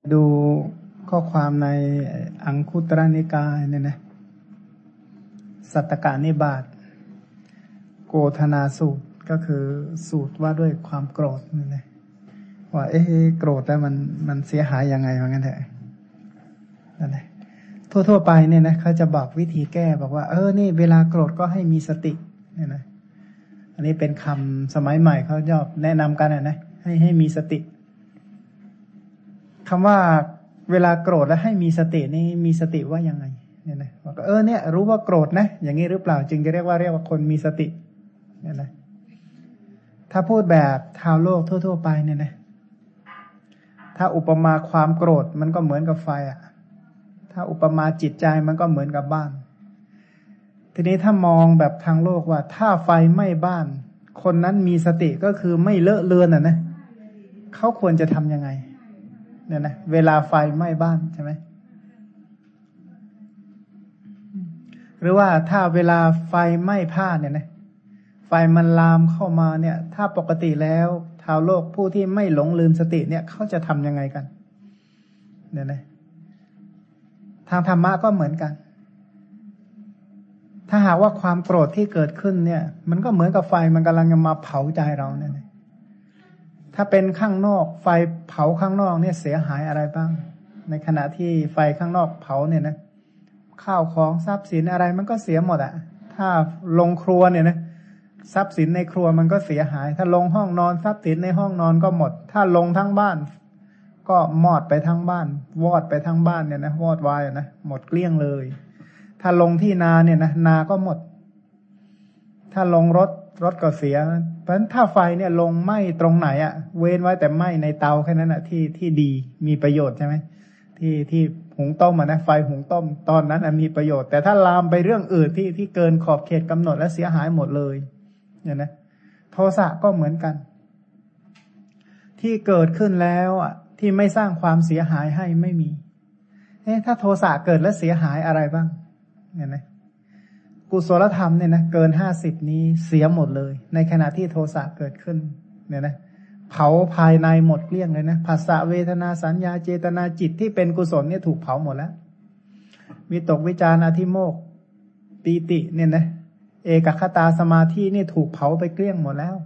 ดูข้อความในอังคุตรนิกายเนี่ยนะสัตตกานิบาตโกธนาสูตรก็คือสูตรว่าด้วยความโกรธนี่นะว่าโกรธแล้วมันเสียหายยังไงว่างั้นเถอะนั่นแหละทั่วไปเนี่ยนะเขาจะบอกวิธีแก้บอกว่านี่เวลาโกรธก็ให้มีสติเนี่ยนะอันนี้เป็นคำสมัยใหม่เขาชอบแนะนำกันนะให้มีสติคำว่าเวลาโกรธแล้วให้มีสตินี่มีสติว่ายังไงเนี่ยนะบอกเนี่ยรู้ว่าโกรธนะอย่างนี้หรือเปล่าจึงจะเรียกว่าคนมีสติเนี่ยนะถ้าพูดแบบชาวโลกทั่วๆไปเนี่ยนะถ้าอุปมาความโกรธมันก็เหมือนกับไฟอ่ะถ้าอุปมาจิตใจมันก็เหมือนกับบ้านทีนี้ถ้ามองแบบทางโลกว่าถ้าไฟไหม้บ้านคนนั้นมีสติก็คือไม่เลอะเลือนนะเขาควรจะทำยังไงเนี่ยนะเวลาไฟไหม้บ้านใช่ไหมหรือว่าถ้าเวลาไฟไหม้ผ้าเนี่ยนะไฟมันลามเข้ามาเนี่ยถ้าปกติแล้วชาวโลกผู้ที่ไม่หลงลืมสติเนี่ยเขาจะทำยังไงกันเนี่ยนะทางธรรมะก็เหมือนกันถ้าหากว่าความโกรธที่เกิดขึ้นเนี่ยมันก็เหมือนกับไฟมันกำลังจะมาเผาใจเราเนี่ยนะถ้าเป็นข้างนอกไฟเผาข้างนอกเนี่ยเสียหายอะไรบ้างในขณะที่ไฟข้างนอกเผาเนี่ยนะข้าวของทรัพย์สินอะไรมันก็เสียหมดอ่ะถ้าลงครัวเนี่ยนะทรัพย์สินในครัวมันก็เสียหายถ้าลงห้องนอนทรัพย์สินในห้องนอนก็หมดถ้าลงทั้งบ้านก็มอดไปทั้งบ้านวอดไปทั้งบ้านเนี่ยนะวอดวายนะหมดเกลี้ยงเลยถ้าลงที่นาเนี่ยนะนาก็หมดถ้าลงรถก็เสียเพราะฉะนั้นถ้าไฟเนี่ยลงไหม้ตรงไหนอ่ะเว้นไว้แต่ไหม้ในเตาแค่นั้นอ่ะที่ดีมีประโยชน์ใช่ไหมที่หุงต้มนะไฟหุงต้มตอนนั้นมีประโยชน์แต่ถ้าลามไปเรื่องอื่นที่เกินขอบเขตกำหนดแล้วเสียหายหมดเลยเนี่ยนะโทสะก็เหมือนกันที่เกิดขึ้นแล้วอ่ะที่ไม่สร้างความเสียหายให้ไม่มีถ้าโทสะเกิดแล้วเสียหายอะไรบ้างเนี่ยนะกุศลธรรมเนี่ยนะเกิน50นี้เสียหมดเลยในขณะที่โทสะเกิดขึ้นเนี่ยนะเผาภายในหมดเกลี้ยงเลยนะภาษาเวทนาสัญญาเจตนาจิตที่เป็นกุศลเนี่ยถูกเผาหมดแล้ววิตกวิจารอธิโมกข์ปีติเนี่ยนะเอกคตาสมาธินี่ถูกเผาไปเกลี้ยงหมดแล้ว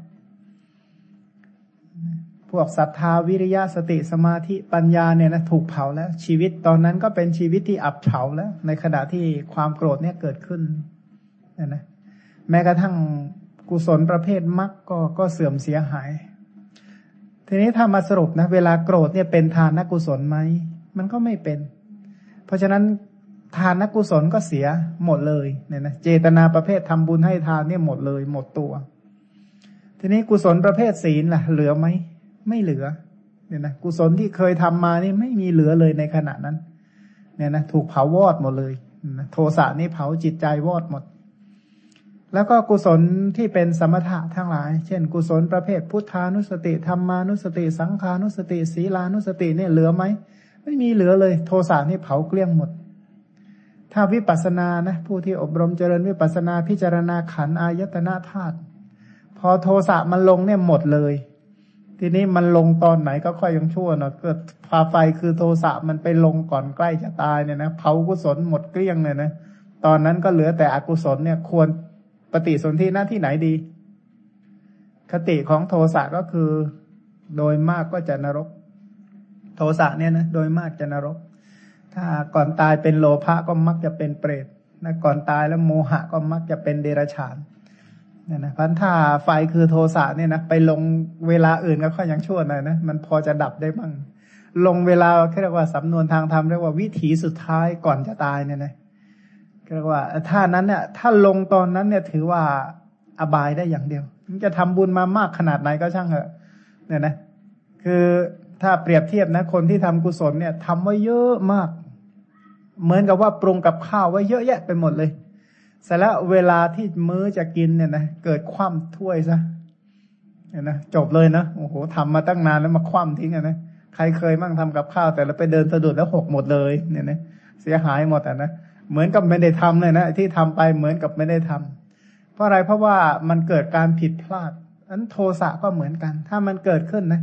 พวกศรัทธาวิริยะสติสมาธิปัญญาเนี่ยนะถูกเผาแล้วชีวิตตอนนั้นก็เป็นชีวิตที่อับเฉาแล้วในขณะที่ความโกรธเนี่ยเกิดขึ้นนะแม้กระทั่งกุศลประเภทมรรคก็เสื่อมเสียหายทีนี้ถ้ามาสรุปนะเวลาโกรธเนี่ยเป็นทานกุศลไหมมันก็ไม่เป็นเพราะฉะนั้นทานกุศลก็เสียหมดเลยเนี่ยนะเจตนาประเภททำบุญให้ทานเนี่ยหมดเลยหมดตัวทีนี้กุศลประเภทศีลล่ะเหลือไหมไม่เหลือเนี่ยนะกุศลที่เคยทำมานี่ไม่มีเหลือเลยในขณะนั้นเนี่ยนะถูกเผาวอดหมดเลยโทสะนี่เผาจิตใจวอดหมดแล้วก็กุศลที่เป็นสมถะทั้งหลายเช่นกุศลประเภทพุทธานุสติธรรมานุสติสังขานุสติศีลานุสติเนี่ยเหลือไหมไม่มีเหลือเลยโทสะนี่เผาเกลี้ยงหมดถ้าวิปัสสนานะผู้ที่อบรมเจริญวิปัสสนาพิจารณาขันธ์อายตนะธาตุพอโทสะมันลงเนี่ยหมดเลยทีนี้มันลงตอนไหนก็ค่อยยังชั่วหน่อยเกิดพาไฟคือโทสะมันไปลงก่อนใกล้จะตายเนี่ยนะเผากุศลหมดเกลี้ยงเลยนะตอนนั้นก็เหลือแต่อกุศลเนี่ยควรปฏิสนธิหน้าที่ไหนดีคติของโทสะก็คือโดยมากก็จะนรกโทสะเนี่ยนะโดยมากจะนรกถ้าก่อนตายเป็นโลภะก็มักจะเป็นเปรตนะก่อนตายแล้วโมหะก็มักจะเป็นเดรัจฉานเนี่ยนะพันถ้าไฟคือโทสะเนี่ยนะไปลงเวลาอื่นก็ค่อยยังชั่วหน่อยนะมันพอจะดับได้บ้างลงเวลาเรียกว่าสำนวนทางธรรมเรียกว่าวิถีสุดท้ายก่อนจะตายเนี่ยนะเรียกว่าถ้านั้นเนี่ยถ้าลงตอนนั้นเนี่ยถือว่าอบายได้อย่างเดียวมันจะทำบุญมามากขนาดไหนก็ช่างเถอะเนี่ยนะคือถ้าเปรียบเทียบนะคนที่ทำกุศลเนี่ยทำไว้เยอะมากเหมือนกับว่าปรุงกับข้าวไว้เยอะแยะไปหมดเลยเสร็จแล้วเวลาที่มื้อจะกินเนี่ยนะเกิดคว่ำถ้วยซะเนี่ยนะจบเลยนะโอ้โหทำมาตั้งนานแล้วมาคว่ำทิ้งนะใครเคยมั่งทำกับข้าวแต่แล้วไปเดินสะดุดแล้วหกหมดเลยเนี่ยนะเสียหายหมดนะเหมือนกับไม่ได้ทำเลยนะที่ทำไปเหมือนกับไม่ได้ทำเพราะอะไรเพราะว่ามันเกิดการผิดพลาดอันโทสะก็เหมือนกันถ้ามันเกิดขึ้นนะ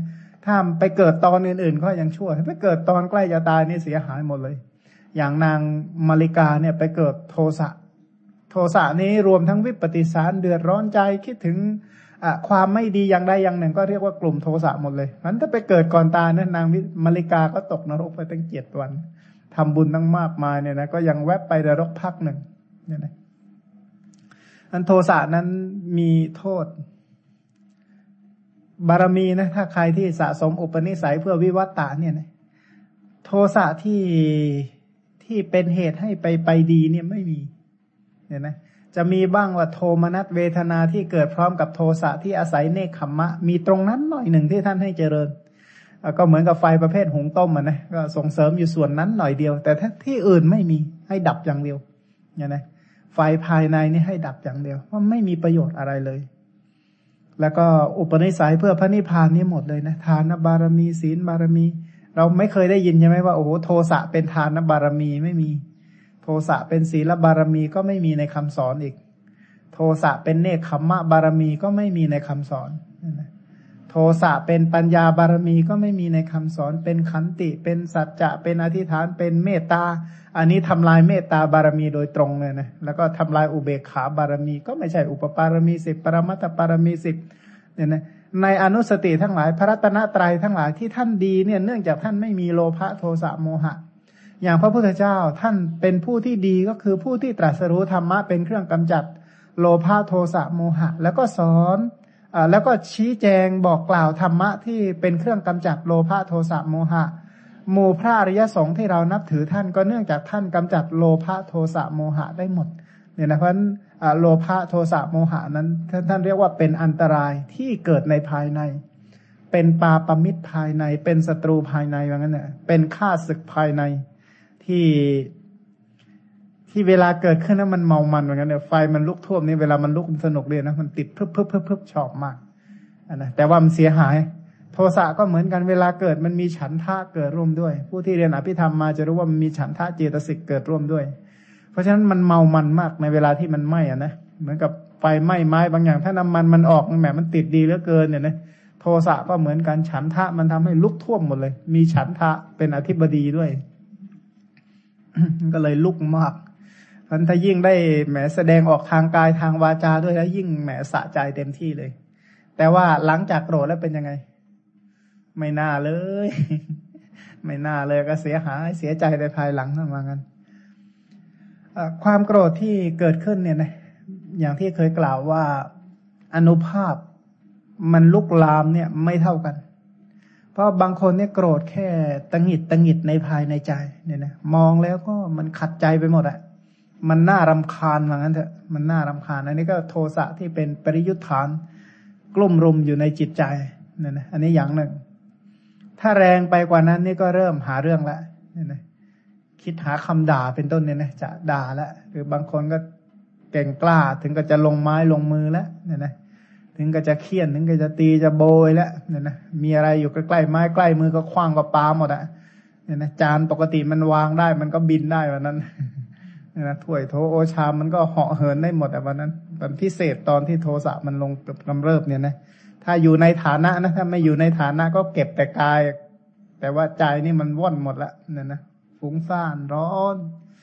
ถ้าไปเกิดตอนอื่นๆก็ยังชั่วถ้าไปเกิดตอนใกล้จะตายนี่เสียหายหมดเลยอย่างนางมาริกาเนี่ยไปเกิดโทสะโทสะนี้รวมทั้งวิปฏิสารเดือดร้อนใจคิดถึงความไม่ดีอย่างใดอย่างหนึ่งก็เรียกว่ากลุ่มโทสะหมดเลยงั้นถ้าไปเกิดก่อนตายนะนางมาริกาก็ตกนรกไปตั้ง7 วันทำบุญตั้งมากมายเนี่ยนะก็ยังแวบไปนรกพักหนึ่งเนี่ยนะอันโทสะนั้นมีโทษบารมีนะถ้าใครที่สะสมอุปนิสัยเพื่อวิวัตตะเนี่ยนะโทสะที่เป็นเหตุให้ไปดีเนี่ยไม่มีเนี่ยนะจะมีบ้างว่าโทมนัสเวทนาที่เกิดพร้อมกับโทสะที่อาศัยเนคขมมะมีตรงนั้นหน่อยหนึ่งที่ท่านให้เจริญก็เหมือนกับไฟประเภทหุงต้มอ่ะนะก็ส่งเสริมอยู่ส่วนนั้นหน่อยเดียวแต่ถ้าที่อื่นไม่มีให้ดับอย่างเดียวเนี่ยนะไฟภายในนี่ให้ดับอย่างเดียวว่าไม่มีประโยชน์อะไรเลยแล้วก็อุปนิสัยเพื่อพระนิพพานนี่หมดเลยนะทานบารมีศีลบารมีเราไม่เคยได้ยินใช่ไหมว่าโอ้โหโทสะเป็นทานบารมีไม่มีโทสะเป็นศีลบารมีก็ไม่มีในคำสอนอีกโทสะเป็นเนคขมมะบารมีก็ไม่มีในคำสอนโทสะเป็นปัญญาบารมีก็ไม่มีในคำสอนเป็นขันติเป็นสัจจะเป็นอธิษฐานเป็นเมตตาอันนี้ทำลายเมตตาบารมีโดยตรงเลยนะแล้วก็ทำลายอุเบกขาบารมีก็ไม่ใช่อุปปารมี10ปรมัตถปารมี10เนี่ยนะในอนุสติทั้งหลายพระรัตนตรัยทั้งหลายที่ท่านดีเนี่ยเนื่องจากท่านไม่มีโลภะโทสะโมหะอย่างพระพุทธเจ้าท่านเป็นผู้ที่ดีก็คือผู้ที่ตรัสรู้ธรรมะเป็นเครื่องกำจัดโลภะโทสะโมหะแล้วก็สอนแล้วก็ชี้แจงบอกกล่าวธรรมะที่เป็นเครื่องกำจัดโลภะโทสะโมหะหมู่พระอริยสงฆ์ที่เรานับถือท่านก็เนื่องจากท่านกำจัดโลภะโทสะโมหะได้หมดเนี่ยนะเพราะฉะนั้นโลภะโทสะโมหะนั้นท่านเรียกว่าเป็นอันตรายที่เกิดในภายในเป็นปาปมิตรภายในเป็นศัตรูภายในว่างั้นเนี่ยเป็นข้าศึกภายในที่เวลาเกิดขึ้นนั้นมันเมามันเหมือนกันเนี่ยไฟมันลุกท่วมนี่เวลามันลุกมันสนุกเลยนะมันติดพึบชอบมากนะแต่ว่ามันเสียหายโทสะก็เหมือนกันเวลาเกิดมันมีฉันทะเกิดร่วมด้วยผู้ที่เรียนอภิธรรมมาจะรู้ว่ามันมีฉันทะเจตสิกเกิดร่วมด้วยเพราะฉะนั้นมันเมามันมากในเวลาที่มันไหม้อ่ะนะเหมือนกับไฟไหม้ไม้บางอย่างถ้าน้ำมันออกแหมมันติดดีเหลือเกินเนี่ยนะโทสะก็เหมือนกันฉันทะมันทำให้ลุกท่วมหมดเลยมีฉันทะเป็นอธิบดีด้วย ก็เลยลุกมากพันถ้ายิ่งได้แหมแสดงออกทางกายทางวาจาด้วยแล้วยิ่งแหมสะใจเต็มที่เลยแต่ว่าหลังจากโกรธแล้วเป็นยังไงไม่น่าเลย ไม่น่าเลยก็เสียหายเสียใจในภายหลังนั่นว่างั้นความโกรธที่เกิดขึ้นเนี่ยนะอย่างที่เคยกล่าวว่าอานุภาพมันลุกลามเนี่ยไม่เท่ากันเพราะบางคนเนี่ยโกรธแค่ตังหิดในภายในใจเนี่ยนะมองแล้วก็มันขัดใจไปหมดอะมันน่ารำคาญว่างั้นเถอะมันน่ารำคาญอันนี้ก็โทสะที่เป็นปริยุทธานกลุ่มรุมอยู่ในจิตใจเนี่ยนะอันนี้อย่างหนึ่งถ้าแรงไปกว่านั้นนี่ก็เริ่มหาเรื่องละเนี่ยนะคิดหาคำด่าเป็นต้นเนี่ยนะจะด่าแล้วหรือบางคนก็เก่งกล้าถึงก็จะลงไม้ลงมือแล้วเนี่ยนะถึงก็จะเคี่ยนถึงก็จะตีจะโบยแล้วเนี่ยนะมีอะไรอยู่ใกล้ๆไม้ใกล้มือก็คว้างก็ปาหมดอะเนี่ยนะจานปกติมันวางได้มันก็บินได้วันนั้นเนี่ยนะถ้วยโถโอชามมันก็เหาะเหินได้หมดอะวันนั้นเป็นพิเศษตอนที่โทสะมันลงกำเริบเนี่ยนะถ้าอยู่ในฐานะนะถ้าไม่อยู่ในฐานะก็เก็บแต่กายแต่ว่าใจนี่มันว่อนหมดละเนี่ยนะฟุ้งซ่านร้อน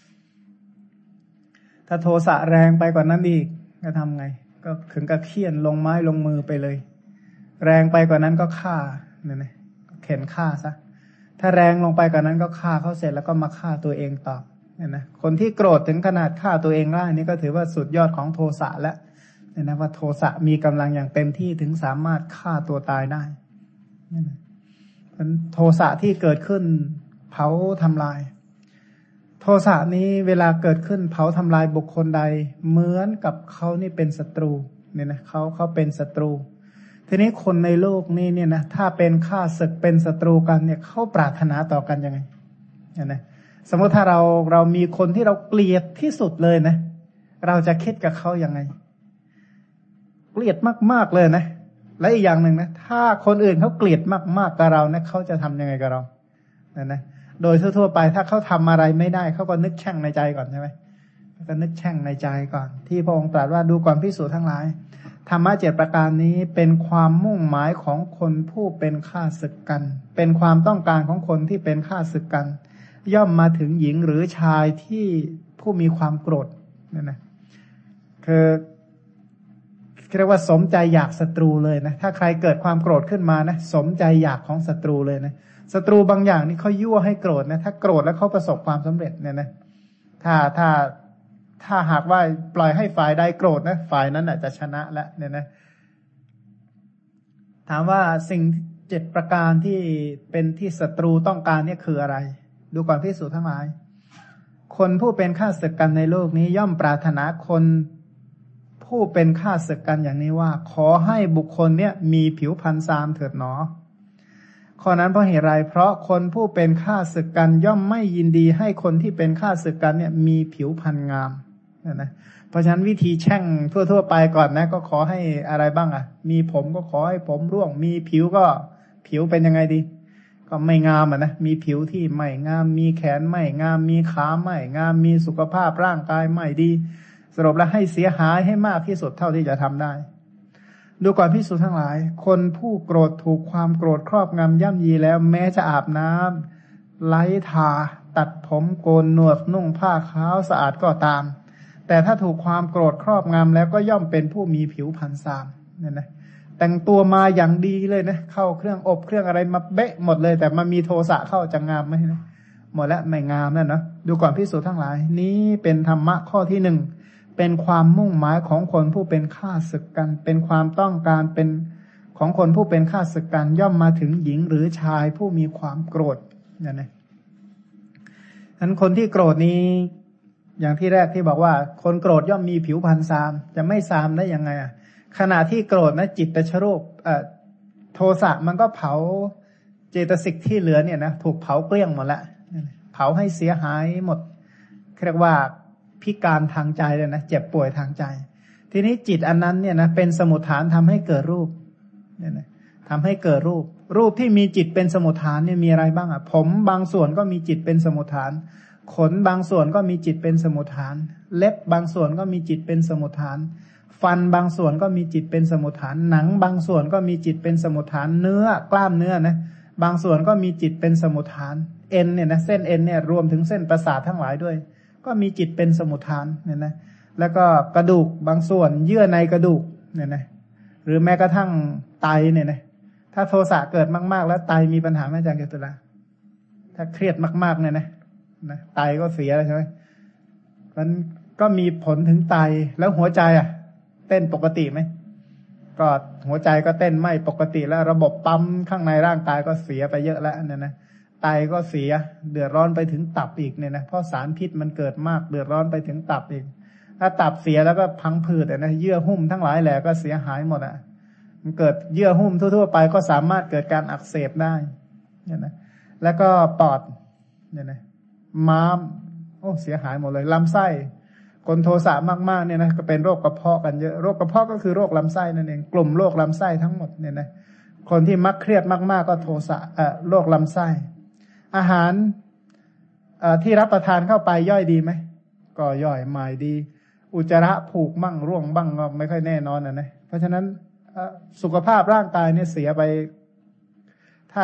ถ้าโทสะแรงไปกว่านั้นอีกก็ทำไงก็ถึงกับเคี่ยนลงไม้ลงมือไปเลยแรงไปกว่านั้นก็ฆ่าเนี่ยนะเข็นฆ่าซะถ้าแรงลงไปกว่านั้นก็ฆ่าเขาเสร็จแล้วก็มาฆ่าตัวเองต่อเนี่ยนะคนที่โกรธถึงขนาดฆ่าตัวเองได้นี่ก็ถือว่าสุดยอดของโทสะแล้วเนี่ยนะว่าโทสะมีกำลังอย่างเต็มที่ถึงสามารถฆ่าตัวตายได้เนี่ยนะโทสะที่เกิดขึ้นเผาทำลายโทสะนี้เวลาเกิดขึ้นเผาทำลายบุคคลใดเหมือนกับเขานี่เป็นศัตรูเนี่ยนะเขาเป็นศัตรูทีนี้คนในโลกนี้เนี่ยนะถ้าเป็นข้าศึกเป็นศัตรูกันเนี่ยเขาปรารถนาต่อกันยังไงนะสมมติถ้าเรามีคนที่เราเกลียดที่สุดเลยนะเราจะคิดกับเขายังไงเกลียดมากๆเลยนะและอีกอย่างหนึ่งนะถ้าคนอื่นเขาเกลียดมากๆกับเรานะเขาจะทำยังไงกับเรานะโดยทั่วๆไปถ้าเขาทำอะไรไม่ได้เขาก็นึกแช่งในใจก่อนใช่ไหมก็นึกแช่งในใจก่อนที่พระองค์ตรัสว่าดูก่อนภิกษุทั้งหลายธรรมะ7ประการนี้เป็นความมุ่งหมายของคนผู้เป็นข้าศึกกันเป็นความต้องการของคนที่เป็นข้าศึกกันย่อมมาถึงหญิงหรือชายที่ผู้มีความโกรธนั่นนะคือเรียกว่าสมใจอยากศัตรูเลยนะถ้าใครเกิดความโกรธขึ้นมานะสมใจอยากของศัตรูเลยนะศัตรูบางอย่างนี่เขายั่วให้โกรธนะถ้าโกรธแล้วเขาประสบความสำเร็จเนี่ยนะถ้าหากว่าปล่อยให้ฝ่ายใดโกรธนะฝ่ายนั้นอาจจะชนะแล้วเนี่ยนะถามว่าสิ่ง7ประการที่เป็นที่ศัตรูต้องการเนี่ยคืออะไรดูก่อนภิกษุทั้งหลายคนผู้เป็นข้าศึกกันในโลกนี้ย่อมปรารถนาคนผู้เป็นข้าศึกกันอย่างนี้ว่าขอให้บุคคลเนี่ยมีผิวพรรณทรามเถิดหนอข้อนั้นเพราะเหตุไรเพราะคนผู้เป็นข้าศึกกันย่อมไม่ยินดีให้คนที่เป็นข้าศึกกันเนี่ยมีผิวพรรณงามนะเพราะฉะนั้นวิธีแช่งทั่วๆไปก่อนนะก็ขอให้อะไรบ้างอ่ะมีผมก็ขอให้ผมร่วงมีผิวก็ผิวเป็นยังไงดีก็ไม่งามอ่ะนะมีผิวที่ไม่งามมีแขนไม่งามมีขาไม่งามมีสุขภาพร่างกายไม่ดีสรุปแล้วให้เสียหายให้มากที่สุดเท่าที่จะทำได้ดูก่อนภิกษุทั้งหลายคนผู้โกรธถูกความโกรธครอบงำย่ำยีแล้วแม้จะอาบน้ำไล้ทาตัดผมโกนหนวดนุ่งผ้าขาวสะอาดก็ตามแต่ถ้าถูกความโกรธครอบงำแล้วก็ย่อมเป็นผู้มีผิวพรรณทรามเนี่ยนะแต่งตัวมาอย่างดีเลยนะเข้าเครื่องอบเครื่องอะไรมาเบ๊ะหมดเลยแต่มามีโทสะเข้าจะงามไหมนะหมดแล้วไม่งามแล้วเนาะดูก่อนภิกษุทั้งหลายนี้เป็นธรรมะข้อที่1เป็นความมุ่งหมายของคนผู้เป็นข้าศึกกันเป็นความต้องการเป็นของคนผู้เป็นข้าศึกกันย่อมมาถึงหญิงหรือชายผู้มีความโกรธเนี่ยนะฉะนั้นคนที่โกรธนี้อย่างที่แรกที่บอกว่าคนโกรธย่อมมีผิวพรรณทรามจะไม่ทรามได้ยังไงอ่ะขณะที่โกรธนะจิตตชรูปโทสะมันก็เผาเจตสิกที่เหลือเนี่ยนะถูกเผาเกลี้ยงหมดละเผาให้เสียหายหมดเรียกว่าพิการทางใจเลยนะเจ็บป่วยทางใจทีนี้จิตอันนั้นเนี่ยนะเป็นสมุฏฐานทำให้เกิดรูปเนี่ยนะทำให้เกิดรูปที่มีจิตเป็นสมุฏฐานเนี่ยมีอะไรบ้างอ่ะผมบางส่วนก็มีจิตเป็นสมุฏฐานขนบางส่วนก็มีจิตเป็นสมุฏฐานเล็บบางส่วนก็มีจิตเป็นสมุฏฐานฟันบางส่วนก็มีจิตเป็นสมุฏฐานหนังบางส่วนก็มีจิตเป็นสมุฏฐานเนื้อกล้ามเนื้อนะบางส่วนก็มีจิตเป็นสมุฏฐานเอ็นเนี่ยนะเส้นเอ็นเนี่ยรวมถึงเส้นประสาททั้งหลายด้วยก็มีจิตเป็นสมุฏฐานเนี่ยนะแล้วก็กระดูกบางส่วนเยื่อในกระดูกเนี่ยนะหรือแม้กระทั่งไตเนี่ยนะถ้าโทสะเกิดมากๆแล้วไตมีปัญหาไหมอาจารย์เกตุลาถ้าเครียดมากๆเนี่ยนะไตก็เสียใช่ไหมมันก็มีผลถึงไตแล้วหัวใจอ่ะเต้นปกติไหมก็หัวใจก็เต้นไม่ปกติแล้วระบบปั๊มข้างในร่างกายก็เสียไปเยอะแล้วเนี่ยนะไตก็เสียเดือดร้อนไปถึงตับอีกเนี่ยนะเพราะสารพิษมันเกิดมากเดือดร้อนไปถึงตับอีกถ้าตับเสียแล้วก็พังผืดนะเยื่อหุ้มทั้งหลายแหละก็เสียหายหมดอ่ะมันเกิดเยื่อหุ้มทั่วๆไปก็สามารถเกิดการอักเสบได้เนี่ยนะแล้วก็ปอดเนี่ยนะม้ามโอ้เสียหายหมดเลยลำไส้คนโทสะมากๆเนี่ยนะก็เป็นโรคกระเพาะกันเยอะโรคกระเพาะก็คือโรคลำไส้นั่นเองกลุ่มโรคลำไส้ทั้งหมดเนี่ยนะคนที่มักเครียดมากๆก็โทสะโรคลำไส้อาหารที่รับประทานเข้าไปย่อยดีไหมก็ย่อยไม่ดีอุจจาระผูกมั่งร่วงบ้างก็ไม่ค่อยแน่นอนนะเพราะฉะนั้นสุขภาพร่างกายเนี่ยเสียไปถ้า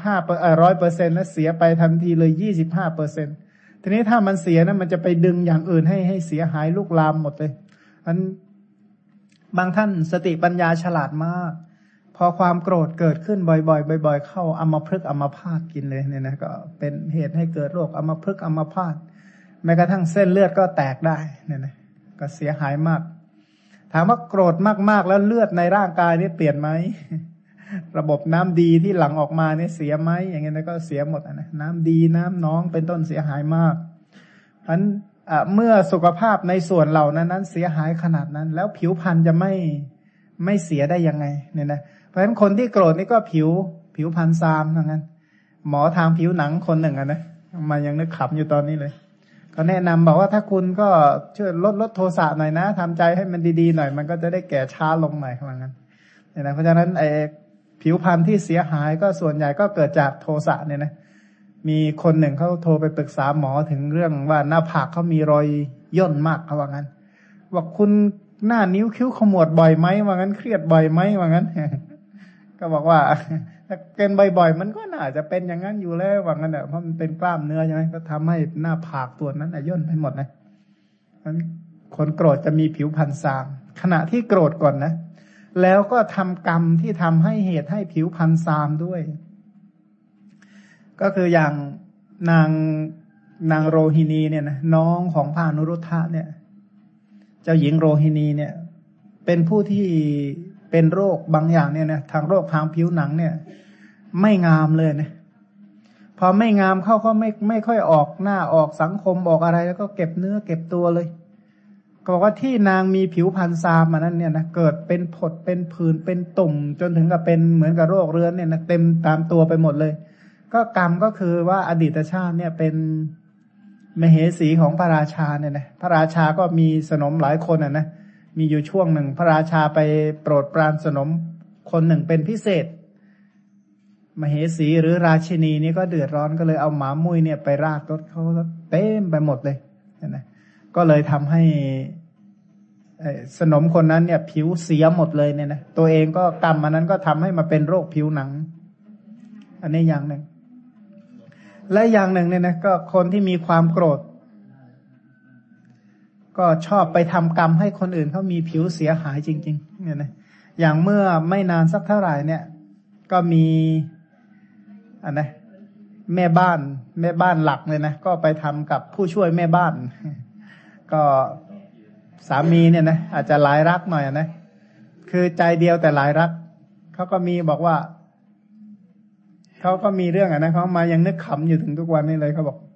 100%แล้วเสียไปทันทีเลย25%ทีนี้ถ้ามันเสียนะมันจะไปดึงอย่างอื่นให้เสียหายลุกลามหมดเลยอันบางท่านสติปัญญาฉลาดมากพอความโกรธเกิดขึ้นบ่อยๆบ่อยๆเข้าอัมพฤกษ์อัมพาตกินเลยเนี่ยนะก็เป็นเหตุให้เกิดโรคอัมพฤกษ์อัมพาตแม้กระทั่งเส้นเลือดก็แตกได้เนี่ยนะก็เสียหายมากถามว่าโกรธมากๆแล้วเลือดในร่างกายนี่เปลี่ยนไหมระบบน้ำดีที่หลั่งออกมาเนี่ยเสียไหมอย่างเงี้ยก็เสียหมดนะน้ำดีน้ำน้องเป็นต้นเสียหายมากเพราะฉะนั้นเมื่อสุขภาพในส่วนเหล่านั้นเสียหายขนาดนั้นแล้วผิวพรรณจะไม่เสียได้ยังไงเนี่ยนะเพราะฉะนั้นคนที่โกรธนี่ก็ผิวพรรณซามเหมือนกันหมอทางผิวหนังคนหนึ่งนะมายังนึกขำอยู่ตอนนี้เลยก็แนะนำบอกว่าถ้าคุณก็ช่วยลดโทสะหน่อยนะทำใจให้มันดีๆหน่อยมันก็จะได้แก่ช้าลงหน่อยเหมือนกันเนี่ยนะเพราะฉะนั้นผิวพรรณที่เสียหายก็ส่วนใหญ่ก็เกิดจากโทสะเนี่ยนะมีคนหนึ่งเขาโทรไปปรึกษาหมอถึงเรื่องว่าหน้าผากเขามีรอยย่นมากเขาว่างั้นว่าคุณหน้านิ้วคิ้วขมวดบ่อยไหมว่างั้นเครียดบ่อยไหมว่างั้น ก็บอกว่าถ้าเป็นบ่อยๆมันก็น่าจะเป็นอย่างนั้นอยู่แล้วว่างั้นเพราะมันเป็นกล้ามเนื้อใช่ไหมก็ทำให้หน้าผากตัวนั้นย่นไปหมดนะคนโกรธจะมีผิวพรรณซามขณะที่โกรธก่อนนะแล้วก็ทำกรรมที่ทำให้เหตุให้ผิวพรรณซามด้วยก็คืออย่างนางโรฮินีเนี่ยนะน้องของพระอนุรุทธะเนี่ยเจ้าหญิงโรฮินีเนี่ยเป็นผู้ที่เป็นโรคบางอย่างเนี่ยนะทางโรคทางผิวหนังเนี่ยไม่งามเลยนะพอไม่งามเข้าก็ไม่ค่อยออกหน้าออกสังคมออกอะไรแล้วก็เก็บเนื้อเก็บตัวเลยก็บอกว่าที่นางมีผิวพรรณซามมานั้นเนี่ยนะเกิดเป็นผดเป็นผื่นเป็นตุ่มจนถึงกับเป็นเหมือนกับโรคเรื้อนเนี่ยนะเต็มตามตัวไปหมดเลยก็กรรมก็คือว่าอดีตชาติเนี่ยเป็นมเหสีของพระราชาเนี่ยนะพระราชาก็มีสนมหลายคนนะมีอยู่ช่วงหนึ่งพระราชาไปโปรดปรานสนมคนหนึ่งเป็นพิเศษมเหสีหรือราชินีนี่ก็เดือดร้อนก็เลยเอาหมามุ้ยเนี่ยไปราดรถเขาเต็มไปหมดเลยนะก็เลยทำให้สนมคนนั้นเนี่ยผิวเสียหมดเลยเนี่ยนะตัวเองก็กรรมอันนั้นก็ทำให้มาเป็นโรคผิวหนังอันนี้อย่างหนึ่งและอย่างหนึ่งเนี่ยนะก็คนที่มีความโกรธก็ชอบไปทำกรรมให้คนอื่นเขามีผิวเสียหายจริงๆเนี่ยนะอย่างเมื่อไม่นานสักเท่าไหร่เนี่ยก็มีแม่บ้านหลักเลยนะก็ไปทำกับผู้ช่วยแม่บ้านก็สามีเนี่ยนะอาจจะหลายรักหน่อยนะคือใจเดียวแต่หลายรักเขาก็มีบอกว่าเขาก็มีเรื่องนะเขามายังนึกขำอยู่ถึงทุกวันนี้เลยเขาบอก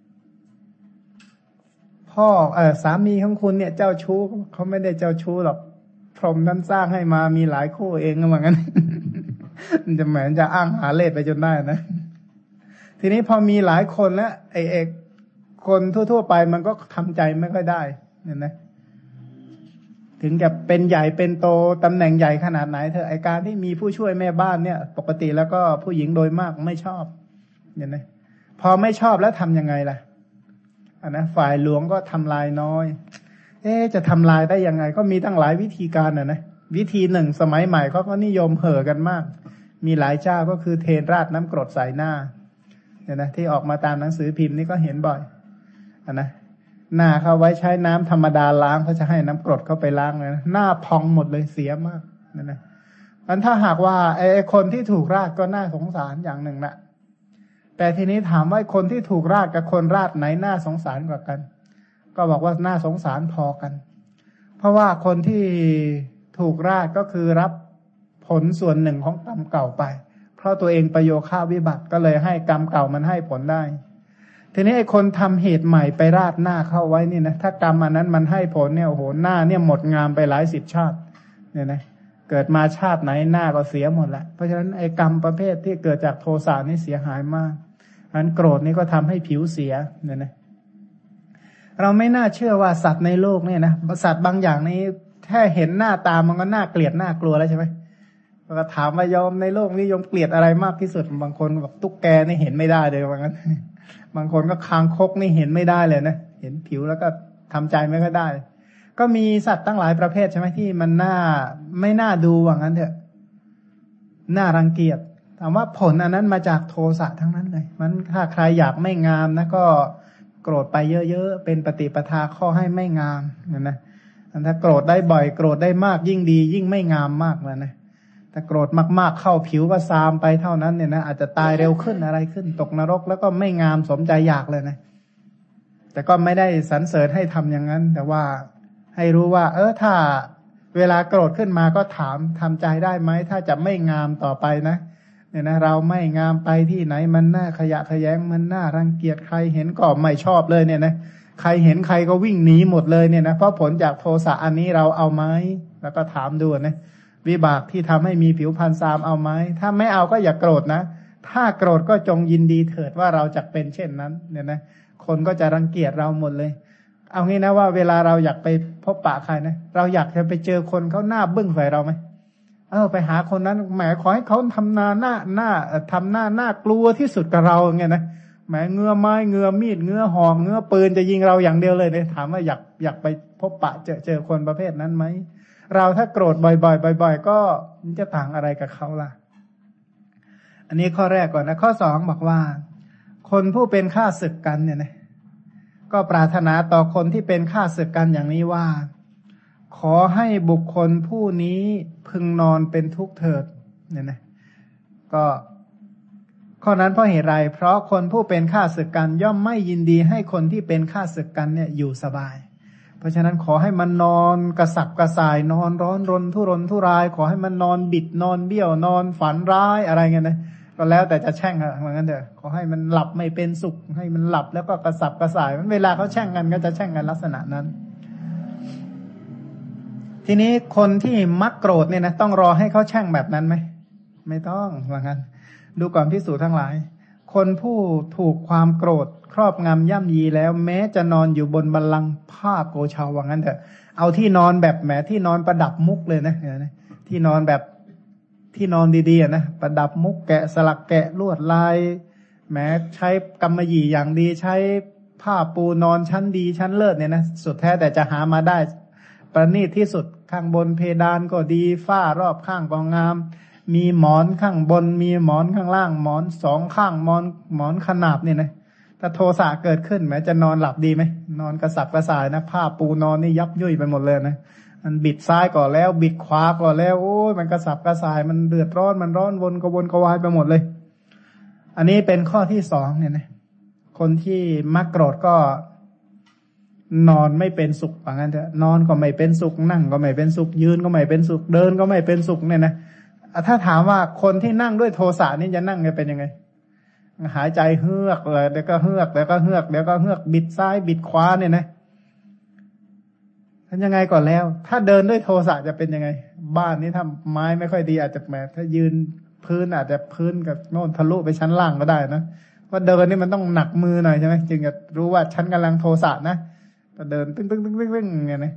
พ่อสามีของคุณเนี่ยเจ้าชู้เขาไม่ได้เจ้าชู้หรอกพรหมท่านสร้างให้มามีหลายคู่เองก็เหมือนกัน มันจะเหมือนจะอ้างหาเลสไปจนได้นะทีนี้พอมีหลายคนแล้วไอ้คนทั่วๆไปมันก็ทำใจไม่ค่อยได้เนี่ยนะถึงจะเป็นใหญ่เป็นโตตำแหน่งใหญ่ขนาดไหนเธอไอการที่มีผู้ช่วยแม่บ้านเนี่ยปกติแล้วก็ผู้หญิงโดยมากไม่ชอบเนี่ยนะพอไม่ชอบแล้วทำยังไงล่ะฝ่ายหลวงก็ทำลายน้อยจะทำลายได้ยังไงก็มีตั้งหลายวิธีการนะวิธีหนึ่งสมัยใหม่เขาก็นิยมเห่อกันมากมีหลายเจ้าก็คือเทราดน้ำกรดใส่หน้าเนี่ยนะที่ออกมาตามหนังสือพิมพ์นี่ก็เห็นบ่อยหน้าเขาไว้ใช้น้ำธรรมดาล้างเขาจะให้น้ำกรดเข้าไปล้างเลยนะหน้าพองหมดเลยเสียมากนะมันถ้าหากว่าไอ้คนที่ถูกราดก็น่าสงสารอย่างหนึ่งนะแต่ทีนี้ถามว่าคนที่ถูกราดกับคนราดไหนน่าสงสารกว่ากันก็บอกว่าน่าสงสารพอกันเพราะว่าคนที่ถูกราดก็คือรับผลส่วนหนึ่งของกรรมเก่าไปเพราะตัวเองประโยค่าวิบัติก็เลยให้กรรมเก่ามันให้ผลได้ทีนี้ไอ้คนทำเหตุใหม่ไปราดหน้าเข้าไว้นี่นะถ้ากรรมอันนั้นมันให้ผลเนี่ยโอ้โหหน้าเนี่ยหมดงามไปหลายสิบชาติเนี่ยนะเกิดมาชาติไหนหน้าก็เสียหมดละเพราะฉะนั้นไอ้กรรมประเภทที่เกิดจากโทสะนี่เสียหายมากอันโกรธนี่ก็ทำให้ผิวเสียเนี่ยนะเราไม่น่าเชื่อว่าสัตว์ในโลกเนี่ยนะสัตว์บางอย่างนี้แค่เห็นหน้าตามันก็น่าเกลียดน่ากลัวแล้วใช่ไหมก็ถามว่ายอมในโลกนี้ยอมเกลียดอะไรมากที่สุดบางคนบอกตุ๊กแกนี่เห็นไม่ได้เลยว่างั้นบางคนก็คางคกนี่เห็นไม่ได้เลยนะเห็นผิวแล้วก็ทำใจไม่ค่อยได้ก็มีสัตว์ตั้งหลายประเภทใช่ไหมที่มันไม่น่าดูว่างั้นเถอะน่ารังเกียจถามว่าผลอันนั้นมาจากโทสะทั้งนั้นเลยมันถ้าใครอยากไม่งามนะก็โกรธไปเยอะๆเป็นปฏิปทาข้อให้ไม่งามนะถ้าโกรธได้บ่อยโกรธได้มากยิ่งดียิ่งไม่งามมากแล้วนะถ้าโกรธมากๆเข้าผิวก็ซามไปเท่านั้นเนี่ยนะอาจจะตายเร็วขึ้นอะไรขึ้นตกนรกแล้วก็ไม่งามสมใจอยากเลยนะแต่ก็ไม่ได้สรรเสริญให้ทำอย่างนั้นแต่ว่าให้รู้ว่าถ้าเวลาโกรธขึ้นมาก็ถามทำใจได้ไหมถ้าจะไม่งามต่อไปนะเนี่ยนะเราไม่งามไปที่ไหนมันน่าขยะแขยงมันน่ารังเกียจใครเห็นก็ไม่ชอบเลยเนี่ยนะใครเห็นใครก็วิ่งหนีหมดเลยเนี่ยนะเพราะผลจากโทสะอันนี้เราเอาไหมแล้วก็ถามดูนะวิบากที่ทำให้มีผิวพรรณซามเอาไหมถ้าไม่เอาก็อย่าโกรธนะถ้าโกรธก็จงยินดีเถิดว่าเราจะเป็นเช่นนั้นเนี่ยนะคนก็จะรังเกียจเราหมดเลยเอางี้นะว่าเวลาเราอยากไปพบปะใครนะเราอยากจะไปเจอคนเขาหน้าบึ้งใส่เราไหมไปหาคนนั้นแหมขอให้เขาทำหน้ากลัวที่สุดกับเราไงนะแม้เงื้อไม้เงื้อมีดเงื้อหอกเงื้อปืนจะยิงเราอย่างเดียวเลยเนี่ยถามว่าอยากไปพบปะเจอคนประเภทนั้นไหมเราถ้าโกรธบ่อยๆบ่อยๆก็มันจะต่างอะไรกับเขาล่ะอันนี้ข้อแรกก่อนนะข้อสองบอกว่าคนผู้เป็นข้าศึกกันเนี่ยนะก็ปรารถนาต่อคนที่เป็นข้าศึกกันอย่างนี้ว่าขอให้บุคคลผู้นี้พึงนอนเป็นทุกข์เถิดเนี่ยนะก็ข้อนั้นเพราะเหตุไรเพราะคนผู้เป็นข้าศึกกันย่อมไม่ยินดีให้คนที่เป็นข้าศึกกันเนี่ยอยู่สบายเพราะฉะนั้นขอให้มันนอนกระสับกระส่ายนอนร้อนรนทุรายขอให้มันนอนบิดนอนเบี้ยวนอนฝันร้ายอะไรเงี้ยนะก็แล้วแต่จะแช่งเหมือนกันเถอะขอให้มันหลับไม่เป็นสุขให้มันหลับแล้วก็กระสับกระส่ายมันเวลาเขาแช่งกันก็จะแช่งกันลักษณะนั้นทีนี้คนที่มักโกรธเนี่ยนะต้องรอให้เขาแช่งแบบนั้นไหมไม่ต้องว่างั้นดูก่อนภิกษุทั้งหลายคนผู้ถูกความโกรธครอบงำย่ำยีแล้วแม้จะนอนอยู่บนบัลลังก์ผ้าโกชาวว่างั้นเถอะเอาที่นอนแบบแหมที่นอนประดับมุกเลยนะที่นอนแบบที่นอนดีๆนะประดับมุกแกะสลักแกะลวดลายแหมใช้กำมะหยี่อย่างดีใช้ผ้าปูนอนชั้นดีชั้นเลิศเนี่ยนะสุดแท้แต่จะหามาได้ประณีตที่สุดข้างบนเพดานก็ดีฝ้ารอบข้างก็งามมีหมอนข้างบนมีหมอนข้างล่างหมอนสองข้างหมอนขนาบเนี่ยนะถ้าโทสะเกิดขึ้นแม้จะนอนหลับดีไหมนอนกระสับกระส่ายนะผ้าปูนอนนี่ยับยุ่ยไปหมดเลยนะมันบิดซ้ายก่อนแล้วบิดขวาก่อนแล้วโอ้ยมันกระสับกระส่ายมันเดือดร้อนมันร้อนวนกวายไปหมดเลยอันนี้เป็นข้อที่สองเนี่ยนะคนที่มักโกรธก็นอนไม่เป็นสุขว่างั้นเถอะนอนก็ไม่เป็นสุขนั่งก็ไม่เป็นสุขยืนก็ไม่เป็นสุขเดินก็ไม่เป็นสุขเนี่ยนะถ้าถามว่าคนที่นั่งด้วยโทสะนี่จะนั่งจะเป็นยังไงหายใจเฮือกเลยเดี๋ยวก็เฮือกเดี๋ยวก็เฮือกเดี๋ยวก็เฮือกบิดซ้ายบิดขวาเนี่ยนะยังไงก่อนแล้วถ้าเดินด้วยโทสะจะเป็นยังไงบ้านนี้ถ้าไม้ไม่ค่อยดีอาจจะแหมถ้ายืนพื้นอาจจะพื้นกับโน่นทะลุไปชั้นล่างก็ได้นะว่าเดินนี่มันต้องหนักมือหน่อยใช่ไหมจึงจะรู้ว่าฉันกำลังโทสะนะก็เดินตึ้งเงี้ยนะ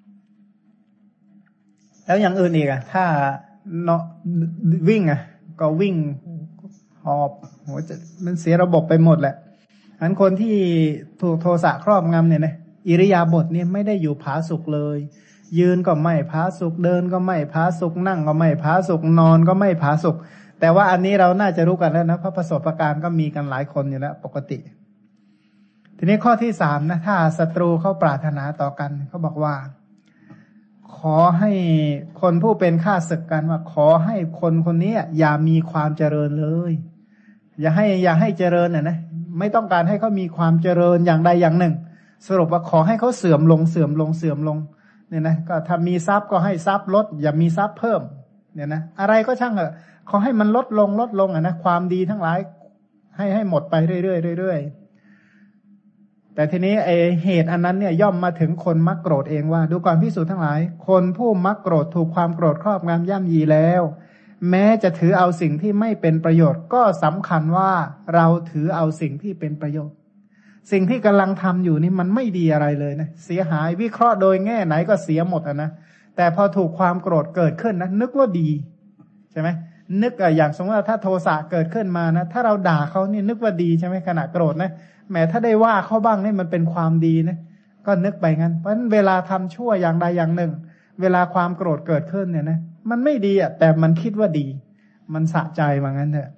แล้วอย่างอื่นอีกอะถ้าเนาะวิ่งอะก็วิ่งหอบโหจะมันเสียระบบไปหมดแหละอันคนที่ถูกโทสะครอบงำเนี่ยนะอิริยาบถเนี่ยไม่ได้อยู่ผาสุกเลยยืนก็ไม่ผาสุกเดินก็ไม่ผาสุกนั่งก็ไม่ผาสุกนอนก็ไม่ผาสุกแต่ว่าอันนี้เราน่าจะรู้กันแล้วนะเพราะประสบการณ์ก็มีกันหลายคนอยู่แล้วปกติทีนี้ข้อที่สามนะถ้าศัตรูเขาปรารถนาต่อกันเขาบอกว่าขอให้คนผู้เป็นข้าศึกกันว่าขอให้คนคนนี้อย่ามีความเจริญเลยอย่าให้เจริญนะไม่ต้องการให้เขามีความเจริญอย่างใดอย่างหนึ่งสรุปว่าขอให้เขาเสื่อมลงเนี่ยนะก็ถ้ามีทรัพย์ก็ให้ทรัพย์ลดอย่ามีทรัพย์เพิ่มเนี่ยนะอะไรก็ช่างเถอะขอให้มันลดลงนะความดีทั้งหลายให้หมดไปเรื่อยแต่ทีนี้ไอเหตุอันนั้นเนี่ยย่อมมาถึงคนมักโกรธเองว่าดูก่อนภิกษุทั้งหลายคนผู้มักโกรธถูกความโกรธครอบงำย่ำยีแล้วแม้จะถือเอาสิ่งที่ไม่เป็นประโยชน์ก็สำคัญว่าเราถือเอาสิ่งที่เป็นประโยชน์สิ่งที่กำลังทำอยู่นี่มันไม่ดีอะไรเลยนะเสียหายวิเคราะห์โดยแง่ไหนก็เสียหมดนะแต่พอถูกความโกรธเกิดขึ้นนะนึกว่าดีใช่ไหมนึกอย่างสมมติว่าถ้าโทสะเกิดขึ้นมานะถ้าเราด่าเขานี่นึกว่าดีใช่ไหมขณะโกรธนะแม้ถ้าได้ว่าเขาบ้างนี่มันเป็นความดีนะก็นึกไปงั้นเพราะฉะนั้นเวลาทำชั่วอย่างใดอย่างหนึ่งเวลาความโกรธเกิดขึ้นเนี่ยนะมันไม่ดีอ่ะแต่มันคิดว่าดีมันสะใจว่างั้นเถอะ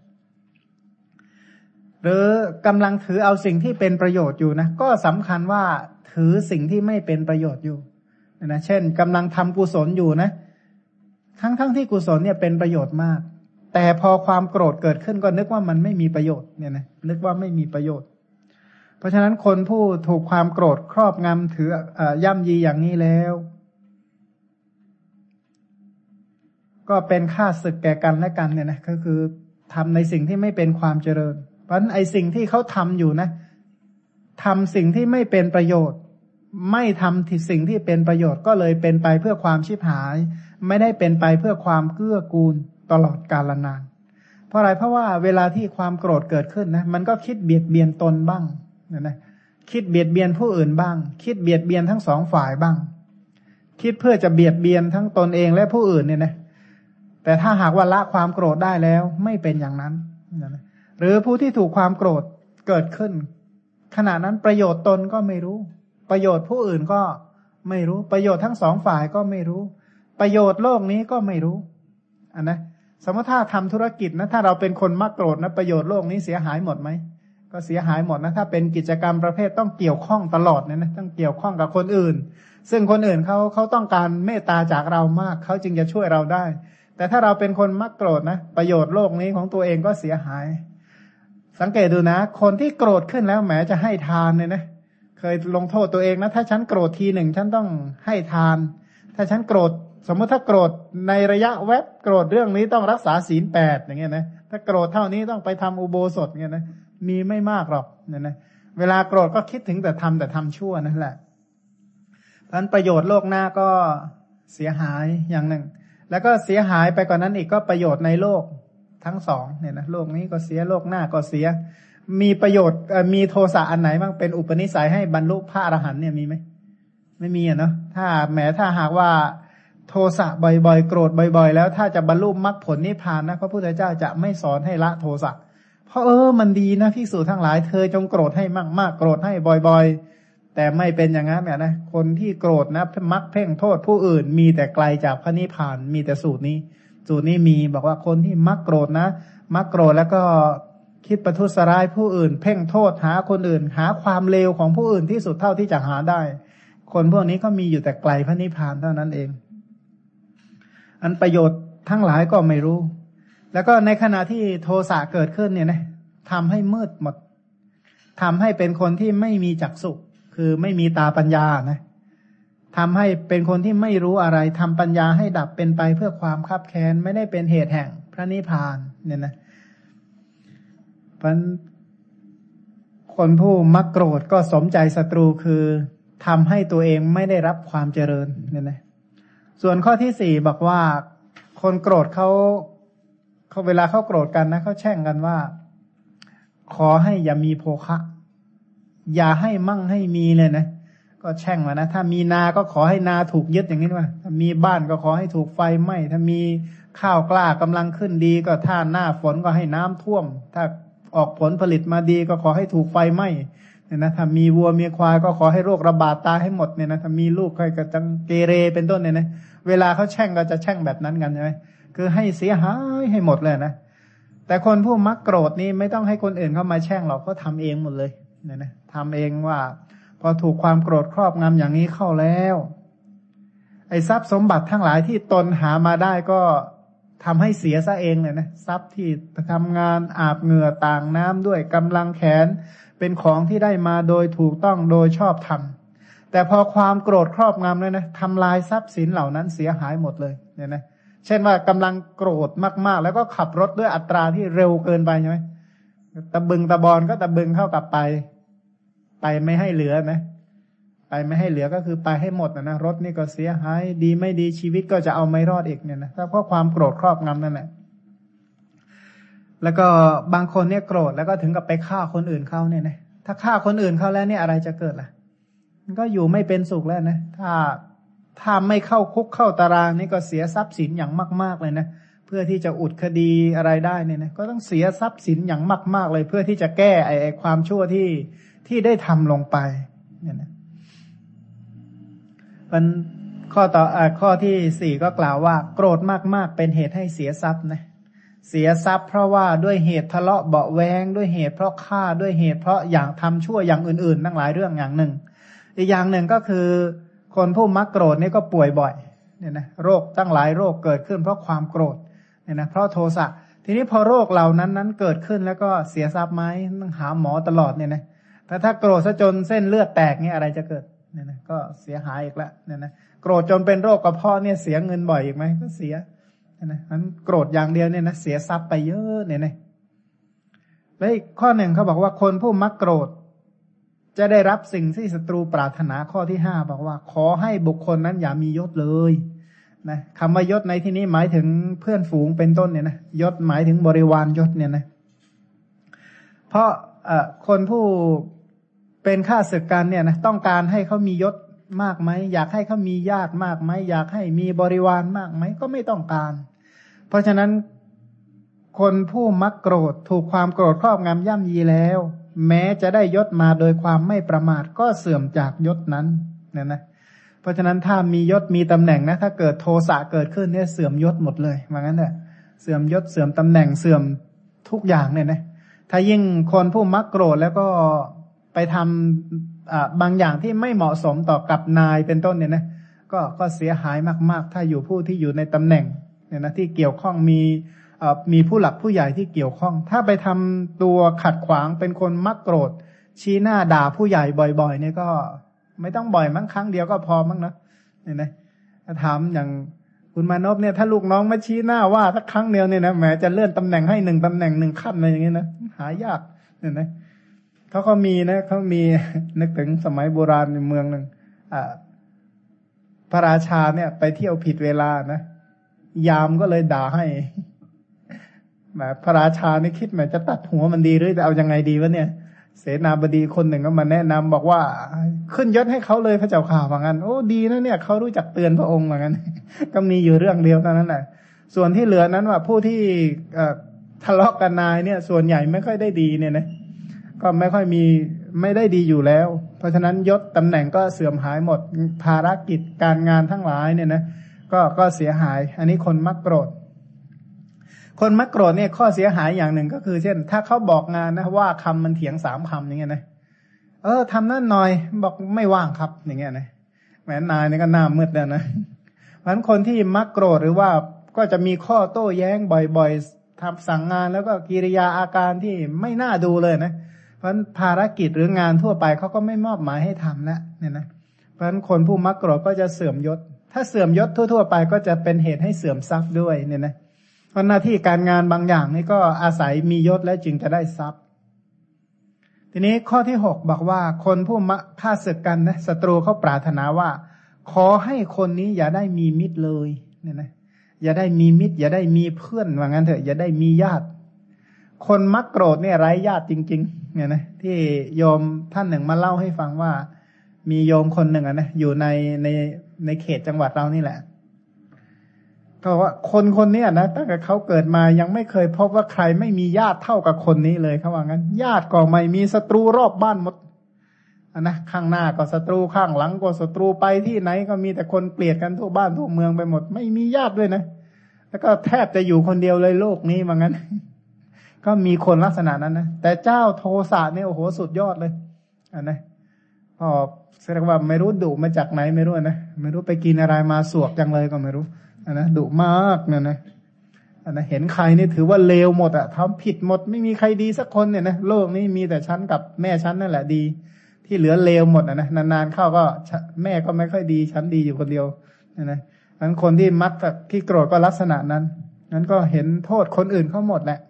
หรือกำลังถือเอาสิ่งที่เป็นประโยชน์อยู่นะก็สำคัญว่าถือสิ่งที่ไม่เป็นประโยชน์อยู่นะเช่นกำลังทำกุศลอยู่นะทั้งที่กุศลเนี่ยเป็นประโยชน์มากแต่พอความโกรธเกิดขึ้นก็นึกว่ามันไม่มีประโยชน์เนี่ยนะนึกว่าไม่มีประโยชน์เพราะฉะนั้นคนผู้ถูกความโกรธครอบงำถือย่ำยีอย่างนี้แล้วก็เป็นข้าศึกแก่กันและกันเนี่ยนะก็คือทำในสิ่งที่ไม่เป็นความเจริญเพราะฉะนั้นไอ้สิ่งที่เขาทำอยู่นะทำสิ่งที่ไม่เป็นประโยชน์ไม่ทำสิ่งที่เป็นประโยชน์ก็เลยเป็นไปเพื่อความชิบหายไม่ได้เป็นไปเพื่อความเกื้อกูลตลอดกาลนานเพราะอะไรเพราะว่าเวลาที่ความโกรธเกิดขึ้นนะมันก็คิดเบียดเบียนตนบ้างนะคิดเบียดเบียนผู้อื่นบ้างคิดเบียดเบียนทั้งสองฝ่ายบ้างคิดเพื่อจะเบียดเบียนทั้งตนเองและผู้อื่นเนี่ยนะแต่ถ้าหากว่าละความโกรธได้แล้วไม่เป็นอย่างนั้นนะหรือผู้ที่ถูกความโกรธเกิดขึ้นขณะนั้นประโยชน์ตนก็ไม่รู้ประโยชน์ผู้อื่นก็ไม่รู้ประโยชน์ทั้งสองฝ่ายก็ไม่รู้ประโยชน์โลกนี้ก็ไม่รู้นะสมมติถ้าทำธุรกิจนะถ้าเราเป็นคนมักโกรธนะประโยชน์โลกนี้เสียหายหมดไหมก็เสียหายหมดนะถ้าเป็นกิจกรรมประเภทต้องเกี่ยวข้องตลอดเนี่ยนะต้องเกี่ยวข้องกับคนอื่นซึ่งคนอื่นเขาต้องการเมตตาจากเรามากเขาจึงจะช่วยเราได้แต่ถ้าเราเป็นคนมักโกรธนะประโยชน์โลกนี้ของตัวเองก็เสียหายสังเกตดูนะคนที่โกรธขึ้นแล้วแหมจะให้ทานเลยนะเคยลงโทษตัวเองนะถ้าฉันโกรธทีหนึ่งฉันต้องให้ทานถ้าฉันโกรธสมมติถ้าโกรธในระยะแวบโกรธเรื่องนี้ต้องรักษาศีล 8อย่างเงี้ยนะถ้าโกรธเท่านี้ต้องไปทำอุโบสถเงี้ยนะมีไม่มากหรอกเนี่ยนะเวลาโกรธก็คิดถึงแต่ทำชั่วนั่นแหละเพราะฉะนั้นประโยชน์โลกหน้าก็เสียหายอย่างหนึ่งแล้วก็เสียหายไปกว่านั้นอีกก็ประโยชน์ในโลกทั้งสองเนี่ยนะโลกนี้ก็เสียโลกหน้าก็เสียมีประโยชน์มีโทสะอันไหนบ้างเป็นอุปนิสัยให้บรรลุพระอรหันต์เนี่ยมีไหมไม่มีอ่ะเนาะถ้าหากว่าโทสะบ่อยๆโกรธบ่อยๆแล้วถ้าจะบรรลุมรรคผลนิพพานนะพระพุทธเจ้าจะไม่สอนให้ละโทสะเพราะมันดีนะภิกษุทั้งหลายเธอจงโกรธให้มากๆโกรธให้บ่อยๆแต่ไม่เป็นอย่างนั้นนะคนที่โกรธนะมักเพ่งโทษผู้อื่นมีแต่ไกลจากพระนิพพานมีแต่สูตรนี้มีบอกว่าคนที่มักโกรธนะมักโกรธแล้วก็คิดประทุษร้ายผู้อื่นเพ่งโทษหาคนอื่นหาความเลวของผู้อื่นที่สุดเท่าที่จะหาได้คนพวกนี้ก็มีอยู่แต่ไกลพระนิพพานเท่านั้นเองอันประโยชน์ทั้งหลายก็ไม่รู้แล้วก็ในขณะที่โทสะเกิดขึ้นเนี่ยนะทำให้มืดหมดทำให้เป็นคนที่ไม่มีจักษุคือไม่มีตาปัญญานะทำให้เป็นคนที่ไม่รู้อะไรทำปัญญาให้ดับเป็นไปเพื่อความคับแค้นไม่ได้เป็นเหตุแห่งพระนิพพานเนี่ยนะเพราะคนผู้มักโกรธก็สมใจศัตรูคือทำให้ตัวเองไม่ได้รับความเจริญเนี่ยนะส่วนข้อที่สี่บอกว่าคนโกรธเขาเวลาเขาโกรธกันนะเขาแช่งกันว่าขอให้อย่ามีโภคะอย่าให้มั่งให้มีเลยนะก็แช่งว่านะถ้ามีนาก็ขอให้นาถูกยึดอย่างนี้ว่าถ้ามีบ้านก็ขอให้ถูกไฟไหม้ถ้ามีข้าวกล้ากำลังขึ้นดีก็ถ้าหน้าฝนก็ให้น้ำท่วมถ้าออกผลผลิตมาดีก็ขอให้ถูกไฟไหม้เนี่ยนะถ้ามีวัวมีควายก็ขอให้โรคระบาดตายให้หมดเนี่ยนะถ้ามีลูกใครก็จังเกเรเป็นต้นเนี่ยนะเวลาเขาแช่งก็จะแช่งแบบนั้นกันใช่ไหมคือให้เสียหายให้หมดเลยนะแต่คนผู้มักโกรธนี่ไม่ต้องให้คนอื่นเข้ามาแช่งหรอกเขาทำเองหมดเลยเนี่ยนะทำเองว่าพอถูกความโกรธครอบงำอย่างนี้เข้าแล้วไอ้ทรัพย์สมบัติทั้งหลายที่ตนหามาได้ก็ทำให้เสียซะเองเลยนะทรัพย์ที่ทำงานอาบเหงื่อต่างน้ำด้วยกำลังแขนเป็นของที่ได้มาโดยถูกต้องโดยชอบธรรมแต่พอความโกรธครอบงำเลยนะทำลายทรัพย์สินเหล่านั้นเสียหายหมดเลยเนี่ยนะเช่นว่ากำลังโกรธมากๆแล้วก็ขับรถด้วยอัตราที่เร็วเกินไปใช่ไหมตะบึงตะบอนก็ตะบึงเข้ากับไปไม่ให้เหลือนะไปไม่ให้เหลือก็คือไปให้หมดนะรถนี่ก็เสียหายดีไม่ดีชีวิตก็จะเอาไม่รอดอีกเนี่ยนะถ้าเพราะความโกรธครอบงำนั่นแหละแล้วก็บางคนเนี่ยโกรธแล้วก็ถึงกับไปฆ่าคนอื่นเขาเนี่ยนะถ้าฆ่าคนอื่นเขาแล้วเนี่ยอะไรจะเกิดล่ะมันก็อยู่ไม่เป็นสุขแล้วนะถ้าไม่เข้าคุกเข้าตารางนี่ก็เสียทรัพย์สินอย่างมากๆเลยนะเพื่อที่จะอุดคดีอะไรได้เนี่ยนะก็ต้องเสียทรัพย์สินอย่างมากๆเลยเพื่อที่จะแก้ไอ้ความชั่วที่ได้ทำลงไปเนี่ยนะมันข้อที่สี่ก็กล่าวว่าโกรธมากๆเป็นเหตุให้เสียทรัพย์นะเสียทรัพย์เพราะว่าด้วยเหตุทะเลาะเบาะแว้งด้วยเหตุเพราะฆ่าด้วยเหตุเพราะอย่างทำชั่วอย่างอื่นๆทั้งหลายเรื่องอย่างหนึ่งอีกอย่างหนึ่งก็คือคนผู้มักโกรธนี่ก็ป่วยบ่อยเนี่ยนะโรคตั้งหลายโรคเกิดขึ้นเพราะความโกรธเนี่ยนะเพราะโทสะทีนี้พอโรคเหล่านั้นเกิดขึ้นแล้วก็เสียทรัพย์ไหมต้องหาหมอตลอดเนี่ยนะถ้าโกรธซะจนเส้นเลือดแตกเนี่ยอะไรจะเกิดเนี่ยนะก็เสียหายอีกแล้วเนี่ยนะโกรธจนเป็นโรคกระเพาะเนี่ยเสียเงินบ่อยอีกไหมก็เสียนะนั้นโกรธอย่างเดียวเนี่ยนะเสียทรัพย์ไปเยอะเนี่ยนะแล้วอีกข้อหนึ่งเขาบอกว่าคนผู้มักโกรธจะได้รับสิ่งที่ศัตรูปรารถนาข้อที่ห้าบอกว่าขอให้บุคคลนั้นอย่ามียศเลยนะคำว่ายศในที่นี้หมายถึงเพื่อนฝูงเป็นต้นเนี่ยนะยศหมายถึงบริวารยศเนี่ยนะเพราะคนผู้เป็นข้าศึกกันเนี่ยนะต้องการให้เขามียศมากไหมอยากให้เขามีญาติมากไหมอยากให้มีบริวารมากไหมก็ไม่ต้องการเพราะฉะนั้นคนผู้มักโกรธถูกความโกรธครอบงำย่ำยีแล้วแม้จะได้ยศมาโดยความไม่ประมาทก็เสื่อมจากยศนั้นเนี่ยนะเพราะฉะนั้นถ้ามียศมีตำแหน่งนะถ้าเกิดโทสะเกิดขึ้นเนี่ยเสื่อมยศหมดเลยว่างั้นแหละเสื่อมยศเสื่อมตำแหน่งเสื่อมทุกอย่างเนี่ยนะถ้ายิ่งคนผู้มักโกรธแล้วก็ไปทำบางอย่างที่ไม่เหมาะสมต่อกับนายเป็นต้นเนี่ยนะก็เสียหายมากๆถ้าอยู่ผู้ที่อยู่ในตำแหน่งเนี่ยนะที่เกี่ยวข้องมีผู้หลักผู้ใหญ่ที่เกี่ยวข้องถ้าไปทำตัวขัดขวางเป็นคนมักโกรธชี้หน้าด่าผู้ใหญ่บ่อยๆเนี่ยก็ไม่ต้องบ่อยมั้งครั้งเดียวก็พอมั้งนะเนี่ยนะถามอย่างคุณมานพเนี่ยถ้าลูกน้องมาชี้หน้าว่าสักครั้งเดียวเนี่ยนะแหมจะเลื่อนตำแหน่งให้1 ตำแหน่ง 1 ขั้นอะไรอย่างเงี้ยนะหายากเนี่ยนะเขาก็มีนะเขามีนึกถึงสมัยโบราณในเมืองหนึ่งพระราชาเนี่ยไปเที่ยวผิดเวลานะยามก็เลยด่าให้แหมพระราชานี่คิดแหมจะตัดหัวมันดีหรือจะเอายังไงดีวะเนี่ยเสนาบดีคนหนึ่งก็มาแนะนำบอกว่าขึ้นยศให้เขาเลยพระเจ้าข่าวว่างั้นโอ้ดีนะเนี่ยเขารู้จักเตือนพระองค์ว่างั้น ก็มีอยู่เรื่องเดียวเท่านั้นแหละส่วนที่เหลือนั้นว่าผู้ที่ทะเลาะกันนายเนี่ยส่วนใหญ่ไม่ค่อยได้ดีเนี่ยนะก็ไม่ค่อยไม่ได้ดีอยู่แล้วเพราะฉะนั้นยศตำแหน่งก็เสื่อมหายหมดภารกิจการงานทั้งหลายเนี่ยนะก็เสียหายอันนี้คนมักโกรธคนมักโกรธเนี่ยข้อเสียหายอย่างหนึ่งก็คือเช่นถ้าเขาบอกงานนะว่าคำมันเถียง3 คำอย่างเงี้ยนะทำนั่นหน่อยบอกไม่ว่างครับอย่างเงี้ยนะแหมนายนี่ก็หน้ามืดแล้วนะเพราะฉะนั้นคนที่มักโกรธหรือว่าก็จะมีข้อโต้แย้งบ่อยๆทำสั่งงานแล้วก็กิริยาอาการที่ไม่น่าดูเลยนะเพราะฉะนั้นภารกิจหรืองานทั่วไปเขาก็ไม่มอบหมายให้ทำแล้วเนี่ยนะเพราะฉะนั้นคนผู้มักโกรธก็จะเสื่อมยศถ้าเสื่อมยศทั่วๆไปก็จะเป็นเหตุให้เสื่อมทรัพย์ด้วยเนี่ยนะเพราะหน้าที่การงานบางอย่างนี่ก็อาศัยมียศแล้วจึงจะได้ทรัพย์ทีนี้ข้อที่6บอกว่าคนผู้ฆ่าศึกกันนะศัตรูเขาปรารถนาว่าขอให้คนนี้อย่าได้มีมิตรเลยเนี่ยนะอย่าได้มีมิตรอย่าได้มีเพื่อนว่างั้นเถอะอย่าได้มีญาติคนมักโกรธเนี่ยไร้ญาติจริงๆเนี่ยนะที่โยมท่านหนึ่งมาเล่าให้ฟังว่ามีโยมคนหนึ่งนะอยู่ในเขตจังหวัดเรานี่แหละก็ว่าคนเนี้ยนะตั้งแต่เขาเกิดมายังไม่เคยพบว่าใครไม่มีญาติเท่ากับคนนี้เลยเขาว่างั้นญาติก็ไม่มีศัตรูรอบบ้านหมดนะข้างหน้าก็ศัตรูข้างหลังก็ศัตรูไปที่ไหนก็มีแต่คนเกลียดกันทั่วบ้านทั่วเมืองไปหมดไม่มีญาติด้วยนะแล้วก็แทบจะอยู่คนเดียวเลยโลกนี้ว่างั้น ก็มีคนลักษณะนั้นนะแต่เจ้าโทสะเนี่ยโอ้โหสุดยอดเลยนะพอแสดงว่าไม่รู้ดุมาจากไหนไม่รู้นะไม่รู้ไปกินอะไรมาสวกจังเลยก็ไม่รู้นะดุมากเนี่ยนะเห็นใครนี่ถือว่าเลวหมดอะทำผิดหมดไม่มีใครดีสักคนเนี่ยนะโลกนี้มีแต่ฉันกับแม่ฉันนั่นแหละดีที่เหลือเลวหมดนะนานๆเข้าก็แม่ก็ไม่ค่อยดีฉันดีอยู่คนเดียวนะนั้นคนที่มักที่โกรธก็ลักษณะนั้นก็เห็นโทษคนอื่นเขาหมดแหละ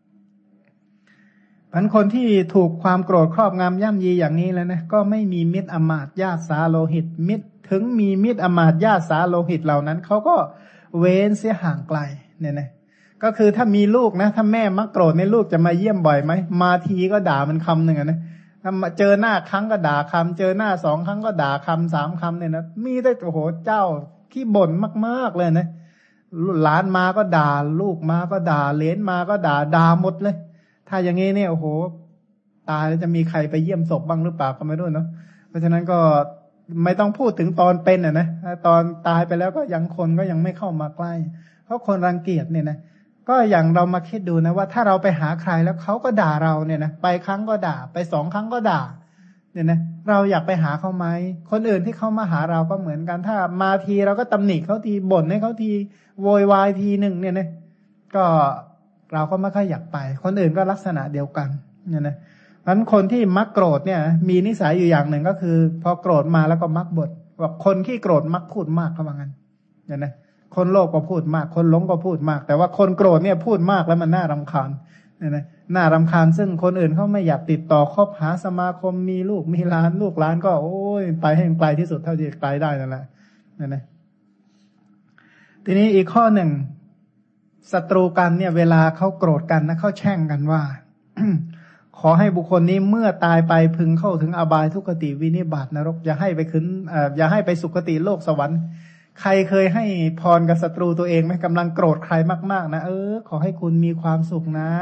พันคนที่ถูกความโกรธครอบงำย่ำยีอย่างนี้แล้วนะก็ไม่มีมิตรอมาตย์ญาติสาโลหิตมิตรถึงมีมิตรอมาตย์ญาติสาโลหิตเหล่านั้นเขาก็เว้นเสียห่างไกลเนี่ยนะก็คือถ้ามีลูกนะถ้าแม่มักโกรธในลูกจะมาเยี่ยมบ่อยไหมมาทีก็ด่ามันคำหนึ่งนะถ้าเจอหน้าครั้งก็ด่าคำเจอหน้า2 ครั้งก็ด่าคำ3 คำเนี่ยนะมีได้โอ้โหเจ้าขี้บ่นมากๆเลยนะหลานมาก็ด่าลูกมาก็ด่าเหลนมาก็ด่าหมดเลยถ้าอย่างนี้เนี่ยโอ้โหตายแล้วจะมีใครไปเยี่ยมศพบ้างหรือเปล่าก็ไม่รู้เนาะเพราะฉะนั้นก็ไม่ต้องพูดถึงตอนเป็นนะตอนตายไปแล้วก็คนก็ยังไม่เข้ามาใกล้เพราะคนรังเกียจเนี่ยนะก็อย่างเรามาคิดดูนะว่าถ้าเราไปหาใครแล้วเขาก็ด่าเราเนี่ยนะไปครั้งก็ด่าไป2 ครั้งก็ด่าเนี่ยนะเราอยากไปหาเขาไหมคนอื่นที่เขามาหาเราก็เหมือนกันถ้ามาทีเราก็ตำหนิเขาทีบ่นให้เขาทีโวยวายทีหนึ่งเนี่ยนะก็เราก็ไม่ค่อยอยากไปคนอื่นก็ลักษณะเดียวกันเนี่ยนะเพราะฉะนั้นคนที่มักโกรธเนี่ยมีนิสัยอยู่อย่างหนึ่งก็คือพอโกรธมาแล้วก็มักบ่นว่าคนที่โกรธมักพูดมากเขาว่างั้นเนี่ยนะคนโลภก็พูดมากคนหลงก็พูดมากแต่ว่าคนโกรธเนี่ยพูดมากแล้วมันน่ารำคาญเนี่ยนะน่ารำคาญซึ่งคนอื่นเขาไม่อยากติดต่อคบหาสมาคมมีลูกมีหลานลูกหลานก็โอ้ยไปให้ไกลที่สุดเท่าที่ไกลได้นั่นแหละเนี่ยนะทีนี้อีกข้อหนึ่งศัตรูกันเนี่ยเวลาเขาโกรธกันนะเขาแช่งกันว่า ขอให้บุคคลนี้เมื่อตายไปพึงเข้าถึงอบายทุกขติวินิบาตนรกอย่าให้ไปขึ้นอย่าให้ไปสุคติโลกสวรรค์ใครเคยให้พรกับศัตรูตัวเองไหมกำลังโกรธใครมากๆนะขอให้คุณมีความสุขนะ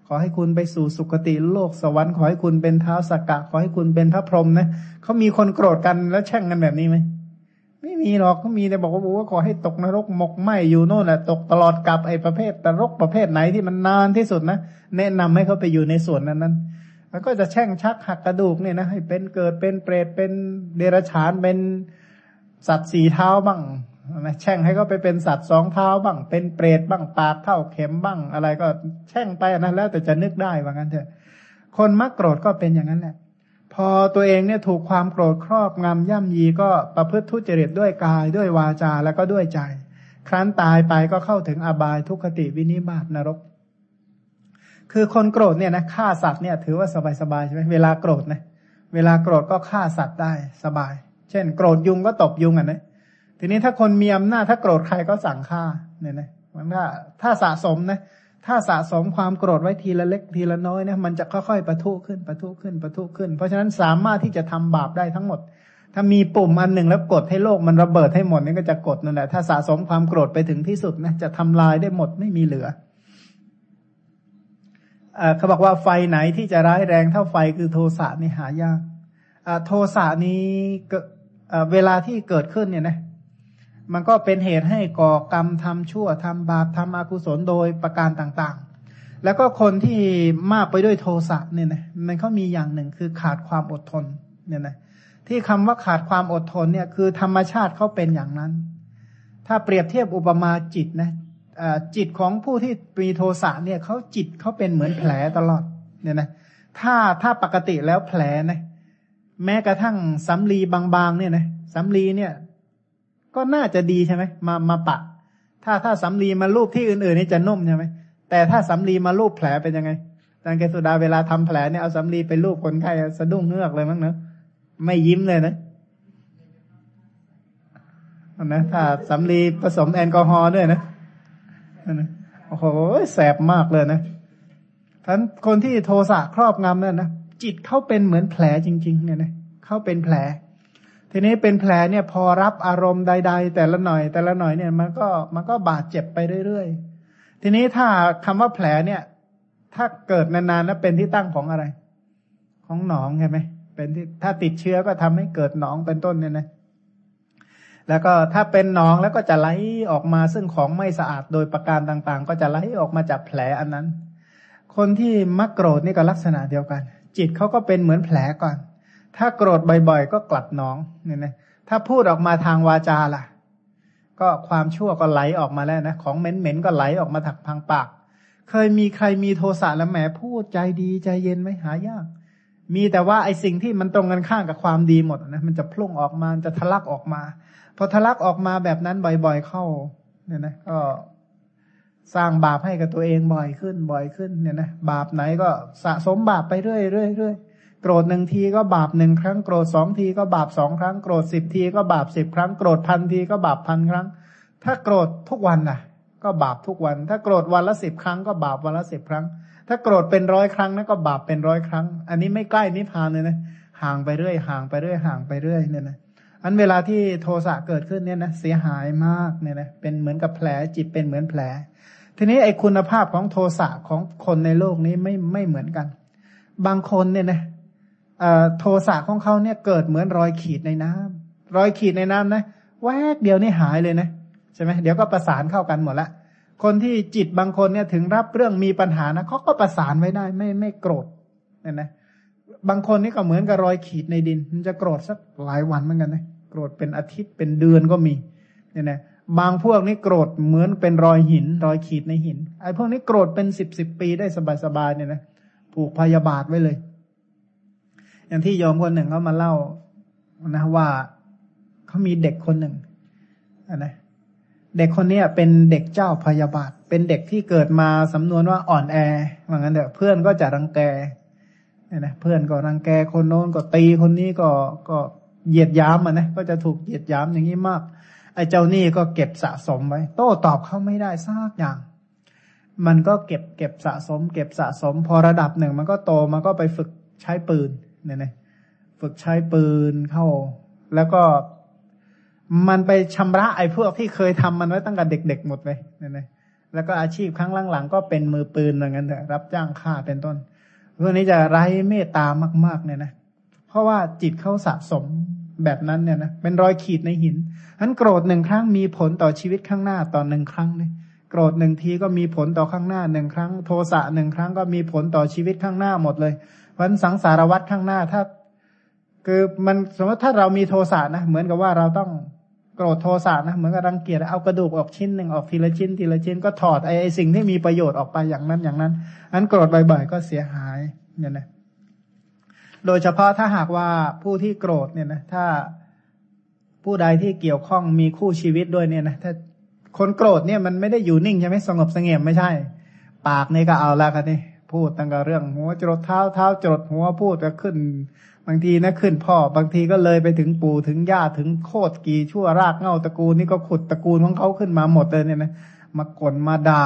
ขอให้คุณไปสู่สุคติโลกสวรรค์ขอให้คุณเป็นท้าวสักกะขอให้คุณเป็นพระพรหมนะเขามีคนโกรธกันแล้วแช่งกันแบบนี้ไหมไม่มีหรอกเขามีแต่บอกว่าขอให้ตกนรกหมกไหมอยู่โน่นแหละตกตลอดกับไอ้ประเภทนรกประเภทไหนที่มันนานที่สุดนะแนะนำให้เขาไปอยู่ในส่วนนั้นแล้วก็จะแช่งชักหักกระดูกเนี่ยนะให้เป็นเกิดเป็นเปรตเป็นเดรัจฉานเป็นสัตว์4 เท้าบ้างนะแช่งให้เขาไปเป็นสัตว์2 เท้าบ้างเป็นเปรตบ้างปากเท่าเข็มบ้างอะไรก็แช่งไปนะแล้วแต่จะนึกได้ว่างั้นเถอะคนมักโกรธก็เป็นอย่างนั้นแหละพอตัวเองเนี่ยถูกความโกรธครอบงำย่ำยีก็ประพฤติทุจริตด้วยกายด้วยวาจาแล้วก็ด้วยใจครั้นตายไปก็เข้าถึงอบายทุกขติวินิบาตนรกคือคนโกรธเนี่ยนะฆ่าสัตว์เนี่ยถือว่าสบายใช่ไหมเวลาโกรธนะเวลาโกรธก็ฆ่าสัตว์ได้สบายเช่นโกรธยุงก็ตบยุงอ่ะนะทีนี้ถ้าคนมีอำนาจถ้าโกรธใครก็สั่งฆ่าเนี่ยนะมันถ้าสะสมนะถ้าสะสมความโกรธไว้ทีละเล็กทีละน้อยนะมันจะค่อยๆปะทุขึ้นปะทุขึ้นปะทุขึ้นเพราะฉะนั้นสามารถที่จะทำบาปได้ทั้งหมดถ้ามีปุ่มอันหนึ่งแล้วกดให้โลกมันระเบิดให้หมดนี่ก็จะกดนั่นแหละถ้าสะสมความโกรธไปถึงที่สุดนะจะทำลายได้หมดไม่มีเหลือเขาบอกว่าไฟไหนที่จะร้ายแรงเท่าไฟคือโทสะนี่หายากโทสะนี้เวลาที่เกิดขึ้นเนี่ยนะมันก็เป็นเหตุให้ก่อกรรมทำชั่วทำบาปทำอกุศลโดยประการต่างๆแล้วก็คนที่มากไปด้วยโทสะเนี่ยนะมันก็มีอย่างหนึ่งคือขาดความอดทนเนี่ยนะที่คำว่าขาดความอดทนเนี่ยคือธรรมชาติเขาเป็นอย่างนั้นถ้าเปรียบเทียบอุปมาจิตนะจิตของผู้ที่มีโทสะเนี่ยเขาจิตเขาเป็นเหมือนแผลตลอดเนี่ยนะถ้าปกติแล้วแผลนะแม้กระทั่งสำลีบางๆเนี่ยนะสำลีเนี่ยก็น่าจะดีใช่ไหมมาปะถ้าสำลีมาลูบที่อื่นๆนี่จะนุ่มใช่ไหมแต่ถ้าสำลีมาลูบแผลเป็นยังไงอาจารย์เกษุดาเวลาทำแผลเนี่ยเอาสำลีไปลูบคนไข้สะดุ้งเงือกเลยมั้งเนอะไม่ยิ้มเลยนะถ้าสำลีผสมแอลกอฮอล์ด้วยนะโอ้โหแสบมากเลยนะท่านคนที่โทสะครอบงำนั่นนะจิตเขาเป็นเหมือนแผลจริงๆเนี่ยนะเขาเป็นแผลทีนี้เป็นแผลเนี่ยพอรับอารมณ์ใดๆแต่ละหน่อยเนี่ยมันก็บาดเจ็บไปเรื่อยๆทีนี้ถ้าคำว่าแผลเนี่ยถ้าเกิดนานๆแล้วเป็นที่ตั้งของอะไรของหนองใช่ไหมเป็นที่ถ้าติดเชื้อก็ทำให้เกิดหนองเป็นต้นเนี่ยนะแล้วก็ถ้าเป็นหนองแล้วก็จะไหลออกมาซึ่งของไม่สะอาดโดยประการต่างๆก็จะไหลออกมาจากแผลอันนั้นคนที่มักโกรธนี่ก็ลักษณะเดียวกันจิตเขาก็เป็นเหมือนแผลก่อนถ้าโกรธบ่อยๆก็กลัดหนองเนี่ยนะถ้าพูดออกมาทางวาจาล่ะก็ความชั่วก็ไหลออกมาแล้วนะของเหม็นๆก็ไหลออกมาทางปากเคยมีใครมีโทสะแล้วแหมพูดใจดีใจเย็นไหมหายากมีแต่ว่าไอ้สิ่งที่มันตรงกันข้ามกับความดีหมดนะมันจะพุ่งออกมาจะทะลักออกมาพอทะลักออกมาแบบนั้นบ่อยๆเข้าเนี่ยนะก็สร้างบาปให้กับตัวเองบ่อยขึ้นเนี่ยนะบาปไหนก็สะสมบาปไปเรื่อยโกรธ1 ทีก็บาป1 ครั้งโกรธ2 ทีก็บาป2 ครั้งโกรธ10 ทีก็บาป10 ครั้งโกรธ1,000 ทีก็บาป1,000 ครั้งถ้าโกรธทุกวันน่ะก็บาปทุกวันถ้าโกรธวันละ10 ครั้งก็บาปวันละ10 ครั้งถ้าโกรธเป็น100 ครั้งนั่นก็บาปเป็น100 ครั้งอันนี้ไม่ใกล้นิพพานเลยนะห่างไปเรื่อยเนี่ยนะอันเวลาที่โทสะเกิดขึ้นเนี่ยนะเสียหายมากเนี่ยนะเป็นเหมือนกับแผลจิตเป็นเหมือนแผลทีนี้ไอ้คุณภาพของโทสะของคนในโลกนี้ไม่เหมือนกันบางคนเนี่ยนะโทสะของเขาเนี่ยเกิดเหมือนรอยขีดในน้ำรอยขีดในน้ำนะแวกเดียวนี่หายเลยนะใช่ไหมเดี๋ยวก็ประสานเข้ากันหมดละคนที่จิตบางคนเนี่ยถึงรับเรื่องมีปัญหานะเขาก็ประสานไว้ได้ไม่โกรธเนี่ยนะบางคนนี่ก็เหมือนกับรอยขีดในดินมันจะโกรธสักหลายวันเหมือนกันนะโกรธเป็นอาทิตย์เป็นเดือนก็มีเนี่ยนะบางพวกนี่โกรธเหมือนเป็นรอยหินรอยขีดในหินไอ้พวกนี้โกรธเป็น10 ปีได้สบายเนี่ยนะผูกพยาบาทไว้เลยอย่างที่โยมคนหนึ่งเขามาเล่านะว่าเขามีเด็กคนหนึ่งนะเด็กคนนี้เป็นเด็กเจ้าพยาบาทเป็นเด็กที่เกิดมาสำนวนว่าอ่อนแอว่างั้นเถอะเพื่อนก็จะรังแกนะเพื่อนก็รังแกคนโน้นก็ตีคนนี้ก็เหยียดหยามนะก็จะถูกเหยียดหยามอย่างนี้มากไอ้เจ้านี่ก็เก็บสะสมไว้โต้ตอบเขาไม่ได้สักอย่างมันก็เก็บสะสมพอระดับหนึ่งมันก็โตมันก็ไปฝึกใช้ปืนเนี่ยฝึกใช้ปืนเข้าแล้วก็มันไปชำระไอ้พวกที่เคยทำมันไว้ตั้งแต่เด็กๆหมดเลยเนี่ยแล้วก็อาชีพครั้งหลังๆก็เป็นมือปืนอย่างนั้นเถอะรับจ้างฆ่าเป็นต้นพวกนี้จะไร้เมตตามากๆเนี่ยนะเพราะว่าจิตเขาสะสมแบบนั้นเนี่ยนะเป็นรอยขีดในหินฉะนั้นโกรธหนึ่งครั้งมีผลต่อชีวิตข้างหน้าต่อหนึ่งครั้งเนี่ยโกรธหนึ่งทีก็มีผลต่อข้างหน้าหนึ่งครั้งโทสะหนึ่งครั้งก็มีผลต่อชีวิตข้างหน้าหมดเลยเพราะฉะนั้นสังสารวัฏข้างหน้าถ้าคือมันสมมติถ้าเรามีโทสะนะเหมือนกับว่าเราต้องโกรธโทสะนะเหมือนกับรังเกียจเอากระดูกออกชิ้นหนึ่งออกทีละชิ้นทีละชิ้นก็ถอดไอ้สิ่งที่มีประโยชน์ออกไปอย่างนั้นอย่างนั้นอันโกรธบ่อยๆก็เสียหายเนี่ยนะโดยเฉพาะถ้าหากว่าผู้ที่โกรธเนี่ยนะถ้าผู้ใดที่เกี่ยวข้องมีคู่ชีวิตด้วยเนี่ยนะถ้าคนโกรธเนี่ยมันไม่ได้อยู่นิ่งใช่ไหมสงบเสงี่ยมไม่ใช่ปากนี่ก็เอาละครับนี่พูดตั้งแต่เรื่องหัวจรดเท้าเท้าจรดหัวพูดก็ขึ้นบางทีนะขึ้นพ่อบางทีก็เลยไปถึงปู่ถึงย่าถึงโคตรกี่ชั่วรากเหง้าตระกูลนี่ก็ขุดตระกูลของเขาขึ้นมาหมดเลยเนี่ยนะมากลมาด่า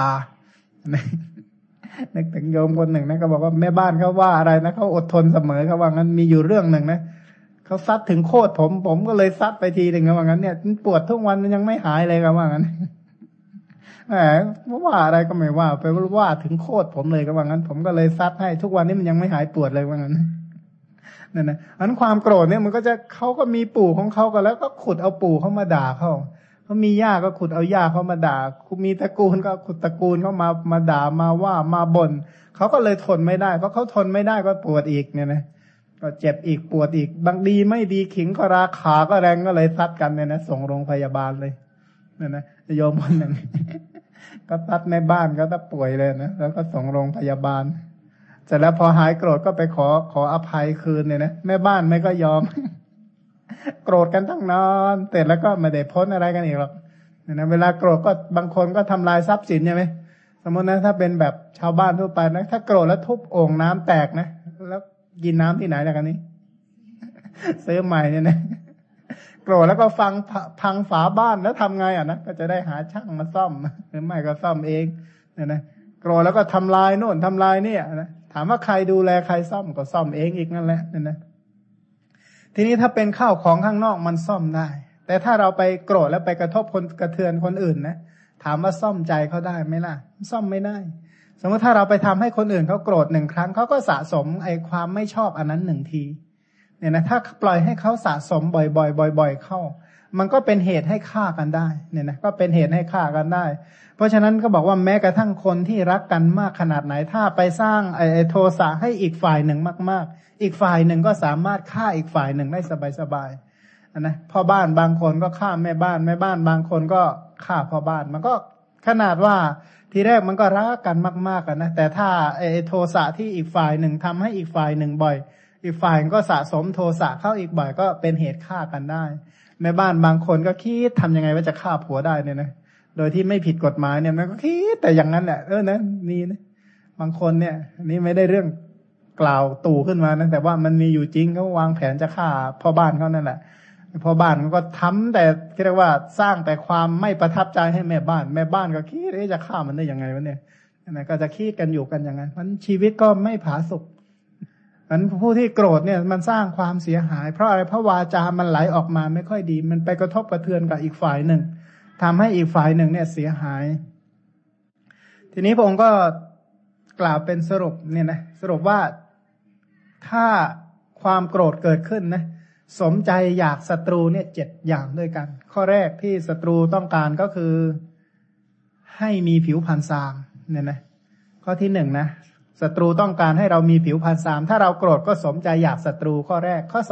นึกถึงโยมคนหนึ่งนะก็บอกว่าแม่บ้านเขาว่าอะไรนะเขาอดทนเสมอเขาว่างั้นมีอยู่เรื่องหนึ่งนะเขาซัดถึงโคตรผมก็เลยซัดไปทีหนึ่งเขาว่างั้นเนี่ยปวดทุกวันมันยังไม่หายเลยเขาว่างั้นแหมว่าอะไรก็ไม่ว่าไปว่าถึงโคตรผมเลยก็ว่างั้นผมก็เลยซัดให้ทุกวันนี้มันยังไม่หายปวดเลยว่างั้นนั่นนะอันความโกรธเนี่ยมันก็จะเขาก็มีปู่ของเขาก็แล้วก็ขุดเอาปู่เขามาด่าเขามีย่าก็ขุดเอาย่าเขามาด่ามีตระกูลก็ขุดตระกูลเขามาด่ามาว่ามาบ่นเขาก็เลยทนไม่ได้เพราะเขาทนไม่ได้ก็ปวดอีกเนี่ยนะก็เจ็บอีกปวดอีกบางดีไม่ดีขิงก็ราขาก็แรงก็เลยซัดกันเนี่ยนะส่งโรงพยาบาลเลยเนี่ยนะโยมคนหนึ่งก็ซัดในบ้านก็ต้องป่วยเลยนะแล้วก็ส่งโรงพยาบาลเสร็จแล้วพอหายโกรธก็ไปขออภัยคืนเนี่ยนะแม่บ้านไม่ก็ยอม โกรธกันตั้งนานเสร็จแล้วก็ไม่ได้พ้นอะไรกันอีกหรอกเนี่ยนะเวลาโกรธก็บางคนก็ทำลายทรัพย์สินใช่ไหมสมมตินะถ้าเป็นแบบชาวบ้านทั่วไปนะถ้าโกรธแล้วทุบโอ่งน้ำแตกนะแล้วกินน้ำที่ไหนล่ะกันนี้ซื้อใหม่เนี่ยนะโกรธแล้วก็พังฝาบ้านแล้วทำไงอ่ะนะก็จะได้หาช่างมาซ่อมหรือไม่ก็ซ่อมเองเนี่ยนะโกรธแล้วก็ทำลายโน่นทำลายเนี่ยนะถามว่าใครดูแลใครซ่อมก็ซ่อมเองอีกนั่นแหละเนี่ยนะทีนี้ถ้าเป็นข้าวของข้างนอกมันซ่อมได้แต่ถ้าเราไปโกรธแล้วไปกระทบคนกระเทือนคนอื่นนะถามว่าซ่อมใจเขาได้ไหมล่ะซ่อมไม่ได้สมมติถ้าเราไปทำให้คนอื่นเขาโกรธหนึ่งครั้งเขาก็สะสมไอ้ความไม่ชอบอันนั้นหนึ่งทีเนี่ยนะถ้าปล่อยให้เขาสะสมบ่อยๆเข้ามันก็เป็นเหตุให้ฆ่ากันได้เนี่ยนะก็เป็นเหตุให้ฆ่ากันได้เพราะฉะนั้นก็บอกว่าแม้กระทั่งคนที่รักกันมากขนาดไหนถ้าไปสร้างไอ้โทสะให้อีกฝ่ายหนึ่งมากๆอีกฝ่ายหนึ่งก็สามารถฆ่าอีกฝ่ายหนึ่งได้สบายๆนะพ่อบ้านบางคนก็ฆ่าแม่บ้านบางคนก็ฆ่าพ่อบ้านมันก็ขนาดว่าทีแรกมันก็รักกันมากๆกันนะแต่ถ้าไอ้โทสะที่อีกฝ่ายหนึ่งทำให้อีกฝ่ายหนึ่งบ่อยอีกฝ่ายก็สะสมโทสะเข้าอีกบ่อยก็เป็นเหตุฆ่ากันได้แม่บ้านบางคนก็คิดทำยังไงว่าจะฆ่าผัวได้เนี่ยนะโดยที่ไม่ผิดกฎหมายเนี่ยมันก็คิดแต่อย่างนั้นแหละนะนี่นะบางคนเนี่ยนี่ไม่ได้เรื่องกล่าวตู่ขึ้นมานะแต่ว่ามันมีอยู่จริงเขาวางแผนจะฆ่าพ่อบ้านเขานั่นแหละพ่อบ้านก็ทำแต่เรียกว่าสร้างแต่ความไม่ประทับใจให้แม่บ้านก็คิดจะฆ่ามันได้ยังไงวะเนี่ยนะก็จะคิดกันอยู่กันอย่างนั้นมันชีวิตก็ไม่ผาสุกอันผู้ที่โกรธเนี่ยมันสร้างความเสียหายเพราะอะไรเพราะวาจามันไหลออกมาไม่ค่อยดีมันไปกระทบกระเทือนกับอีกฝ่ายหนึ่งทำให้อีกฝ่ายหนึ่งเนี่ยเสียหายทีนี้พระองค์ก็กล่าวเป็นสรุปเนี่ยนะสรุปว่าถ้าความโกรธเกิดขึ้นนะสมใจอยากศัตรูเนี่ย7อย่างด้วยกันข้อแรกที่ศัตรูต้องการก็คือให้มีผิวพรรณซามเนี่ยนะข้อที่1นะศัตรูต้องการให้เรามีผิวพรรณซามถ้าเราโกรธก็สมใจอยากศัตรูข้อแรกข้อ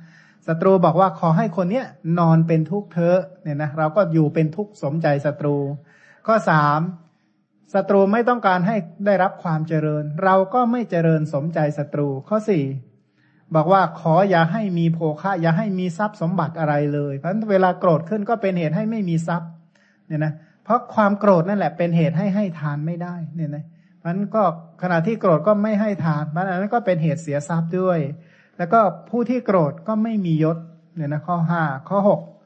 2ศัตรูบอกว่าขอให้คนเนี้ยนอนเป็นทุกข์เถอะเนี่ยนะเราก็อยู่เป็นทุกข์สมใจศัตรูข้อ3ศัตรูไม่ต้องการให้ได้รับความเจริญเราก็ไม่เจริญสมใจศัตรูข้อ4บอกว่าขออย่าให้มีโภคะอย่าให้มีทรัพย์สมบัติอะไรเลยเพราะฉะนั้นเวลาโกรธขึ้นก็เป็นเหตุให้ไม่มีทรัพย์เนี่ยนะเพราะความโกรธนั่นแหละเป็นเหตุให้ทานไม่ได้เนี่ยนะมันก็ขณะที่โกรธก็ไม่ให้ทานเพราะนั้นก็เป็นเหตุเสียทรัพย์ด้วยแล้วก็ผู้ที่โกรธก็ไม่มียศเนี่ยนะข้อ5ข้อ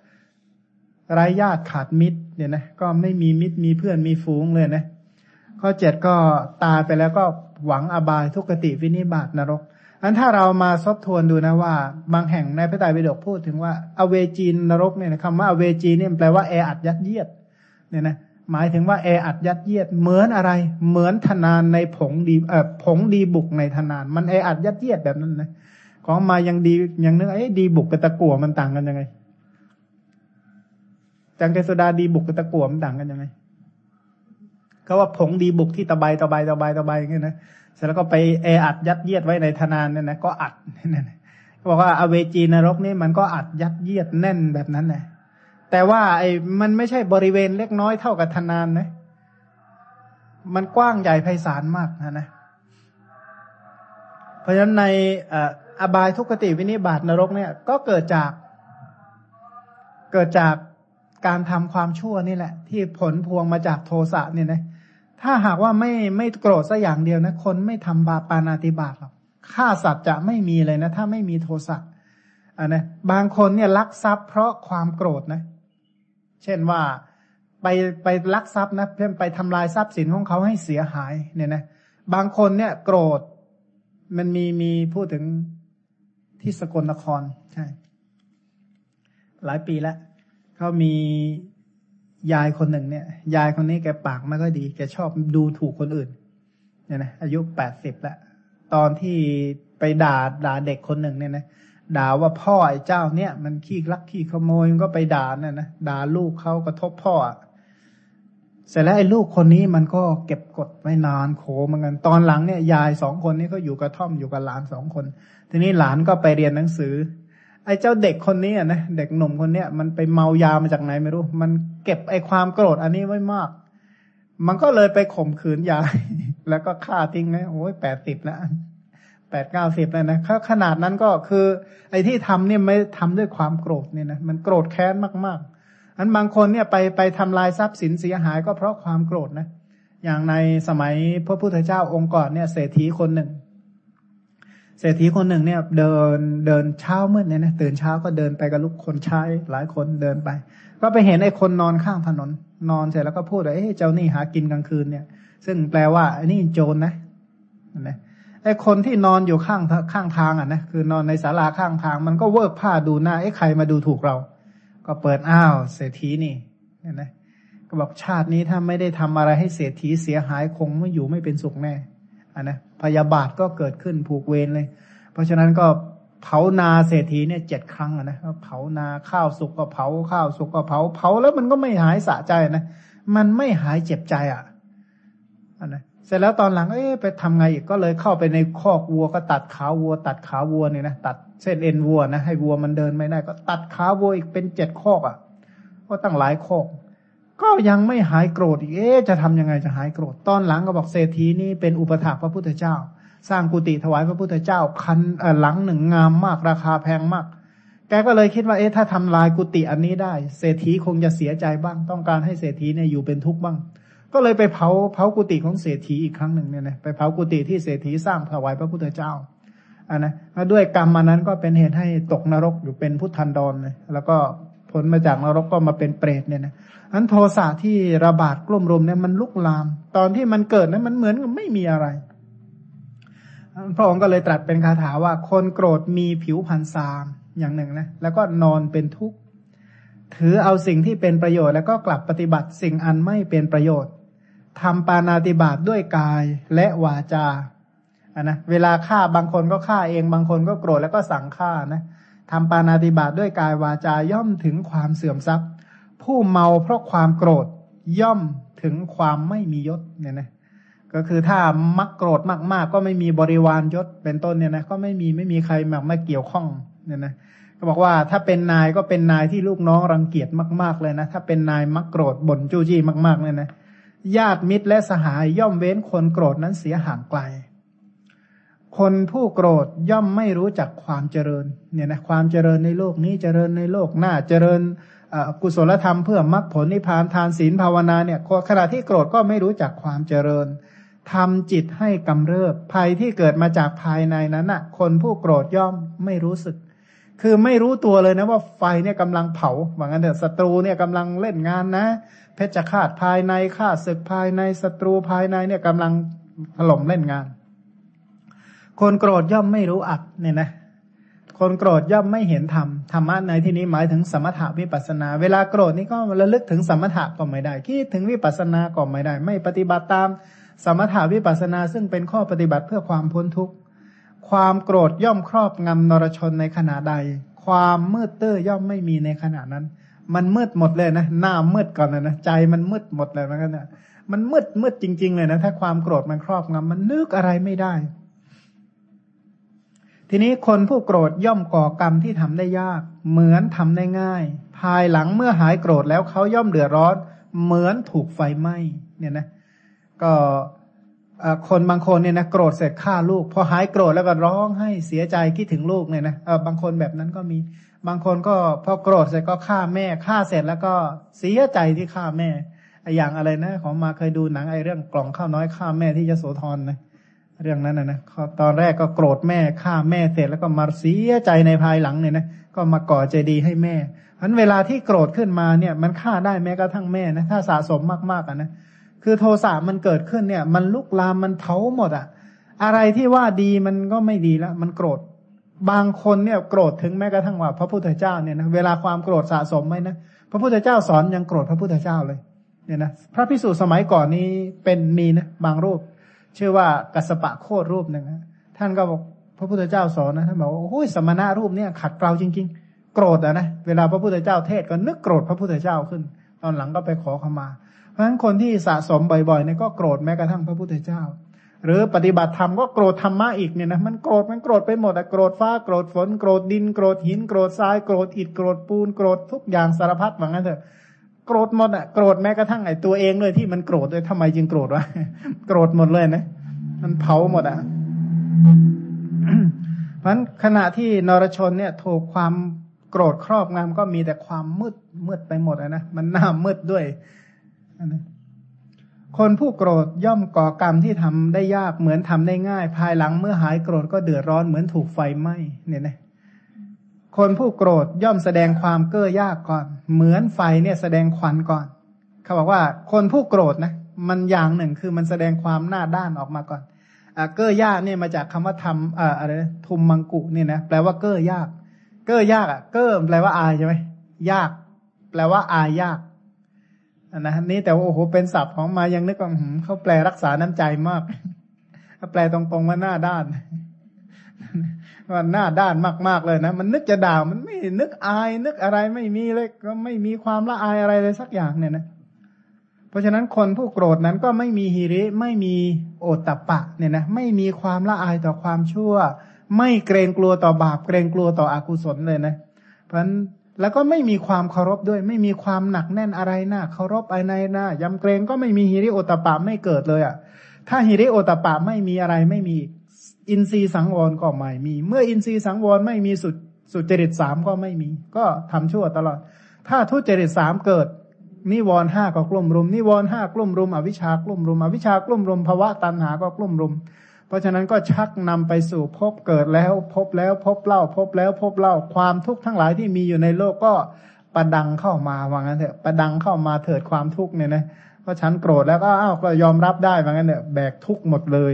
6ไร้ญาติขาดมิตรเนี่ยนะก็ไม่มีมิตรมีเพื่อนมีฝูงเลยนะข้อ7ก็ตายไปแล้วก็หวังอบายทุกขติวินิบาตนรกอันถ้าเรามาทบทวนดูนะว่าบางแห่งในพระไตรปิฎกพูดถึงว่าอเวจีนรกเนี่ยคำว่าอเวจีเนี่ยแปลว่าแออัดยัดเยียดเนี่ยนะหมายถึงว่าแออัดยัดเยียดเหมือนอะไรเหมือนธนานในผงดีบุกในธนานมันแออัดยัดเยียดแบบนั้นนะของมายังดีอย่างนึงดีบุกกับตะกั่วมันต่างกันยังไงจังเกสดาดีบุกกับตะกั่วมันต่างกันยังไงก็ว่าผงดีบุกที่ตะไบอย่างเงี้ยนะเสร็จแล้วก็ไปแออัดยัดเยียดไว้ในธนานเนี่ยนะก็อัดเนี่ยนะเขาบอกว่าอเวจีนรกนี่มันก็อัดยัดเยียดแน่นแบบนั้นแหละแต่ว่ามันไม่ใช่บริเวณเล็กน้อยเท่ากับธนานนะมันกว้างใหญ่ไพศาลมากนะเพราะฉะนั้นในอบายทุกขติวินิบาตนรกเนี่ยก็เกิดจากการทำความชั่วนี่แหละที่ผลพวงมาจากโทสะเนี่ยนะถ้าหากว่าไม่โกรธสักอย่างเดียวนะคนไม่ทำบาปาณาติบาตหรอกฆ่าสัตว์จะไม่มีเลยนะถ้าไม่มีโทสะนะบางคนเนี่ยลักทรัพย์เพราะความโกรธนะเช่นว่าไปลักทรัพย์นะเพื่อไปทำลายทรัพย์สินของเขาให้เสียหายเนี่ยนะบางคนเนี่ยโกรธมันมีพูดถึงที่สกลนครใช่หลายปีแล้วเขามียายคนหนึ่งเนี่ยยายคนนี้แกปากไม่ค่อยดีแกชอบดูถูกคนอื่นเนี่ยนะอายุ80แล้วตอนที่ไปด่าเด็กคนหนึ่งเนี่ยนะด่าว่าพ่อไอ้เจ้าเนี่ยมันขี้ลักขี้ขโมยมันก็ไปด่าเนี่ยนะด่าลูกเขากระทบพ่อเสร็จแล้วไอ้ลูกคนนี้มันก็เก็บกดไว้นานโขเหมือนกันตอนหลังเนี่ยยาย2 คนนี้ก็อยู่กระท่อมอยู่กับหลาน2 คนทีนี้หลานก็ไปเรียนหนังสือไอ้เจ้าเด็กคนนี้นะเด็กหนุ่มคนเนี้ยมันไปเมายามาจากไหนไม่รู้มันเก็บไอ้ความโกรธอันนี้ไว้มากมันก็เลยไปข่มขืนยายแล้วก็ฆ่าทิ้งนะโอ้ย80แล้ว80-90แล้วนะขนาดนั้นก็คือไอ้ที่ทำเนี่ยไม่ทำด้วยความโกรธเนี่ยนะมันโกรธแค้นมากๆอันบางคนเนี่ยไปทำลายทรัพย์สินเสียหายก็เพราะความโกรธนะอย่างในสมัยพระพุทธเจ้าองค์ก่อนเนี่ยเศรษฐีคนหนึ่งเนี่ยเดินเช้ามืดเนี่ยนะตื่นเช้าก็เดินไปกับลูกคนใช้หลายคนเดินไปก็ไปเห็นไอ้คนนอนข้างถนนนอนเสร็จแล้วก็พูดว่าเจ้านี่หากินกลางคืนเนี่ยซึ่งแปลว่าไอ้นี่โจรนะไอ้คนที่นอนอยู่ข้างทางนะคือนอนในศาลาข้างทางมันก็เวิร์กผ้าดูหน้าใครมาดูถูกเราก็เปิดอ้าวเศรษฐีนี่นะก็บอกชาตินี้ถ้าไม่ได้ทำอะไรให้เศรษฐีเสียหายคงไม่อยู่ไม่เป็นสุขแน่นะพยาบาทก็เกิดขึ้นผูกเวรเลยเพราะฉะนั้นก็เผานาเศรษฐีเนี่ย7 ครั้งนะเผานาข้าวสุกก็เผาข้าวสุกก็เผาแล้วมันก็ไม่หายสะใจนะมันไม่หายเจ็บใจนะเสร็จแล้วตอนหลังไปทำไงอีกก็เลยเข้าไปในคอกวัวก็ตัดขาวัวเนี่ยนะตัดเส้นเอ็นวัวนะให้วัวมันเดินไม่ได้ก็ตัดขาวัวอีกเป็น7 คอกก็ตั้งหลายคอกก็ยังไม่หายโกรธอีกจะทำยังไงจะหายโกรธตอนหลังก็บอกเศรษฐีนี่เป็นอุปถากพระพุทธเจ้าสร้างกุฏิถวายพระพุทธเจ้าหลังหนึ่งงามมากราคาแพงมากแกก็เลยคิดว่าถ้าทำลายกุฏิอันนี้ได้เศรษฐีคงจะเสียใจบ้างต้องการให้เศรษฐีเนี่ยอยู่เป็นทุกข์บ้างก็เลยไปเผากุฏิของเศรษฐีอีกครั้งหนึ่งเนี่ยนะไปเผากุฏิที่เศรษฐีสร้างถวายพระพุทธเจ้านะด้วยกรรมอันนั้นก็เป็นเหตุให้ตกนรกอยู่เป็นพุทธันดรเลยแล้วก็ผลมาจากนรกก็มาเป็นเปรตเนี่ยนะอันโทสะที่ระบาดกลุ่มรุมเนี่ยมันลุกลามตอนที่มันเกิดนั้นมันเหมือนกับไม่มีอะไรพระองค์ก็เลยตรัสเป็นคาถาว่าคนโกรธมีผิวพรรณซามอย่างหนึ่งนะแล้วก็นอนเป็นทุกข์ถือเอาสิ่งที่เป็นประโยชน์แล้วก็กลับปฏิบัติสิ่งอันไม่เป็นประโยชน์ทำปาณาติบาตด้วยกายและวาจานะเวลาฆ่าบางคนก็ฆ่าเองบางคนก็โกรธแล้วก็สั่งฆ่านะทำปาณาติบาตด้วยกายวาจาย่อมถึงความเสื่อมทรัพย์ผู้เมาเพราะความโกรธย่อมถึงความไม่มียศเนี่ยนะก็คือถ้ามักโกรธมากๆก็ไม่มีบริวารยศเป็นต้นเนี่ยนะก็ไม่มีใครมาเกี่ยวข้องเนี่ยนะก็บอกว่าถ้าเป็นนายก็เป็นนายที่ลูกน้องรังเกียจมากๆเลยนะถ้าเป็นนายมักโกรธบ่นจู้จี้มากๆเลยนะญาติมิตรและสหายย่อมเว้นคนโกรธนั้นเสียห่างไกลคนผู้โกรธย่อมไม่รู้จักความเจริญเนี่ยนะความเจริญในโลกนี้เจริญในโลกหน้าเจริญกุศลธรรมเพื่อมรรคผลนิพพานทานศีลภาวนาเนี่ยขณะที่โกรธก็ไม่รู้จักความเจริญทำจิตให้กำเริบภัยที่เกิดมาจากภายในนั้นน่ะคนผู้โกรธย่อมไม่รู้สึกคือไม่รู้ตัวเลยนะว่าไฟเนี่ยกำลังเผาว่างั้นเถอะศัตรูเนี่ยกำลังเล่นงานนะเพชฌฆาตภายในฆ่าศึกภายในศัตรูภายในเนี่ยกำลังถล่มเล่นงานคนโกรธย่อมไม่รู้อับเนี่ยนะคนโกรธย่อมไม่เห็นธรรมธรรมะในที่นี้หมายถึงสมถะวิปัสสนาเวลาโกรธนี่ก็ระลึกถึงสมถะก็ไม่ได้คิดถึงวิปัสสนาก็ไม่ได้ไม่ปฏิบัติตามสมถะวิปัสสนาซึ่งเป็นข้อปฏิบัติเพื่อความพ้นทุกข์ความโกรธย่อมครอบงำนรชนในขณะใดความมืดตื้อย่อมไม่มีในขณะนั้นมันมืดหมดเลยนะหน้ามืดก่อนนะใจมันมืดหมดเลยเหมือนกันนะมันมืดจริงๆเลยนะถ้าความโกรธมันครอบงำมันนึกอะไรไม่ได้ทีนี้คนผู้โกรธย่อมก่อกรรมที่ทำได้ยากเหมือนทำได้ง่ายภายหลังเมื่อหายโกรธแล้วเขาย่อมเดือดร้อนเหมือนถูกไฟไหม้เนี่ยนะก็คนบางคนเนี่ยนะโกรธเสร็จฆ่าลูกพอหายโกรธแล้วก็ร้องให้เสียใจคิดถึงลูกเนี่ยนะบางคนแบบนั้นก็มีบางคนก็พอโกรธเสร็จก็ฆ่าแม่ฆ่าเสร็จแล้วก็เสียใจที่ฆ่าแม่อย่างอะไรนะของมาเคยดูหนังไอ้เรื่องกล่องข้าวน้อยฆ่าแม่ที่ยโสธรนะเรื่องนั้นนะตอนแรกก็โกรธแม่ฆ่าแม่เสร็จแล้วก็มาเสียใจในภายหลังเนี่ยนะก็มาก่อเจดีย์ให้แม่เพราะเวลาที่โกรธขึ้นมาเนี่ยมันฆ่าได้แม้กระทั่งแม่นะถ้าสะสมมากๆนะคือโทสะมันเกิดขึ้นเนี่ยมันลุกลามมันเผาหมดอะไรที่ว่าดีมันก็ไม่ดีแล้วมันโกรธบางคนเนี่ยโกรธถึงแม้กระทั่งว่าพระพุทธเจ้าเนี่ยนะเวลาความโกรธสะสมไหมนะพระพุทธเจ้าสอนยังโกรธพระพุทธเจ้าเลยเนี่ยนะพระภิกษุสมัยก่อนนี้เป็นมีนะบางรูปชื่อว่ากัสสปะโคตรรูปหนึ่งนะท่านก็บอกพระพุทธเจ้าสอนนะท่านบอกว่าโอ้ยสมณะรูปเนี่ยขัดเกลาจริงๆโกรธนะเวลาพระพุทธเจ้าเทศก็นึกโกรธพระพุทธเจ้าขึ้นตอนหลังก็ไปขอขมาเพราะฉะนั้นคนที่สะสมบ่อยๆเนี่ยก็โกรธแม้กระทั่งพระพุทธเจ้าหรือปฏิบัติธรรมก็โกรธธรรมะอีกเนี่ยนะมันโกรธไปหมดโกรธฟ้าโกรธฝนโกรธดินโกรธหินโกรธทรายโกรธอิฐโกรธปูนโกรธทุกอย่างสารพัดว่างั้นเถอะโกรธหมดโกรธแม้กระทั่งไอ้ตัวเองเลยที่มันโกรธเลยทำไมจึงโกรธวะโกรธหมดเลยนะมันเผาหมดเพราะฉะนั้นขณะที่นรชนเนี่ยถูกความโกรธครอบงำก็มีแต่ความมืดไปหมดนะมันหน้ามืดด้วยคนผู้โกรธย่อมก่อกรรมที่ทำได้ยากเหมือนทำได้ง่ายภายหลังเมื่อหายโกรธก็เดือดร้อนเหมือนถูกไฟไหม้เนี่ยนะคนผู้โกรธย่อมแสดงความเก้อยากก่อนเหมือนไฟเนี่ยแสดงควันก่อนเขาบอกว่าคนผู้โกรธนะมันอย่างหนึ่งคือมันแสดงความหน้าด้านออกมาก่อนเก้อยากเนี่ยมาจากคำว่าทำอะไรทุมมังกุเนี่ยนะแปลว่าเก้อยากเก้อยากเก้อแปลว่าอายใช่ไหมยากแปลว่าอายยากนะนี่แต่ว่าโอ้โหเป็นศัพท์ของมายังนึกว่าเขาแปลรักษาน้ำใจมากเขาแปลตรงๆว่าหน้าด้านว่าหน้าด้านมากๆเลยนะมันนึกจะด่ามันไม่นึกอายนึกอะไรไม่มีเลยก็ไม่มีความละอายอะไรเลยสักอย่างเนี่ยนะเพราะฉะนั้นคนผู้โกรธนั้นก็ไม่มีหิริไม่มีโอตตัปปะเนี่ยนะไม่มีความละอายต่อความชั่วไม่เกรงกลัวต่อบาปเกรงกลัวต่ออกุศลเลยนะเพราะฉะนั้นแล้วก็ไม่มีความเคารพด้วยไม่มีความหนักแน่นอะไรน่าเคารพอะไรน่ายำเกรงก็ไม่มีหิริโอตตัปปะไม่เกิดเลยถ้าหิริโอตตัปปะไม่มีอะไรไม่มีอินทรีย์สังวรก็ไม่มีเมื่ออินทรีย์สังวรไม่มีสุจริต3ก็ไม่มีก็ทำชั่วตลอดถ้าทุจริต3เกิดนิวรณ์5ก็กลุ่มรุมนิวรณ์5กลุ่มรุมอวิชชากลุ่มรุมอวิชชากลุ่มรุมภวะตัณหาก็กลุ่มรุมเพราะฉะนั้นก็ชักนำไปสู่พบเกิดแล้วพบแล้วพบเล่าพบแล้วพบเล่าความทุกข์ทั้งหลายที่มีอยู่ในโลกก็ประดังเข้ามาว่างั้นเถอะประดังเข้ามาเถิดความทุกข์เนี่ยนะเพราะฉันโกรธแล้วก็ก็ยอมรับได้ว่างั้นเถอะแบกทุกข์หมดเลย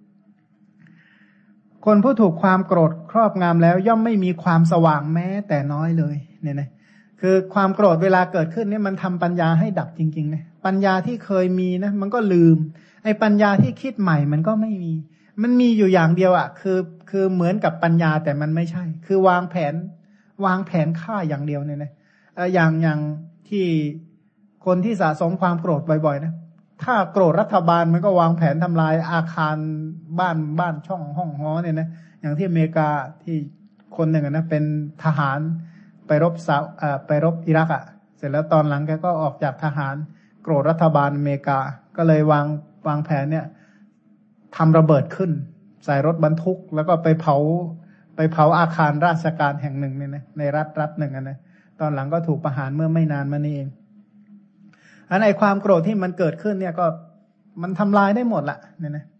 คนผู้ถูกความโกรธครอบงำแล้วย่อมไม่มีความสว่างแม้แต่น้อยเลยเนี่ยนะคือความโกรธเวลาเกิดขึ้นเนี่ยมันทำปัญญาให้ดับจริงๆนะปัญญาที่เคยมีนะมันก็ลืมไอ้ปัญญาที่คิดใหม่มันก็ไม่มีมันมีอยู่อย่างเดียวคือเหมือนกับปัญญาแต่มันไม่ใช่คือวางแผนฆ่าอย่างเดียวเนี่ยนะอย่างที่คนที่สะสมความโกรธบ่อยๆนะถ้าโกรธรัฐบาลมันก็วางแผนทำลายอาคารบ้านช่องห้องหอเนี่ยนะอย่างที่อเมริกาที่คนหนึ่งนะเป็นทหารไปรบอิรักเสร็จแล้วตอนหลังแกก็ออกจากทหารโกรธรัฐบาลอเมริกาก็เลยวางแผนเนี่ยทำระเบิดขึ้นใส่รถบรรทุกแล้วก็ไปเผาอาคารราชการแห่งหนึ่งเนี่ยนะในรัฐหนึ่งนะตอนหลังก็ถูกประหารเมื่อไม่นานมานี้เองอันไอความโกรธที่มันเกิดขึ้นเนี่ยก็มันทำลายได้หมดละเนี่ยนะ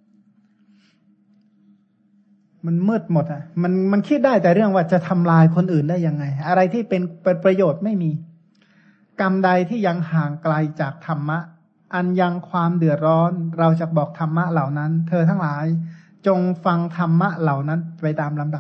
มันมืดหมดมันคิดได้แต่เรื่องว่าจะทำลายคนอื่นได้ยังไงอะไรที่เป็นประโยชน์ไม่มีกรรมใดที่ยังห่างไกลจากธรรมะอันยังความเดือดร้อนเราจะบอกธรรมะเหล่านั้นเธอทั้งหลายจงฟังธรรมะเหล่านั้นไปตามลำดับ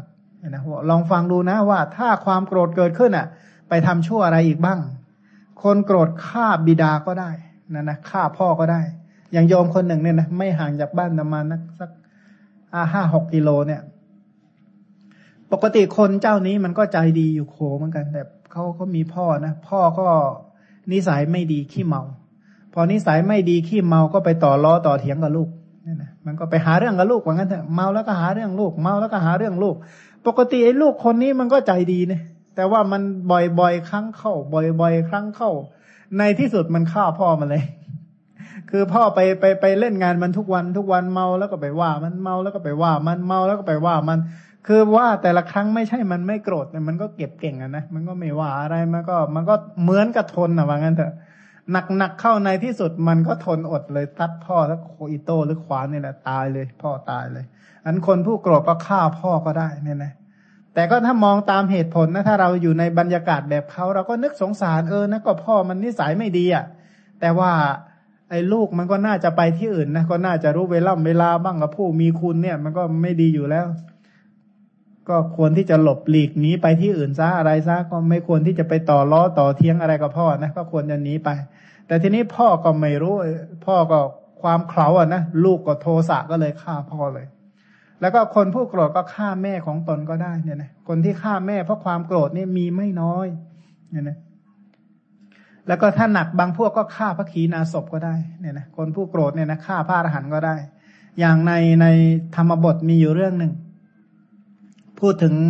นะลองฟังดูนะว่าถ้าความโกรธเกิดขึ้นอ่ะไปทำชั่วอะไรอีกบ้างคนโกรธฆ่าบิดาก็ได้นะฆ่าพ่อก็ได้อย่างโยมคนหนึ่งเนี่ยนะไม่ห่างจากบ้านประมาณสัก5-6 กิโลเนี่ยปกติคนเจ้านี้มันก็ใจดีอยู่โคเหมือนกันแต่เขามีพ่อนะพ่อก็นิสัยไม่ดีขี้เมาพอนิสัยไม่ดีขี้เมาก็ไปต่อล้อต่อเถียงกับลูกเนี่ยนะมันก็ไปหาเรื่องกับลูกว่างั้นเถอะเมาแล้วก็หาเรื่องลูกเมาแล้วก็หาเรื่องลูกปกติไอ้ลูกคนนี้มันก็ใจดีเนี่ยแต่ว่ามันบ่อยๆครั้งเข้าบ่อยๆครั้งเข้าในที่สุดมันฆ่าพ่อมันเลยคือพ่อไปเล่นงานมันทุกวันเมาแล้วก็ไปว่ามันเมาแล้วก็ไปว่ามันเมาแล้วก็ไปว่ามันคือว่าแต่ละครั้งไม่ใช่มันไม่โกรธแต่มันก็เก็บเก่งนะมันก็ไม่ว่าอะไรมันก็เหมือนกับทนว่างั้นเถอะหนักเข้าในที่สุดมันก็ทนอดเลยตัดพ่อแล้วโคอิโต้หรือขวานนี่แหละตายเลยพ่อตายเลยอันคนผู้โกรธก็ฆ่าพ่อก็ได้เนี่ยนะแต่ก็ถ้ามองตามเหตุผลนะถ้าเราอยู่ในบรรยากาศแบบเขาเราก็นึกสงสารนะก็พ่อมันนิสัยไม่ดีอ่ะแต่ว่าไอ้ลูกมันก็น่าจะไปที่อื่นนะก็น่าจะรู้เวลาบ้างกับผู้มีคุณเนี่ยมันก็ไม่ดีอยู่แล้วก็ควรที่จะหลบหลีกหนีไปที่อื่นซะอะไรซะก็ไม่ควรที่จะไปต่อล้อต่อเทียงอะไรกับพ่อนะก็ควรจะหนีไปแต่ทีนี้พ่อก็ไม่รู้พ่อก็ความเขลาอ่ะนะลูกก็โทสะก็เลยฆ่าพ่อเลยแล้วก็คนผู้โกรธก็ฆ่าแม่ของตนก็ได้เนี่ยนะคนที่ฆ่าแม่เพราะความโกรธนี่มีไม่น้อยเนี่ยนะแล้วก็ถ้าหนักบางพวกก็ฆ่าพระขีณาสพก็ได้เนี่ยนะคนผู้โกรธเนี่ยนะฆ่าพระอรหันต์ก็ได้อย่างในธรรมบทมีอยู่เรื่องหนึ่งพูดถึง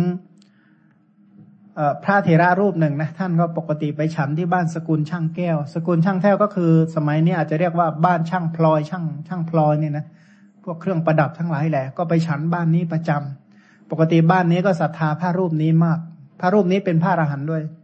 พระเถระรูปหนึ่งนะท่านก็ปกติไปฉันที่บ้านสกุลช่างแก้วสกุลช่างแก้วก็คือสมัยนี้อาจจะเรียกว่าบ้านช่างพลอยช่างพลอยเนี่ยนะพวกเครื่องประดับทั้งหลายแหละก็ไปฉันบ้านนี้ประจำปกติบ้านนี้ก็ศรัทธาพระรูปนี้มากพระรูปนี้เป็นพระอรหันต์ด้วย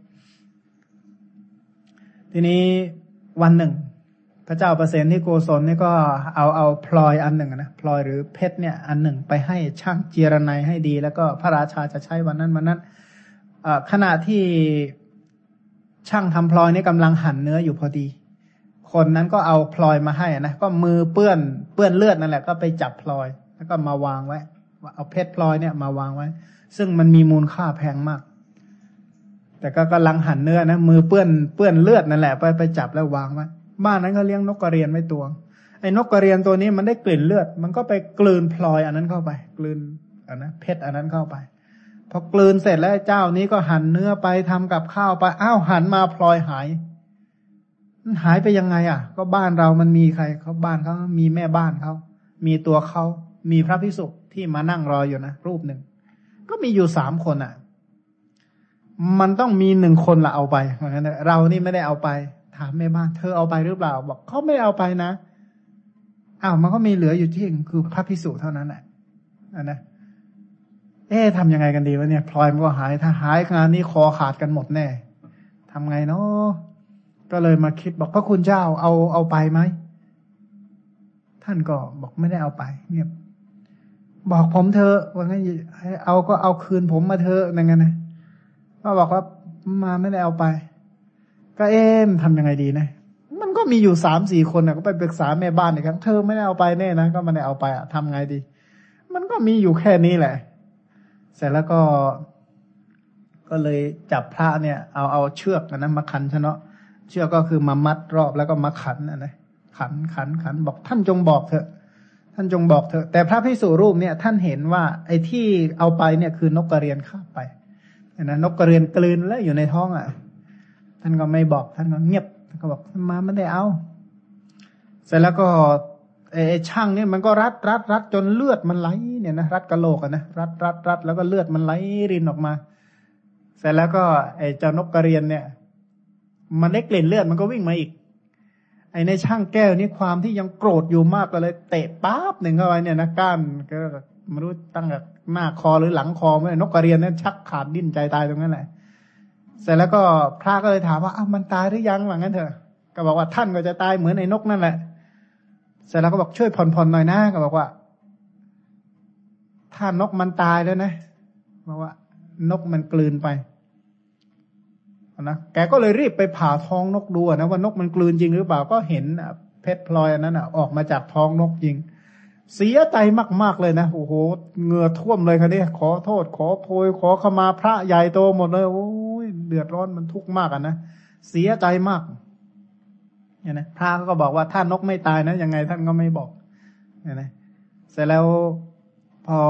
ทีนี้วันหนึ่งพระเจ้าประเสนที่โกศลนี่ก็เอาพลอยอันหนึ่งนะพลอยหรือเพชรเนี่ยอันหนึ่งไปให้ช่างเจรไนให้ดีแล้วก็พระราชาจะใช้วันนั้นขณะที่ช่างทำพลอยนี่กำลังหั่นเนื้ออยู่พอดีคนนั้นก็เอาพลอยมาให้นะก็มือเปื้อนเลือดนั่นแหละก็ไปจับพลอยแล้วก็มาวางไว้เอาเพชรพลอยเนี่ยมาวางไว้ซึ่งมันมีมูลค่าแพงมากแต่ก็กำลังหั่นเนื้อนะมือเปื้อนเลือดนั่นแหละไปจับแล้ววางไว้บ้านนั้นก็เลี้ยงนกกระเรียนไว้ตัวไอ้นกกระเรียนตัวนี้มันได้กลิ่นเลือดมันก็ไปกลืนพลอยอันนั้นเข้าไปกลืนเพชรอันนั้นเข้าไปพอกลืนเสร็จแล้วเจ้านี้ก็หั่นเนื้อไปทำกับข้าวไปอ้าวหันมาพลอยหายมันหายไปยังไงอ่ะก็บ้านเรามันมีใครเขาบ้านเขามีแม่บ้านเขามีตัวเขามีพระภิกษุที่มานั่งรออยู่นะรูปหนึ่งก็มีอยู่3 คนอ่ะมันต้องมี1 คนละเอาไปเหมือนกันเรานี่ไม่ได้เอาไปถามแม่บ้านเธอเอาไปหรือเปล่าบอกเขาไม่เอาไปนะอ้าวมันก็มีเหลืออยู่ที่คือพระภิกษุเท่านั้นแหละนะทำยังไงกันดีวะเนี่ยพลอยมันก็หายถ้าหายงานนี้คอขาดกันหมดแน่ทำไงเนาะก็เลยมาคิดบอกพระคุณเจ้าเอาไปไหมท่านก็บอกไม่ได้เอาไปเงียบบอกผมเธอว่างั้นเอาก็เอาคืนผมมาเธออย่างนั้นนะก็บอกว่ามาไม่ได้เอาไปก็ทำยังไงดีนะมันก็มีอยู่3-4 คนนะก็ไปปรึกษาแม่บ้านอีกครั้งเธอไม่ได้เอาไปแน่นะก็ไม่ได้เอาไปทำไงดีมันก็มีอยู่แค่นี้แหละเสร็จแล้วก็เลยจับพระเนี่ยเอาเชือกนะมาขันชะเนาะเชือกก็คือมามัดรอบแล้วก็มาขันนะขันบอกท่านจงบอกเถอะท่านจงบอกเถอะแต่พระภิกษุรูปเนี่ยท่านเห็นว่าไอ้ที่เอาไปเนี่ยคือนกกระเรียนคาบไปนะนกกระเรียนกลืนแล้วอยู่ในท้องอ่ะท่านก็ไม่บอกท่านก็เงียบก็บอกมาไม่ได้เอาเสร็จแล้วก็ไอ้ช่างเนี่ยมันก็รัดจนเลือดมันไหลเนี่ยนะรัดกะโหลกอ่ะนะรัดแล้วก็เลือดมันไหลรินออกมาเสร็จแล้วก็ไอ้เจ้านกกระเรียนเนี่ยมันได้กลิ่นเลือดมันก็วิ่งมาอีกไอ้ในช่างแก้วนี่ความที่ยังโกรธอยู่มากก็เลยเตะป๊าบหนึ่งเข้าไปเนี่ยนะก้านก็ไม่รู้ตั้งแต่หน้าคอหรือหลังคอไม่นกกระเรียนเนี่ยชักขาดดิ้นใจตายตรงนั้นแหละเสร็จแล้วก็พระก็เลยถามว่าอ้าวมันตายหรือยังว่างั้นเถอะก็บอกว่าท่านก็จะตายเหมือนไอ้นกนั่นแหละเสร็จแล้วก็บอกช่วยผ่อนหน่อยนะก็บอกว่าถ้านกมันตายแล้วนะบอกว่านกมันกลืนไปนะแกก็เลยรีบไปผ่าท้องนกดูนะว่านกมันกลืนจริงหรือเปล่าก็เห็นเพชรพลอยอันนั้นออกมาจากท้องนกจริงเสียใจมากๆเลยนะโอ้โหเหงื่อท่วมเลยคันนี้ขอโทษขอโพยขอขมาพระใหญ่โตหมดเลยโอ้ยเดือดร้อนมันทุกข์มากอ่ะนะเสียใจมากเนี่ยนะพระก็บอกว่าถ้านกไม่ตายนะยังไงท่านก็ไม่บอกเนี่ยนะเสร็จแล้วพอ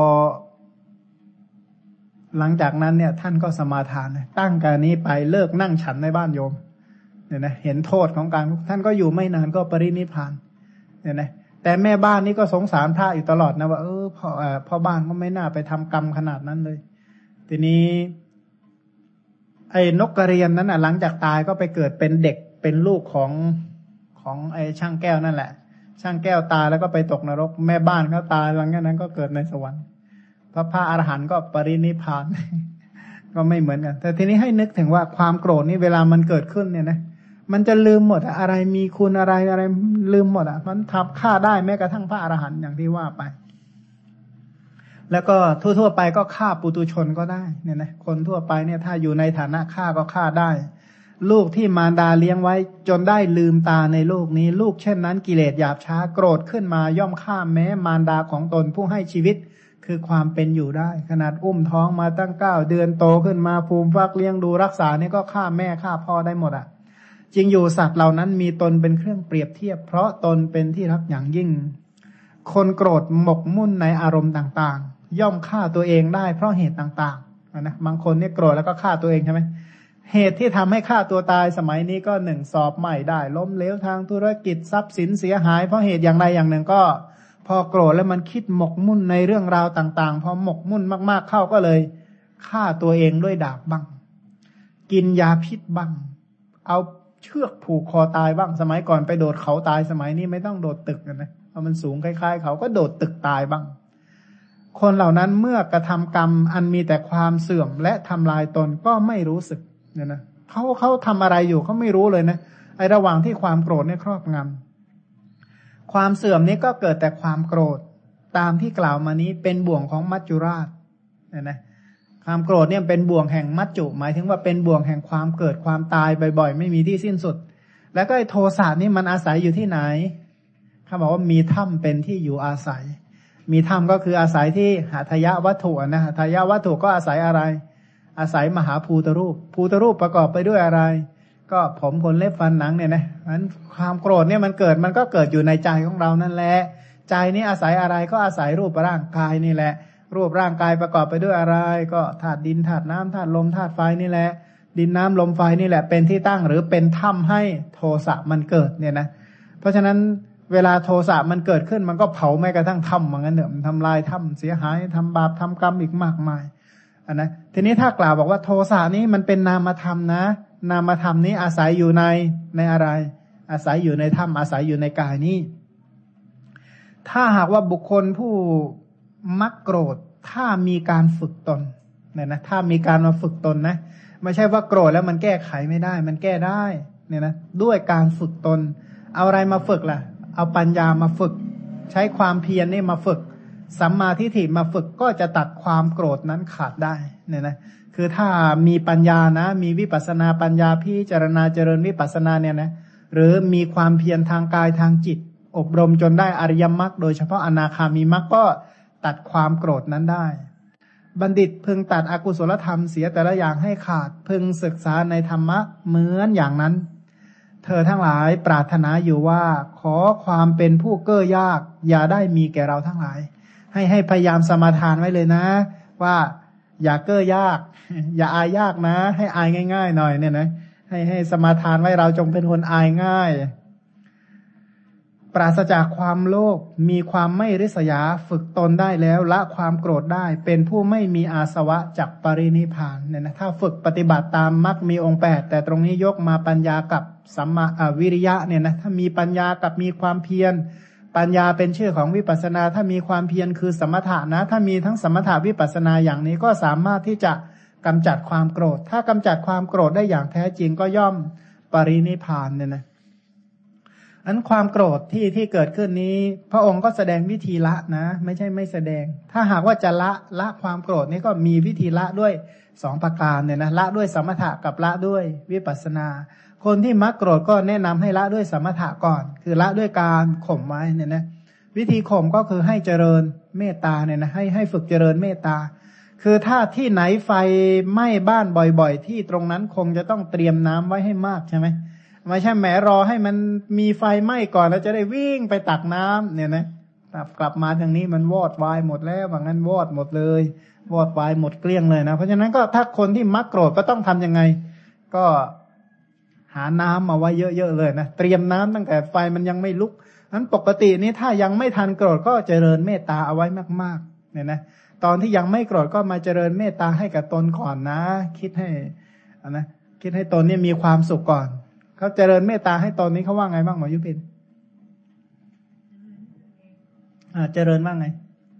หลังจากนั้นเนี่ยท่านก็สมาทานตั้งการนี้ไปเลิกนั่งฉันในบ้านโยมเนี่ยนะเห็นโทษของการท่านก็อยู่ไม่นานก็ปรินิพพานเนี่ยนะแต่แม่บ้านนี่ก็สงสารพระอยู่ตลอดนะว่าพ่อบ้านก็ไม่น่าไปทำกรรมขนาดนั้นเลยทีนี้ไอ้นกกระเรียนนั้นหลังจากตายก็ไปเกิดเป็นเด็กเป็นลูกของไอ้ช่างแก้วนั่นแหละช่างแก้วตายแล้วก็ไปตกนรกแม่บ้านเขาตายหลังจากนั้นก็เกิดในสวรรค์พระอรหันต์ก็ปรินิพพาน ก็ไม่เหมือนกันแต่ทีนี้ให้นึกถึงว่าความโกรธนี่เวลามันเกิดขึ้นเนี่ยนะมันจะลืมหมดอะไรมีคุณอะไรลืมหมดมันทำฆ่าได้แม้กระทั่งพระอรหันต์อย่างที่ว่าไปแล้วก็ทั่วๆไปก็ฆ่าปุถุชนก็ได้เนี่ยนะคนทั่วไปเนี่ยถ้าอยู่ในฐานะฆ่าก็ฆ่าได้ลูกที่มารดาเลี้ยงไว้จนได้ลืมตาในโลกนี้ลูกเช่นนั้นกิเลสหยาบช้าโกรธขึ้นมาย่อมฆ่าแม้มารดาของตนผู้ให้ชีวิตคือความเป็นอยู่ได้ขนาดอุ้มท้องมาตั้ง9 เดือนโตขึ้นมาภูมิฟักเลี้ยงดูรักษานี่ก็ฆ่าแม่ฆ่าพ่อได้หมดจริงอยู่สัตว์เหล่านั้นมีตนเป็นเครื่องเปรียบเทียบเพราะตนเป็นที่รักอย่างยิ่งคนโกรธหมกมุ่นในอารมณ์ต่างๆย่อมฆ่าตัวเองได้เพราะเหตุต่างๆนะบางคนเนี่ยโกรธแล้วก็ฆ่าตัวเองใช่ไหมเหตุที่ทำให้ฆ่าตัวตายสมัยนี้ก็1 สอบไม่ได้ล้มเหลวทางธุรกิจทรัพย์สินเสียหายเพราะเหตุอย่างใดอย่างหนึ่งก็พอโกรธแล้วมันคิดหมกมุ่นในเรื่องราวต่างๆพอหมกมุ่นมากๆเข้าก็เลยฆ่าตัวเองด้วยดาบบ้างกินยาพิษบ้างเอาเชือกผูกคอตายบ้างสมัยก่อนไปโดดเขาตายสมัยนี้ไม่ต้องโดดตึกนะเพราะมันสูงคล้ายๆเขาก็โดดตึกตายบ้างคนเหล่านั้นเมื่อกระทำกรรมอันมีแต่ความเสื่อมและทำลายตนก็ไม่รู้สึกเนี่ยนะเขาทำอะไรอยู่เขาไม่รู้เลยนะไอ้ระหว่างที่ความโกรธเนี่ยครอบงำความเสื่อมนี้ก็เกิดแต่ความโกรธตามที่กล่าวมานี้เป็นบ่วงของมัจจุราชเนี่ยนะความโกรธเนี่ยเป็นบ่วงแห่งมัจจุหมายถึงว่าเป็นบ่วงแห่งความเกิดความตายบ่อยๆไม่มีที่สิ้นสุดแล้วก็ไอ้โทสะนี่มันอาศัยอยู่ที่ไหนเขาบอกว่ามีถ้ำเป็นที่อยู่อาศัยมีถ้ำก็คืออาศัยที่หทัยวัตถุนะหทัยวัตถุก็อาศัยอะไรอาศัยมหาภูตรูปภูตรูปประกอบไปด้วยอะไรก็ผมขนเล็บฟันหนังเนี่ยนะนั้นความโกรธเนี่ยมันเกิดมันก็เกิดอยู่ในใจของเรานั่นแหละใจนี้อาศัยอะไรก็อาศัยรูปร่างกายนี่แหละรูปร่างกายประกอบไปด้วยอะไรก็ธาตุดินธาตุน้ำธาตุลมธาตุไฟนี่แหละดินน้ำลมไฟนี่แหละเป็นที่ตั้งหรือเป็นถ้ำให้โทสะมันเกิดเนี่ยนะเพราะฉะนั้นเวลาโทสะมันเกิดขึ้นมันก็เผาแม้กระทั่งถ้ำเหมือนกันเนี่ยมันทำลายถ้ำเสียหายทำบาปทำกรรมอีกมากมายนะทีนี้ถ้ากล่าวบอกว่าโทสะนี้มันเป็นนามธรรมนะนามธรรมนี้อาศัยอยู่ในอะไรอาศัยอยู่ในถ้ำอาศัยอยู่ในกายนี้ถ้าหากว่าบุคคลผู้มักโกรธถ้ามีการฝึกตนเนี่ยนะถ้ามีการมาฝึกตนนะไม่ใช่ว่าโกรธแล้วมันแก้ไขไม่ได้มันแก้ได้เนี่ยนะด้วยการฝึกตนเอาอะไรมาฝึกล่ะเอาปัญญามาฝึกใช้ความเพียรนี่มาฝึกสัมมาทิฏฐิมาฝึกก็จะตัดความโกรธนั้นขาดได้เนี่ยนะคือถ้ามีปัญญานะมีวิปัสสนาปัญญาพิจารณาเจริญวิปัสสนาเนี่ยนะหรือมีความเพียรทางกายทางจิตอบรมจนได้อริยมรรคโดยเฉพาะอนาคามีมรรคก็ตัดความโกรธนั้นได้บัณฑิตพึงตัดอกุศลธรรมเสียแต่ละอย่างให้ขาดพึงศึกษาในธรรมะเหมือนอย่างนั้นเธอทั้งหลายปรารถนาอยู่ว่าขอความเป็นผู้เก้อยากอย่าได้มีแก่เราทั้งหลายให้พยายามสมาทานไว้เลยนะว่าอย่าเก้อยากอย่าอายยากนะให้อายง่ายๆหน่อยเนี่ยนะให้สมาทานไว้เราจงเป็นคนอายง่ายปราศจากความโลภมีความไม่ริษยาฝึกตนได้แล้วละความโกรธได้เป็นผู้ไม่มีอาสวะจักปรินิพพานเนี่ยนะถ้าฝึกปฏิบัติตามมรรคมีองค์8แต่ตรงนี้ยกมาปัญญากับสัมมาวิริยะเนี่ยนะถ้ามีปัญญากับมีความเพียรปัญญาเป็นชื่อของวิปัสสนาถ้ามีความเพียรคือสมถะนะถ้ามีทั้งสมถะวิปัสสนาอย่างนี้ก็สามารถที่จะกำจัดความโกรธถ้ากำจัดความโกรธได้อย่างแท้จริงก็ย่อมปรินิพพานเนี่ยนะอันความโกรธที่เกิดขึ้นนี้พระองค์ก็แสดงวิธีละนะไม่ใช่ไม่แสดงถ้าหากว่าจะละความโกรธนี้ก็มีวิธีละด้วย2ประการเนี่ยนะละด้วยสมถะกับละด้วยวิปัสสนาคนที่มักโกรธก็แนะนำให้ละด้วยสมถะก่อนคือละด้วยการข่มไว้เนี่ยนะวิธีข่มก็คือให้เจริญเมตตาเนี่ยนะให้ฝึกเจริญเมตตาคือถ้าที่ไหนไฟไหม้บ้านบ่อยๆที่ตรงนั้นคงจะต้องเตรียมน้ำไว้ให้มากใช่ไหมไม่ใช่แหมรอให้มันมีไฟไหม้ก่อนแล้วจะได้วิ่งไปตักน้ำเนี่ยนะกลับมาทางนี้มันวอดวายหมดแล้วว่างั้นวอดหมดเลยวอดวายหมดเกลี้ยงเลยนะเพราะฉะนั้นก็ถ้าคนที่มักโกรธก็ต้องทำยังไงก็หาน้ำมาไว้เยอะๆเลยนะเตรียมน้ำตั้งแต่ไฟมันยังไม่ลุกนั้นปกตินี้ถ้ายังไม่ทันโกรธก็เจริญเมตตาเอาไว้มากๆเนี่ยนะตอนที่ยังไม่โกรธก็มาเจริญเมตตาให้กับตนก่อนนะคิดให้นะคิดให้ตนเนี่ยมีความสุขก่อนเขาเจริญเมตตาให้ตนนี้เขาว่าไงบ้างหมอยุพินเจริญว่าไง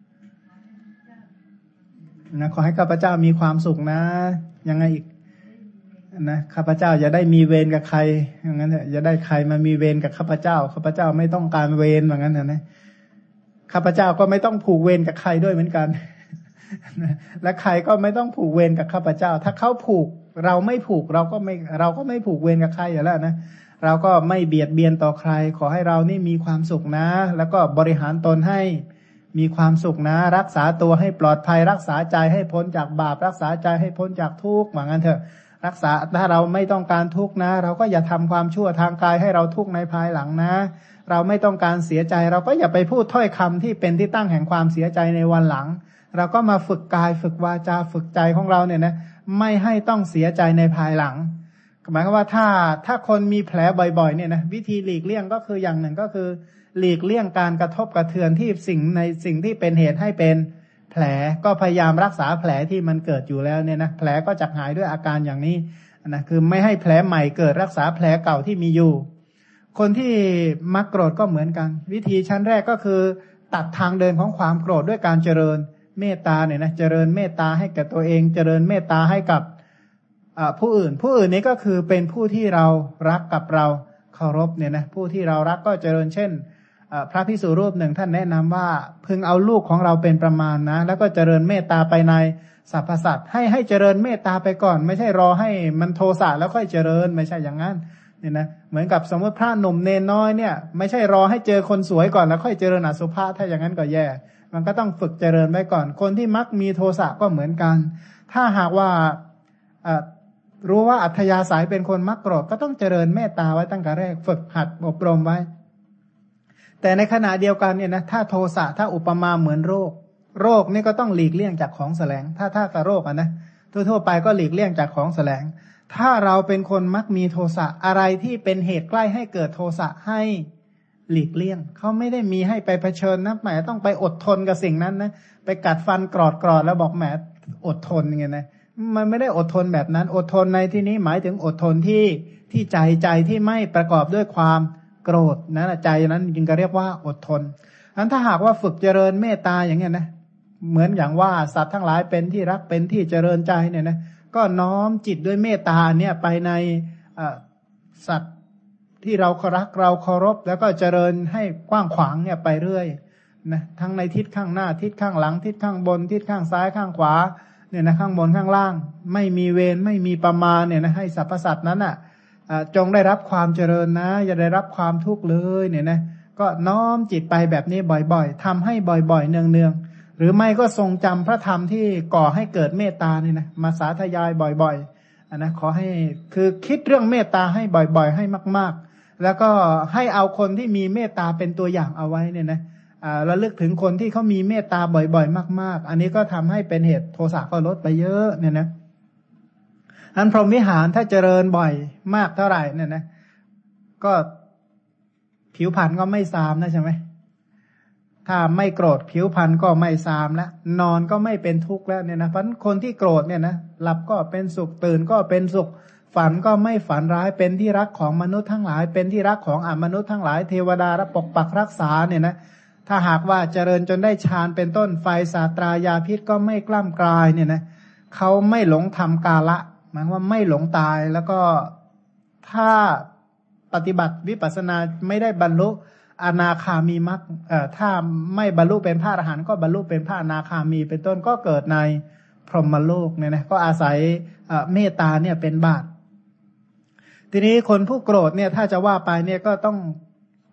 นะขอให้ข้าพเจ้ามีความสุขนะยังไงอีกนะข้าพเจ้าอย่าได้มีเวรกับใครอย่างนั้นเถอะอย่าได้ใครมามีเวรกับข้าพเจ้าข้าพเจ้าไม่ต้องการเวรอย่างนั้นเถอะนะข้าพเจ้าก็ไม่ต้องผูกเวรกับใครด้วยเหมือนกันและใครก็ไม่ต้องผูกเวรกับข้าพเจ้าถ้าเขาผูกเราไม่ผูกเราก็ไม่ผูกเวรกับใครอยู่แล้วนะเราก็ไม่เบียดเบียนต่อใครขอให้เรานี่มีความสุขนะแล้วก็บริหารตนให้มีความสุขนะรักษาตัวให้ปลอดภัยรักษาใจให้พ้นจากบาปรักษาใจให้พ้นจากทุกข์ว่างั้นเถอะรักษาถ้าเราไม่ต้องการทุกข์นะเราก็อย่าทำความชั่วทางกายให้เราทุกข์ในภายหลังนะเราไม่ต้องการเสียใจเราก็อย่าไปพูดถ้อยคำที่เป็นที่ตั้งแห่งความเสียใจในวันหลังเราก็มาฝึกกายฝึกวาจาฝึกใจของเราเนี่ยนะไม่ให้ต้องเสียใจในภายหลังหมายความว่าถ้าคนมีแผลบ่อยๆเนี่ยนะวิธีหลีกเลี่ยงก็คืออย่างหนึ่งก็คือหลีกเลี่ยงการกระทบกระเทือนที่สิ่งที่เป็นเหตุให้เป็นแผลก็พยายามรักษาแผลที่มันเกิดอยู่แล้วเนี่ยนะแผลก็จะหายด้วยอาการอย่างนี้นะคือไม่ให้แผลใหม่เกิดรักษาแผลเก่าที่มีอยู่คนที่มักโกรธก็เหมือนกันวิธีชั้นแรกก็คือตัดทางเดินของความโกรธด้วยการเจริญเมตตาเนี่ยนะเจริญเมตตาให้กับตัวเองเจริญเมตตาให้กับผู้อื่นนี้ก็คือเป็นผู้ที่เรารักกับเราเคารพเนี่ยนะผู้ที่เรารักก็เจริญเช่นพระภิกษุรูปหนึ่งท่านแนะนำว่าพึงเอาลูกของเราเป็นประมาณนะแล้วก็เจริญเมตตาไปในสรรพสัตว์ให้เจริญเมตตาไปก่อนไม่ใช่รอให้มันโทสะแล้วค่อยเจริญไม่ใช่อย่างนั้นเนี่ยนะเหมือนกับสมมติพระหนุ่มเนนน้อยเนี่ยไม่ใช่รอให้เจอคนสวยก่อนแล้วค่อยเจริญอสุภะถ้าอย่างนั้นก็แย่มันก็ต้องฝึกเจริญไว้ก่อนคนที่มักมีโทสะก็เหมือนกันถ้าหากว่ารู้ว่าอัธยาศัยเป็นคนมักโกรธก็ต้องเจริญเมตตาไว้ตั้งแต่แรกฝึกหัดอบรมไว้แต่ในขณะเดียวกันเนี่ยนะถ้าโทสะถ้าอุปมาเหมือนโรคนี่ก็ต้องหลีกเลี่ยงจากของแสลงถ้ากับโรคนะทั่วไปก็หลีกเลี่ยงจากของแสลงถ้าเราเป็นคนมักมีโทสะอะไรที่เป็นเหตุใกล้ให้เกิดโทสะให้หลีกเลี่ยงเขาไม่ได้มีให้ไปเผชิญนะแหมต้องไปอดทนกับสิ่งนั้นนะไปกัดฟันกรอดแล้วบอกแหมอดทนยังไงนะมันไม่ได้อดทนแบบนั้นอดทนในที่นี้หมายถึงอดทนที่ใจที่ไม่ประกอบด้วยความโกรธนะใจนั้นจึงจะเรียกว่าอดทนอันถ้าหากว่าฝึกเจริญเมตตาอย่างเงี้ยนะเหมือนอย่างว่าสัตว์ทั้งหลายเป็นที่รักเป็นที่เจริญใจเนี่ยนะก็น้อมจิตด้วยเมตตาเนี่ยไปในสัตว์ที่เรารักเราเคารพแล้วก็เจริญให้กว้างขวางเนี่ยไปเรื่อยนะทั้งในทิศข้างหน้าทิศข้างหลังทิศข้างบนทิศข้างซ้ายข้างขวาเนี่ยนะข้างบนข้างล่างไม่มีเวรไม่มีประมาณเนี่ยนะให้สรรพสัตว์นั้นอ่ะจงได้รับความเจริญนะอย่าได้รับความทุกข์เลยเนี่ยนะก็น้อมจิตไปแบบนี้บ่อยๆทำให้บ่อยๆเนืองๆหรือไม่ก็ทรงจำพระธรรมที่ก่อให้เกิดเมตตาเนี่ยนะมาสาธยายบ่อยๆนะขอให้คือคิดเรื่องเมตตาให้บ่อยๆให้มากๆแล้วก็ให้เอาคนที่มีเมตตาเป็นตัวอย่างเอาไว้เนี่ยนะระลึกถึงคนที่เขามีเมตตาบ่อยๆมากๆอันนี้ก็ทำให้เป็นเหตุโทสะก็ลดไปเยอะเนี่ยนะอันพรหมวิหารถ้าเจริญบ่อยมากเท่าไหร่เนี่ยนะก็ผิวพรรณก็ไม่ซามนะใช่ไหมถ้าไม่โกรธผิวพรรณก็ไม่ซามแล้วนอนก็ไม่เป็นทุกข์แล้วเนี่ยนะเพราะคนที่โกรธเนี่ยนะหลับก็เป็นสุขตื่นก็เป็นสุขฝันก็ไม่ฝันร้ายเป็นที่รักของมนุษย์ทั้งหลายเป็นที่รักของอมนุษย์ทั้งหลายเทวดาปกปักรักษาเนี่ยนะถ้าหากว่าเจริญจนได้ฌานเป็นต้นไฟสาตรายาพิษก็ไม่กล้ำกลายเนี่ยนะเขาไม่หลงทำกาละหมายว่าไม่หลงตายแล้วก็ถ้าปฏิบัติวิปัสสนาไม่ได้บรรลุอนาคามีมรรคถ้าไม่บรรลุเป็นพระอรหันต์ก็บรรลุเป็นพระอนาคามีเป็นต้นก็เกิดในพรหมโลกเนี่ยนะก็อาศัยเมตตาเนี่ยเป็นบาตรทีนี้คนผู้โกรธเนี่ยถ้าจะว่าไปเนี่ยก็ต้อง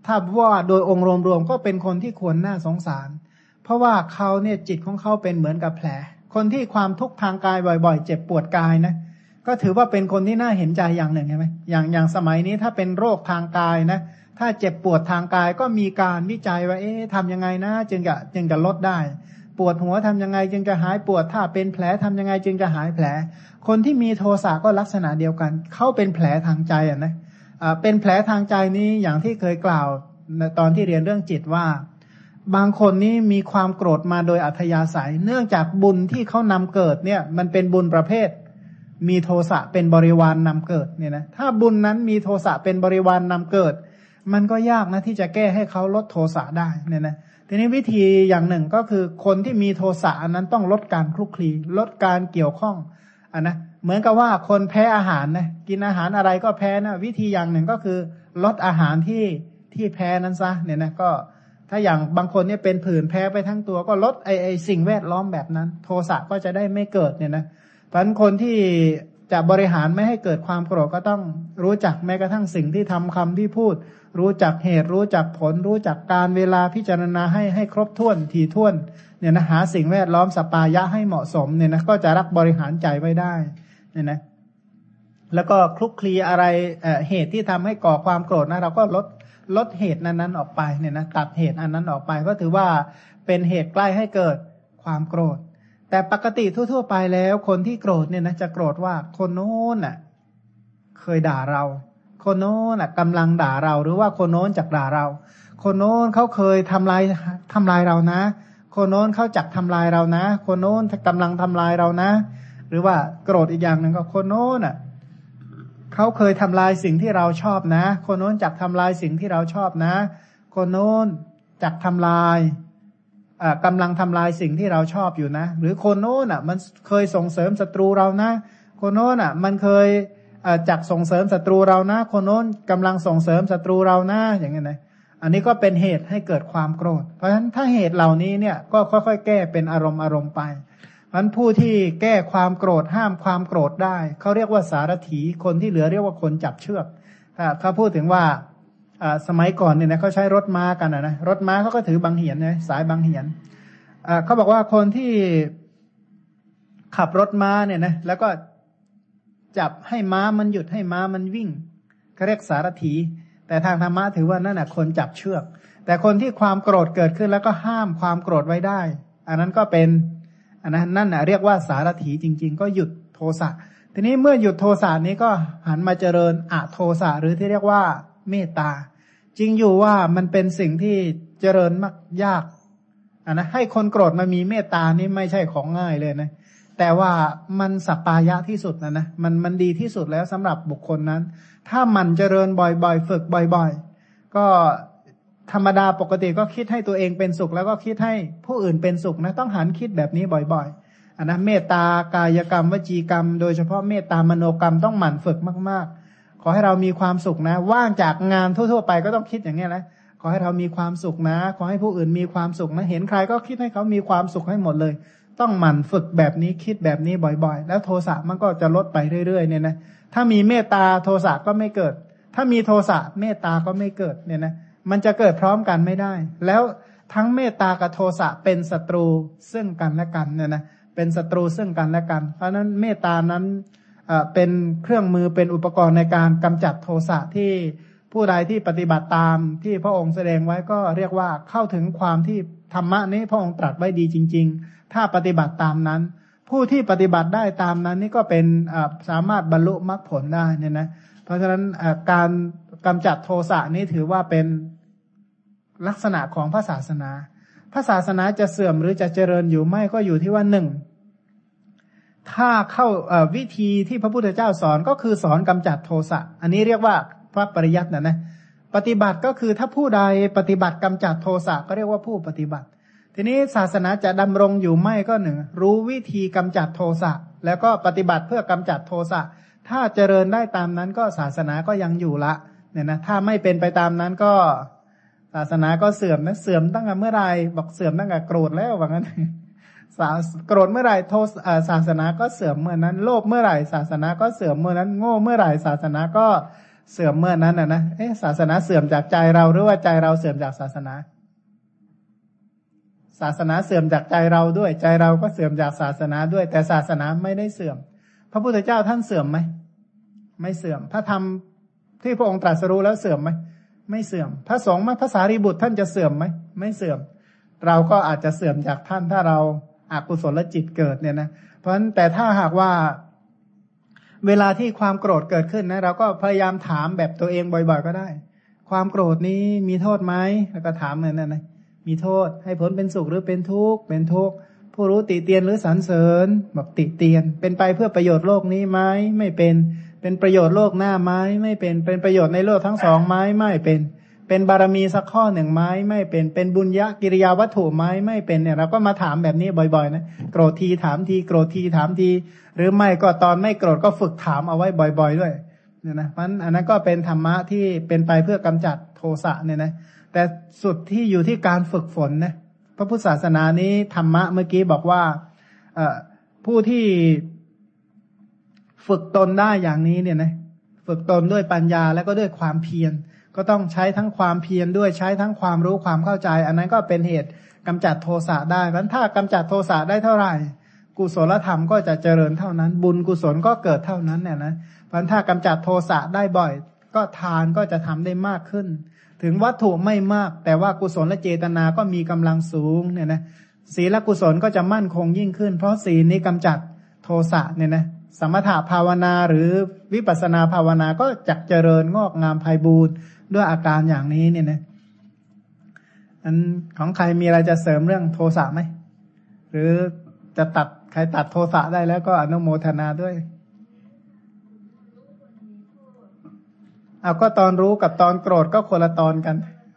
ถ้าว่าโดยองค์รวมๆก็เป็นคนที่ควรน่าสงสารเพราะว่าเขาเนี่ยจิตของเขาเป็นเหมือนกับแผลคนที่ความทุกข์ทางกายบ่อยๆเจ็บปวดกายนะก็ถือว่าเป็นคนที่น่าเห็นใจอย่างหนึ่งใช่ไหมอย่างสมัยนี้ถ้าเป็นโรคทางกายนะถ้าเจ็บปวดทางกายก็มีการวิจัยว่าทำยังไงนะจึงจะลดได้ปวดหัวทำยังไงจึงจะหายปวดถ้าเป็นแผลทำยังไงจึงจะหายแผลคนที่มีโทสะก็ลักษณะเดียวกันเขาเป็นแผลทางใจนะเป็นแผลทางใจนี้อย่างที่เคยกล่าวตอนที่เรียนเรื่องจิตว่าบางคนนี้มีความโกรธมาโดยอัธยาศัยเนื่องจากบุญที่เขานำเกิดเนี่ยมันเป็นบุญประเภทมีโทสะเป็นบริวารนำเกิดเนี่ยนะถ้าบุญนั้นมีโทสะเป็นบริวารนำเกิดมันก็ยากนะที่จะแก้ให้เขาลดโทสะได้เนี่ยนะทีนี้วิธีอย่างหนึ่งก็คือคนที่มีโทสะนั้นต้องลดการคลุกคลีลดการเกี่ยวข้องนะเหมือนกับว่าคนแพ้อาหารนะกินอาหารอะไรก็แพ้นะวิธีอย่างหนึ่งก็คือลดอาหารที่แพ้นั้นซะเนี่ยนะก็ถ้าอย่างบางคนเนี่ยเป็นผื่นแพ้ไปทั้งตัวก็ลดไอสิ่งแวดล้อมแบบนั้นโทสะก็จะได้ไม่เกิดเนี่ยนะเพราะฉะนั้นคนที่จะบริหารไม่ให้เกิดความโกรธก็ต้องรู้จักแม้กระทั่งสิ่งที่ทำคำที่พูดรู้จักเหตุรู้จักผลรู้จักการเวลาพิจารณาให้ครบถ้วนถี่ถ้วนเนี่ยนะหาสิ่งแวดล้อมสปายะให้เหมาะสมเนี่ยนะก็จะรักบริหารใจไว้ได้เนี่ยนะแล้วก็คลุกคลีอะไรเหตุที่ทำให้ก่อความโกรธนะเราก็ลดเหตุนั้นออกไปเนี่ยนะตัดเหตุอันนั้นออกไปก็ถือว่าเป็นเหตุใกล้ให้เกิดความโกรธแต่ปกติทั่วๆไปแล้วคนที่โกรธเนี่ยนะจะโกรธว่าคนโน้นน่ะเคยด่าเราคนโน้นน่ะกำลังด่าเราหรือว่าคนโน้นจักด่าเราคนโน้นเขาเคยทำลายเรานะคนโน้นเขาจักทำลายเรานะคนโน้นกำลังทำลายเรานะหรือว่าโกรธอีกอย่างหนึ่งก็คนโน้นน่ะเขาเคยทำลายสิ่งที่เราชอบนะคนโน้นจักทำลายสิ่งที่เราชอบนะคนโน้นจักทำลายกำลังทำลายสิ่งที่เราชอบอยู่นะหรือคนโน้นอ่ะมันเคยส่งเสริมศัตรูเรานะคนโน้นอ่ะมันเคยจักส่งเสริมศัตรูเรานะคนโน้นกำลังส่งเสริมศัตรูเรานะอย่างเงี้ยนะอันนี้ก็เป็นเหตุให้เกิดความโกรธเพราะฉะนั้นถ้าเหตุเหล่านี้เนี่ยก็ค่อยๆแก้เป็นอารมณ์ไปเพราะฉะนั้นผู้ที่แก้ความโกรธห้ามความโกรธได้เขาเรียกว่าสารถีคนที่เหลือเรียกว่าคนจับเชือกถ้าเขาพูดถึงว่าสมัยก่อนเนี่ยนะเขาใช้รถม้ากันนะรถม้าเขาก็ถือบางเหียนนะสายบางเหียนเขาบอกว่าคนที่ขับรถม้าเนี่ยนะแล้วก็จับให้ม้ามันหยุดให้ม้ามันวิ่งเขาเรียกสารถีแต่ทางธรรมะถือว่านั่นน่ะคนจับเชือกแต่คนที่ความโกรธเกิดขึ้นแล้วก็ห้ามความโกรธไว้ได้อันนั้นก็เป็นอันนั้นนั่นน่ะเรียกว่าสารถีจริงๆก็หยุดโทสะทีนี้เมื่อหยุดโทสะนี้ก็หันมาเจริญอโทสะหรือที่เรียกว่าเมตตาจริงอยู่ว่ามันเป็นสิ่งที่เจริญมากยากนะให้คนโกรธมามีเมตตานี่ไม่ใช่ของง่ายเลยนะแต่ว่ามันสัปปายะที่สุดนะมันดีที่สุดแล้วสำหรับบุคคลนั้นถ้ามันเจริญบ่อยๆฝึกบ่อยๆก็ธรรมดาปกติก็คิดให้ตัวเองเป็นสุขแล้วก็คิดให้ผู้อื่นเป็นสุขนะต้องหันคิดแบบนี้บ่อยๆนะเมตตากายกรรมวจีกรรมโดยเฉพาะเมตตามโนกรรมต้องหมั่นฝึกมากๆขอให้เรามีความสุขนะว่างจากงานทั่วๆไปก็ต้องคิดอย่างนี้นะขอให้เรามีความสุขนะขอให้ผู้อื่นมีความสุขนะเห็นใครก็คิดให้เขามีความสุขให้หมดเลยต้องหมั่นฝึกแบบนี้คิดแบบนี้บ่อยๆแล้วโทสะมันก็จะลดไปเรื่อยๆเนี่ยนะถ้ามีเมตตาโทสะก็ไม่เกิดถ้ามีโทสะเมตตาก็ไม่เกิดเนี่ยนะมันจะเกิดพร้อมกันไม่ได้แล้วทั้งเมตตากับโทสะเป็นศัตรูซึ่งกันและกันเนี่ยนะเป็นศัตรูซึ่งกันและกันเพราะนั้นเมตตานั้นเป็นเครื่องมือเป็นอุปกรณ์ในการกำจัดโทสะที่ผู้ใดที่ปฏิบัติตามที่พระองค์แสดงไว้ก็เรียกว่าเข้าถึงความที่ธรรมะนี้พระองค์ตรัสไว้ดีจริงๆถ้าปฏิบัติตามนั้นผู้ที่ปฏิบัติได้ตามนั้นนี่ก็เป็นสามารถบรรลุมรรคผลได้เนี่ยนะเพราะฉะนั้นการกำจัดโทสะนี้ถือว่าเป็นลักษณะของพระศาสนาพระศาสนาจะเสื่อมหรือจะเจริญอยู่ไม่ก็อยู่ที่ว่าหนึ่งถ้าเข้าวิธีที่พระพุทธเจ้าสอนก็คือสอนกำจัดโทสะอันนี้เรียกว่าพระปริยัตินะปฏิบัติก็คือถ้าผู้ใดปฏิบัติกำจัดโทสะก็เรียกว่าผู้ปฏิบัติทีนี้ศาสนาจะดำรงอยู่ไม่ก็หนึ่งรู้วิธีกำจัดโทสะแล้วก็ปฏิบัติเพื่อกำจัดโทสะถ้าเจริญได้ตามนั้นก็ศาสนาก็ยังอยู่ละเนี่ยนะถ้าไม่เป็นไปตามนั้นก็ศาสนาก็เสื่อมนะเสื่อมตั้งแต่เมื่อไรบอกเสื่อมตั้งแต่โกรธแล้วว่างั้นโกรธเมื่อไหร่ศาสนาก็เสื่อมเมื่อนั้นโลภเมื่อไหร่ศาสนาก็เสื่อมเมื่อนั้นโง่เมื่อไหร่ศาสนาก็เสื่อมเมื่อนั้นนะศาสนาเสื่อมจากใจเราหรือว่าใจเราเสื่อมจากศาสนาศาสนาเสื่อมจากใจเราด้วยใจเราก็เสื่อมจากศาสนาด้วยแต่ศาสนาไม่ได้เสื่อมพระพุทธเจ้าท่านเสื่อมไหมไม่เสื่อมพระธรรมที่พระองค์ตรัสรู้แล้วเสื่อมไหมไม่เสื่อมพระสงฆ์พระสารีบุตรท่านจะเสื่อมไหมไม่เสื่อมเราก็อาจจะเสื่อมจากท่านถ้าเราอกุศลจิตเกิดเนี่ยนะเพราะฉะนั้นแต่ถ้าหากว่าเวลาที่ความโกรธเกิดขึ้นนะเราก็พยายามถามแบบตัวเองบ่อยๆก็ได้ความโกรธนี้มีโทษไหมแล้วก็ถามเหมือนนั้นนะมีโทษให้ผลเป็นสุขหรือเป็นทุกข์เป็นทุกข์ผู้รู้ติเตียนหรือสรรเสริญบอกติเตียนเป็นไปเพื่อประโยชน์โลกนี้ไหมไม่เป็นเป็นประโยชน์โลกหน้าไหมไม่เป็นเป็นประโยชน์ในโลกทั้งสองไหมไม่เป็นเป็นบารมีสักข้อหนึ่งไหมไม่เป็นเป็นบุญญกิริยาวัตถุไหมไม่เป็นเนี่ยเราก็มาถามแบบนี้บ่อยๆนะโกรธทีถามทีโกรธทีถามทีหรือไม่ก็ตอนไม่โกรธก็ฝึกถามเอาไว้บ่อยๆด้วยเนี่ยนะเพราะอันนั้นก็เป็นธรรมะที่เป็นไปเพื่อกำจัดโทสะเนี่ยนะแต่สุดที่อยู่ที่การฝึกฝนนะพระพุทธศาสนานี้ธรรมะเมื่อกี้บอกว่าผู้ที่ฝึกตนได้อย่างนี้เนี่ยนะฝึกตนด้วยปัญญาแล้วก็ด้วยความเพียรก็ต้องใช้ทั้งความเพียรด้วยใช้ทั้งความรู้ความเข้าใจอันนั้นก็เป็นเหตุกำจัดโทสะได้เพราะฉะนั้นถ้ากำจัดโทสะได้เท่าไหร่กุศลธรรมก็จะเจริญเท่านั้นบุญกุศลก็เกิดเท่านั้นเนี่ยนะเพราะฉะนั้นถ้ากำจัดโทสะได้บ่อยก็ทานก็จะทำได้มากขึ้นถึงวัตถุไม่มากแต่ว่ากุศลและเจตนาก็มีกำลังสูงเนี่ยนะศีลและกุศลก็จะมั่นคงยิ่งขึ้นเพราะศีลนี้กำจัดโทสะเนี่ยนะสมถะภาวนาหรือวิปัสสนาภาวนาก็จักเจริญงอกงามไพบูรย์ด้วยอาการอย่างนี้เนี่ยนะอันของใครมีอะไรจะเสริมเรื่องโทสะไหมหรือจะตัดใครตัดโทสะได้แล้วก็อนุโมทนาด้วยเอาก็ตอนรู้กับตอนโกรธก็คนละตอนกัน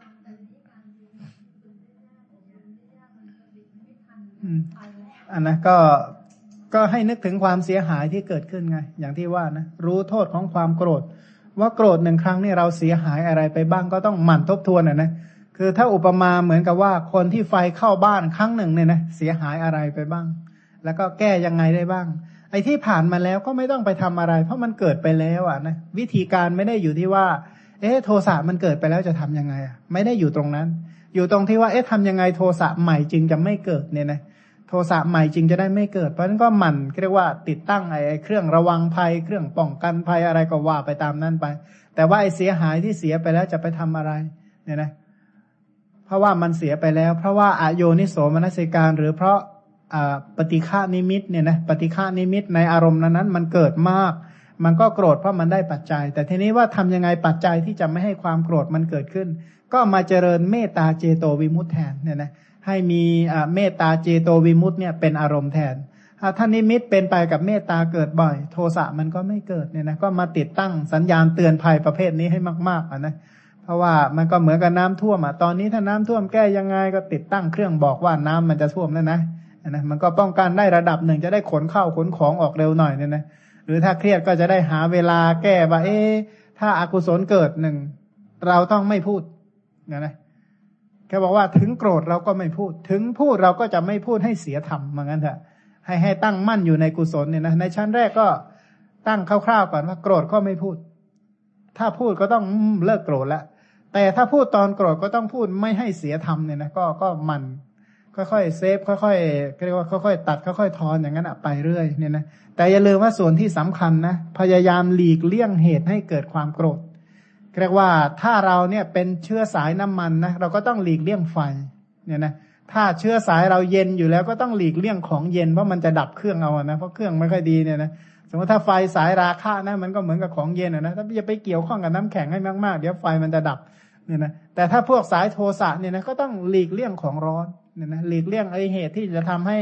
อันนะก็ให้นึกถึงความเสียหายที่เกิดขึ้นไงอย่างที่ว่านะรู้โทษของความโกรธว่าโกรธหนึ่งครั้งนี่เราเสียหายอะไรไปบ้างก็ต้องหมั่นทบทวนนะคือถ้าอุปมาเหมือนกับว่าคนที่ไฟเข้าบ้านครั้งหนึ่งเนี่ยนะเสียหายอะไรไปบ้างแล้วก็แก้ยังไงได้บ้างไอ้ที่ผ่านมาแล้วก็ไม่ต้องไปทำอะไรเพราะมันเกิดไปแล้วอ่ะนะวิธีการไม่ได้อยู่ที่ว่าโทสะมันเกิดไปแล้วจะทำยังไงอ่ะไม่ได้อยู่ตรงนั้นอยู่ตรงที่ว่าทำยังไงโทสะใหม่จึงจะไม่เกิดเนี่ยนะโทสะใหม่จึงจะได้ไม่เกิดเพราะฉะนั้นก็หมั่นเรียกว่าติดตั้งไอ้เครื่องระวังภัยเครื่องป้องกันภัยอะไรก็ว่าไปตามนั้นไปแต่ว่าไอ้เสียหายที่เสียไปแล้วจะไปทำอะไรเนี่ยนะเพราะว่ามันเสียไปแล้วเพราะว่าอโยนิโสมนสิการหรือเพราะปฏิฆานิมิตเนี่ยนะปฏิฆานิมิตในอารมณ์นั้นมันเกิดมากมันก็โกรธเพราะมันได้ปัจจัยแต่ทีนี้ว่าทำยังไงปัจจัยที่จะไม่ให้ความโกรธมันเกิดขึ้นก็มาเจริญเมตตาเจโตวิมุตติแทนเนี่ยนะให้มีเมตตาเจโตวิมุตติเนี่ยเป็นอารมณ์แทนถ้านิมิตเป็นไปกับเมตตาเกิดบ่อยโทสะมันก็ไม่เกิดเนี่ยนะก็มาติดตั้งสัญญาณเตือนภัยประเภทนี้ให้มากๆนะเพราะว่ามันก็เหมือนกับน้ำท่วมตอนนี้ถ้าน้ำท่วมแก้ยังไงก็ติดตั้งเครื่องบอกว่าน้ำมันจะท่วมแล้วนะมันก็ป้องกันได้ระดับหนึ่งจะได้ขนข้าวขนของออกเร็วหน่อยเนี่ยนะหรือถ้าเครียดก็จะได้หาเวลาแก้ว่าถ้าอกุศลเกิดหนึ่งเราต้องไม่พูดนะแค่บอกว่าถึงโกรธเราก็ไม่พูดถึงพูดเราก็จะไม่พูดให้เสียธรรมเหมือนกันเถอะให้ตั้งมั่นอยู่ในกุศลเนี่ยนะในชั้นแรกก็ตั้งคร่าวๆก่อนว่าโกรธก็ไม่พูดถ้าพูดก็ต้องเลิกโกรธแล้วแต่ถ้าพูดตอนโกรธก็ต้องพูดไม่ให้เสียธรรมเนี่ยนะก็มันค่อยๆเซฟค่อยๆเรียกว่าค่อยๆตัดค่อยๆทอนอย่างนั้นไปเรื่อยเนี่ยนะแต่อย่าลืมว่าส่วนที่สำคัญนะพยายามหลีกเลี่ยงเหตุให้เกิดความโกรธเรียกว่าถ้าเราเนี่ยเป็นเชื้อสายน้ำมันนะเราก็ต้องหลีกเลี่ยงไฟเนี่ยนะถ้าเชื้อสายเราเย็นอยู่แล้วก็ต้องหลีกเลี่ยงของเย็นเพราะมันจะดับเครื่องเอานะเพราะเครื่องไม่ค่อยดีเนี่ยนะสมมติถ้าไฟสายราคะนะมันก็เหมือนกับของเย็นนะถ้าจะไปเกี่ยวข้องกับน้ำแข็งให้มากๆเดี๋ยวไฟมันจะดับเนี่ยนะแต่ถ้าพวกสายโทสะเนี่ยนะก็ต้องหลีกเลี่ยงของร้อนเนี่ยนะหลีกเลี่ยงไอ้เหตุที่จะทำ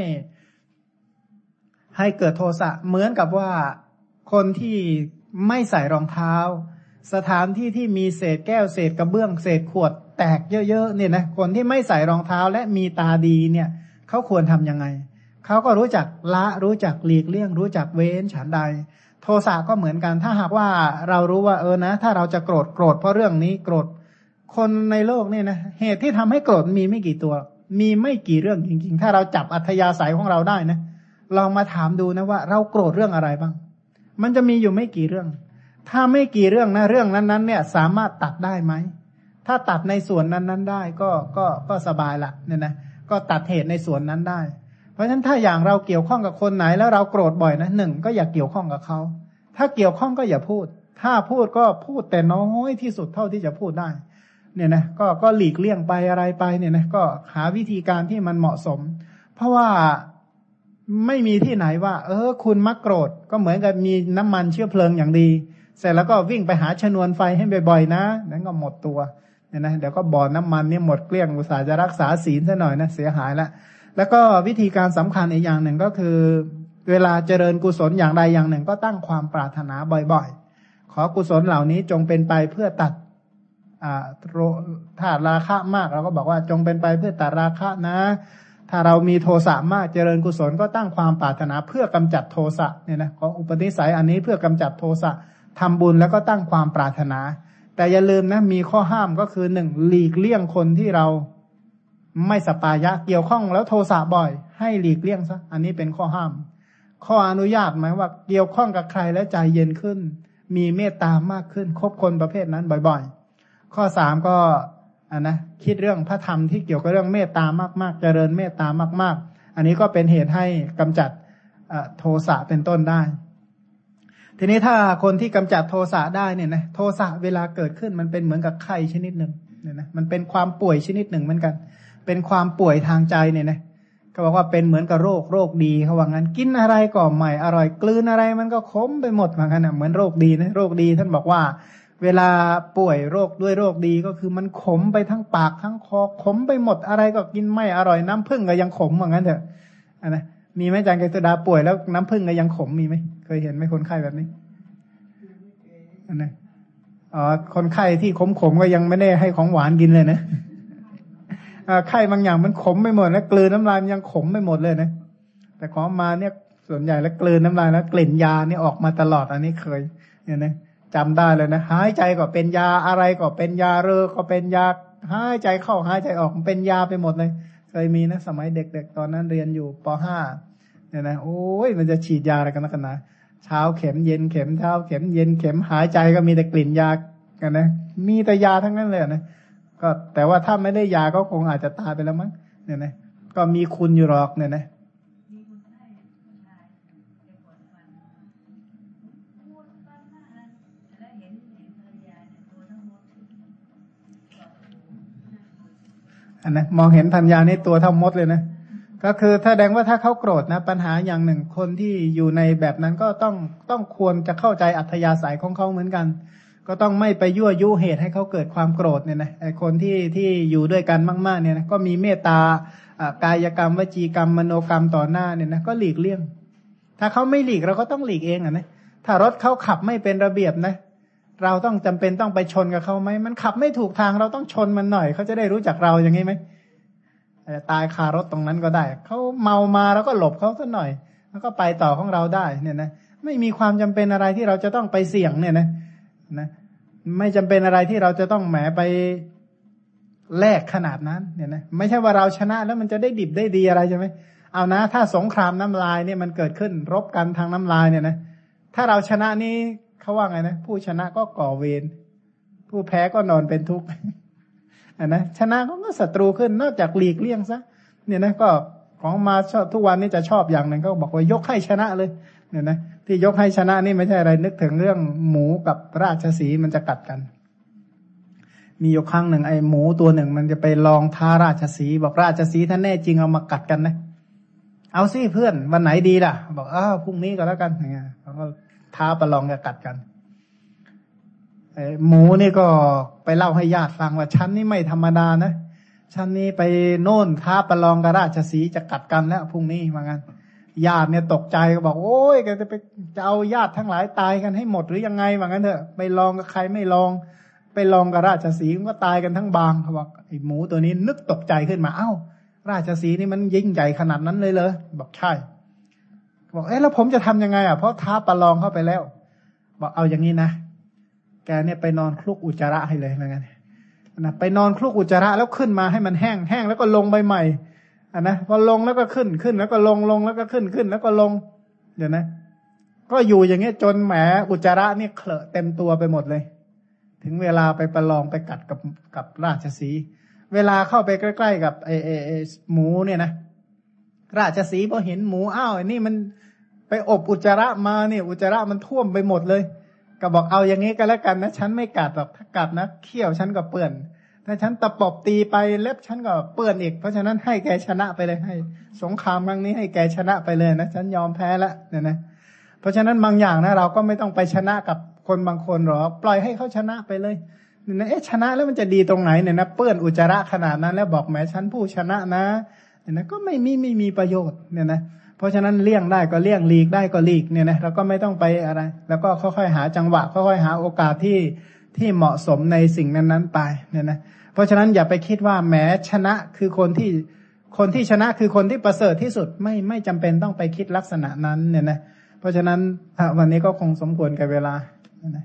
ให้เกิดโทสะเหมือนกับว่าคนที่ไม่ใส่รองเท้าสถานที่ที่มีเศษแก้วเศษกระเบื้องเศษขวดแตกเยอะๆเนี่ยนะคนที่ไม่ใส่รองเท้าและมีตาดีเนี่ยเขาควรทำยังไงเขาก็รู้จักละรู้จักหลีกเลี่ยงรู้จักเว้นฉันใดโทสะก็เหมือนกันถ้าหากว่าเรารู้ว่านะถ้าเราจะโกรธเพราะเรื่องนี้โกรธคนในโลกเนี่ยนะเหตุที่ทำให้โกรธมีไม่กี่ตัวมีไม่กี่เรื่องจริงๆถ้าเราจับอัธยาศัยของเราได้นะลองมาถามดูนะว่าเราโกรธเรื่องอะไรบ้างมันจะมีอยู่ไม่กี่เรื่องถ้าไม่กี่เรื่องนะเรื่องนั้นๆเนี่ยสามารถตัดได้ไหมถ้าตัดในส่วนนั้นๆได้ก็สบายละเนี่ยนะก็ตัดเหตุในส่วนนั้นได้เพราะฉะนั้นถ้าอย่างเราเกี่ยวข้องกับคนไหนแล้วเราโกรธบ่อยนะหนึ่งก็อย่าเกี่ยวข้องกับเขาถ้าเกี่ยวข้องก็อย่าพูดถ้าพูดก็พูดแต่น้อยที่สุดเท่าที่จะพูดได้เนี่ยนะก็หลีกเลี่ยงไปอะไรไปเนี่ยนะก็หาวิธีการที่มันเหมาะสมเพราะว่าไม่มีที่ไหนว่าคุณมักโกรธก็เหมือนกับมีน้ำมันเชื้อเพลิงอย่างดีเสร็จแล้วก็วิ่งไปหาชนวนไฟให้บ่อยๆนะนั้นก็หมดตัวเนี่ยนะเดี๋ยวก็บ่อน้ำมันเนี่ยหมดเกลี้ยงอุตส่าห์จะรักษาศีลซะหน่อยนะเสียหายละแล้วก็วิธีการสำคัญอีกอย่างหนึ่งก็คือเวลาเจริญกุศลอย่างใดอย่างหนึ่งก็ตั้งความปรารถนาบ่อยๆขอกุศลเหล่านี้จงเป็นไปเพื่อตัดถ้าราคะมากเราก็บอกว่าจงเป็นไปเพื่อตัดราคะนะถ้าเรามีโทสะมากเจริญกุศลก็ตั้งความปรารถนาเพื่อกำจัดโทสะเนี่ยนะของอุปนิสัยอันนี้เพื่อกำจัดโทสะทำบุญแล้วก็ตั้งความปรารถนาแต่อย่าลืมนะมีข้อห้ามก็คือหนึ่งหลีกเลี่ยงคนที่เราไม่สปายะเกี่ยวข้องแล้วโทสะบ่อยให้หลีกเลี่ยงซะอันนี้เป็นข้อห้ามข้ออนุญาตหมายว่าเกี่ยวข้องกับใครแล้วใจเย็นขึ้นมีเมตตามากขึ้นคบคนประเภทนั้นบ่อยๆข้อสามก็คิดเรื่องพระธรรมที่เกี่ยวกับเรื่องเมตตามากๆเจริญเมตตามากๆอันนี้ก็เป็นเหตุให้กำจัดโทสะเป็นต้นได้ทีนี้ถ้าคนที่กำจัดโทสะได้เนี่ยนะโทสะเวลาเกิดขึ้นมันเป็นเหมือนกับไข้ชนิดหนึ่งเนี่ยนะมันเป็นความป่วยชนิดหนึ่งเหมือนกันเป็นความป่วยทางใจเนี่ยนะก็บอกว่าเป็นเหมือนกับโรคดีเขาว่างั้นกินอะไรก็ไม่อร่อยกลืนอะไรมันก็ขมไปหมดเหมือนกันนะเหมือนโรคดีนะโรคดีท่านบอกว่าเวลาป่วยโรคด้วยโรคดีก็คือมันขมไปทั้งปากทั้งคอขมไปหมดอะไรก็กินไม่อร่อยน้ำผึ้งก็ยังขมเหมือนกันเถอะนะมีไหมอาจารย์เกษดาป่วยแล้วน้ำผึ้งก็ยังขมมีไหมเคยเห็นไหมคนไข้แบบนี้นะคนไข้ที่ขมก็ยังไม่ได้ให้ของหวานกินเลยนะไข้บางอย่างมันขมไปหมดแล้วกลืนน้ำลายมันยังขมไปหมดเลยนะแต่ของมาเนี่ยส่วนใหญ่แล้วกลืนน้ำลายแล้วกลิ่นยาเนี่ยออกมาตลอดอันนี้เคยเนี่ยนะจำได้เลยนะหายใจก็เป็นยาอะไรก็เป็นยาเรอก็เป็นยาหายใจเข้าหายใจออกเป็นยาไปหมดเลยเคยมีนะสมัยเด็กๆตอนนั้นเรียนอยู่ป .5 เนี่ยนะโอ้ยมันจะฉีดยาอะไรกันนักกันนะเช้าเข็มเย็นเข็มเช้าเข็มเย็นเข็มหายใจก็มีแต่กลิ่นยากันนะมีแต่ยาทั้งนั้นเลยนะก็แต่ว่าถ้าไม่ได้ยาก็คงอาจจะตายไปแล้วมั้งเนี่ยนะก็มีคุณอยู่หรอกเนี่ยนะมองเห็นธัญญานี่ตัวเท่ามดเลยนะก็คือแสดงว่าถ้าเขาโกรธนะปัญหาอย่างหนึ่งคนที่อยู่ในแบบนั้นก็ต้องควรจะเข้าใจอัธยาศัยของเขาเหมือนกันก็ต้องไม่ไปยั่วยุเหตุให้เขาเกิดความโกรธเนี่ยนะไอ้คนที่อยู่ด้วยกันมากๆเนี่ยนะก็มีเมตตากายกรรมวจีกรรมมโนกรรมต่อหน้าเนี่ยนะก็หลีกเลี่ยงถ้าเขาไม่หลีกเราก็ต้องหลีกเองนะถ้ารถเขาขับไม่เป็นระเบียบนะเราต้องจำเป็นต้องไปชนกับเขาไหมมันขับไม่ถูกทางเราต้องชนมันหน่อยเขาจะได้รู้จักเราอย่างนี้ไหมตายคารถตรงนั้นก็ได้เขาเมามาแล้วก็หลบเขาสักหน่อยแล้วก็ไปต่อของเราได้เนี่ยนะไม่มีความจำเป็นอะไรที่เราจะต้องไปเสี่ยงเนี่ยนะไม่จำเป็นอะไรที่เราจะต้องแหมไปแลกขนาดนั้นเนี่ยนะไม่ใช่ว่าเราชนะแล้วมันจะได้ดิบได้ดีอะไรใช่ไหมเอานะถ้าสงครามน้ำลายเนี่ยมันเกิดขึ้นรบกันทางน้ำลายเนี่ยนะถ้าเราชนะนี่เขาว่าไงนะผู้ชนะก็ก่อเวรผู้แพ้ก็นอนเป็นทุกข์นะชนะก็ศัตรูขึ้นนอกจากหลีกเลี่ยงซะเนี่ยนะก็ของมาชอบทุกวันนี้จะชอบอย่างหนึ่งก็บอกว่ายกให้ชนะเลยเนี่ยนะที่ยกให้ชนะนี่ไม่ใช่อะไรนึกถึงเรื่องหมูกับราชสีห์มันจะกัดกันมีอยู่ครั้งหนึ่งไอ้หมูตัวหนึ่งมันจะไปลองท้าราชสีห์บอกราชสีห์ถ้าแน่จริงเอามากัดกันนะเอาสิเพื่อนวันไหนดีล่ะบอกพรุ่งนี้ก็แล้วกันอย่างเงี้ยเขาก็ท้าประลองกัดกันหมูนี่ก็ไปเล่าให้ญาติฟังว่าฉันนี่ไม่ธรรมดานะฉันนี่ไปโน่นท้าประลองกับราชสีห์จะกัดกันแล้วพรุ่งนี้ว่างั้นญาติเนี่ยตกใจก็บอกโอ้ยแกจะเอาญาติทั้งหลายตายกันให้หมดหรือยังไงว่างั้นเถอะไปลองกับใครไม่ลองไปลองกับราชสีห์ก็ตายกันทั้งบางเขาบอกไอ้หมูตัวนี้นึกตกใจขึ้นมาราชสีห์นี่มันยิ่งใหญ่ขนาดนั้นเลยเหรอบอกใช่บอกแล้วผมจะทำยังไงเพราะท้าประลองเข้าไปแล้วบอกเอาอย่างนี้นะแกเนี่ยไปนอนคลุกอุจจาระให้เลยเหมือนกันนะไปนอนคลุกอุจจาระแล้วขึ้นมาให้มันแห้งแล้วก็ลงใบใหม่พอลงแล้วก็ขึ้นแล้วก็ลงแล้วก็ขึ้นแล้วก็ลงเดี๋ยวนะก็อยู่อย่างเงี้ยจนแหมอุจจาระเนี่ยเคลอะเต็มตัวไปหมดเลยถึงเวลาไปประลองไปกัดกับราชสีห์เวลาเข้าไปใกล้ๆกับไอ้หมูเนี่ยนะราชสีห์พอเห็นหมูอ้าวไอ้นี่มันไปอบอุจจาระมาเนี่ยอุจจาระมันท่วมไปหมดเลยก็บอกเอาอย่างนี้ก็แล้วกันนะฉันไม่กัดหรอกถ้ากัดนะเขี้ยวฉันก็เปื้อนถ้าฉันตะปบตีไปเล็บฉันก็เปื้อนอีกเพราะฉะนั้นให้แกชนะไปเลยให้สงครามครั้งนี้ให้แกชนะไปเลยนะฉันยอมแพ้แล้วเนี่ยนะเพราะฉะนั้นบางอย่างนะเราก็ไม่ต้องไปชนะกับคนบางคนหรอกปล่อยให้เขาชนะไปเลยเนี่ยนะชนะแล้วมันจะดีตรงไหนเนี่ยนะเปื้อนอุจจาระขนาดนั้นแล้วบอกแหมฉันผู้ชนะนะเนี่ยนะก็ไม่มีประโยชน์เนี่ยนะเพราะฉะนั้นเลี่ยงได้ก็เลี่ยงหลีกได้ก็หลีกเนี่ยนะเราก็ไม่ต้องไปอะไรแล้วก็ค่อยๆหาจังหวะค่อยๆหาโอกาสที่เหมาะสมในสิ่งนั้นๆไปเนี่ยนะเพราะฉะนั้นอย่าไปคิดว่าแหมชนะคือคนที่ชนะคือคนที่ประเสริฐที่สุดไม่จำเป็นต้องไปคิดลักษณะนั้นเนี่ยนะเพราะฉะนั้นวันนี้ก็คงสมควรกับเวลานะ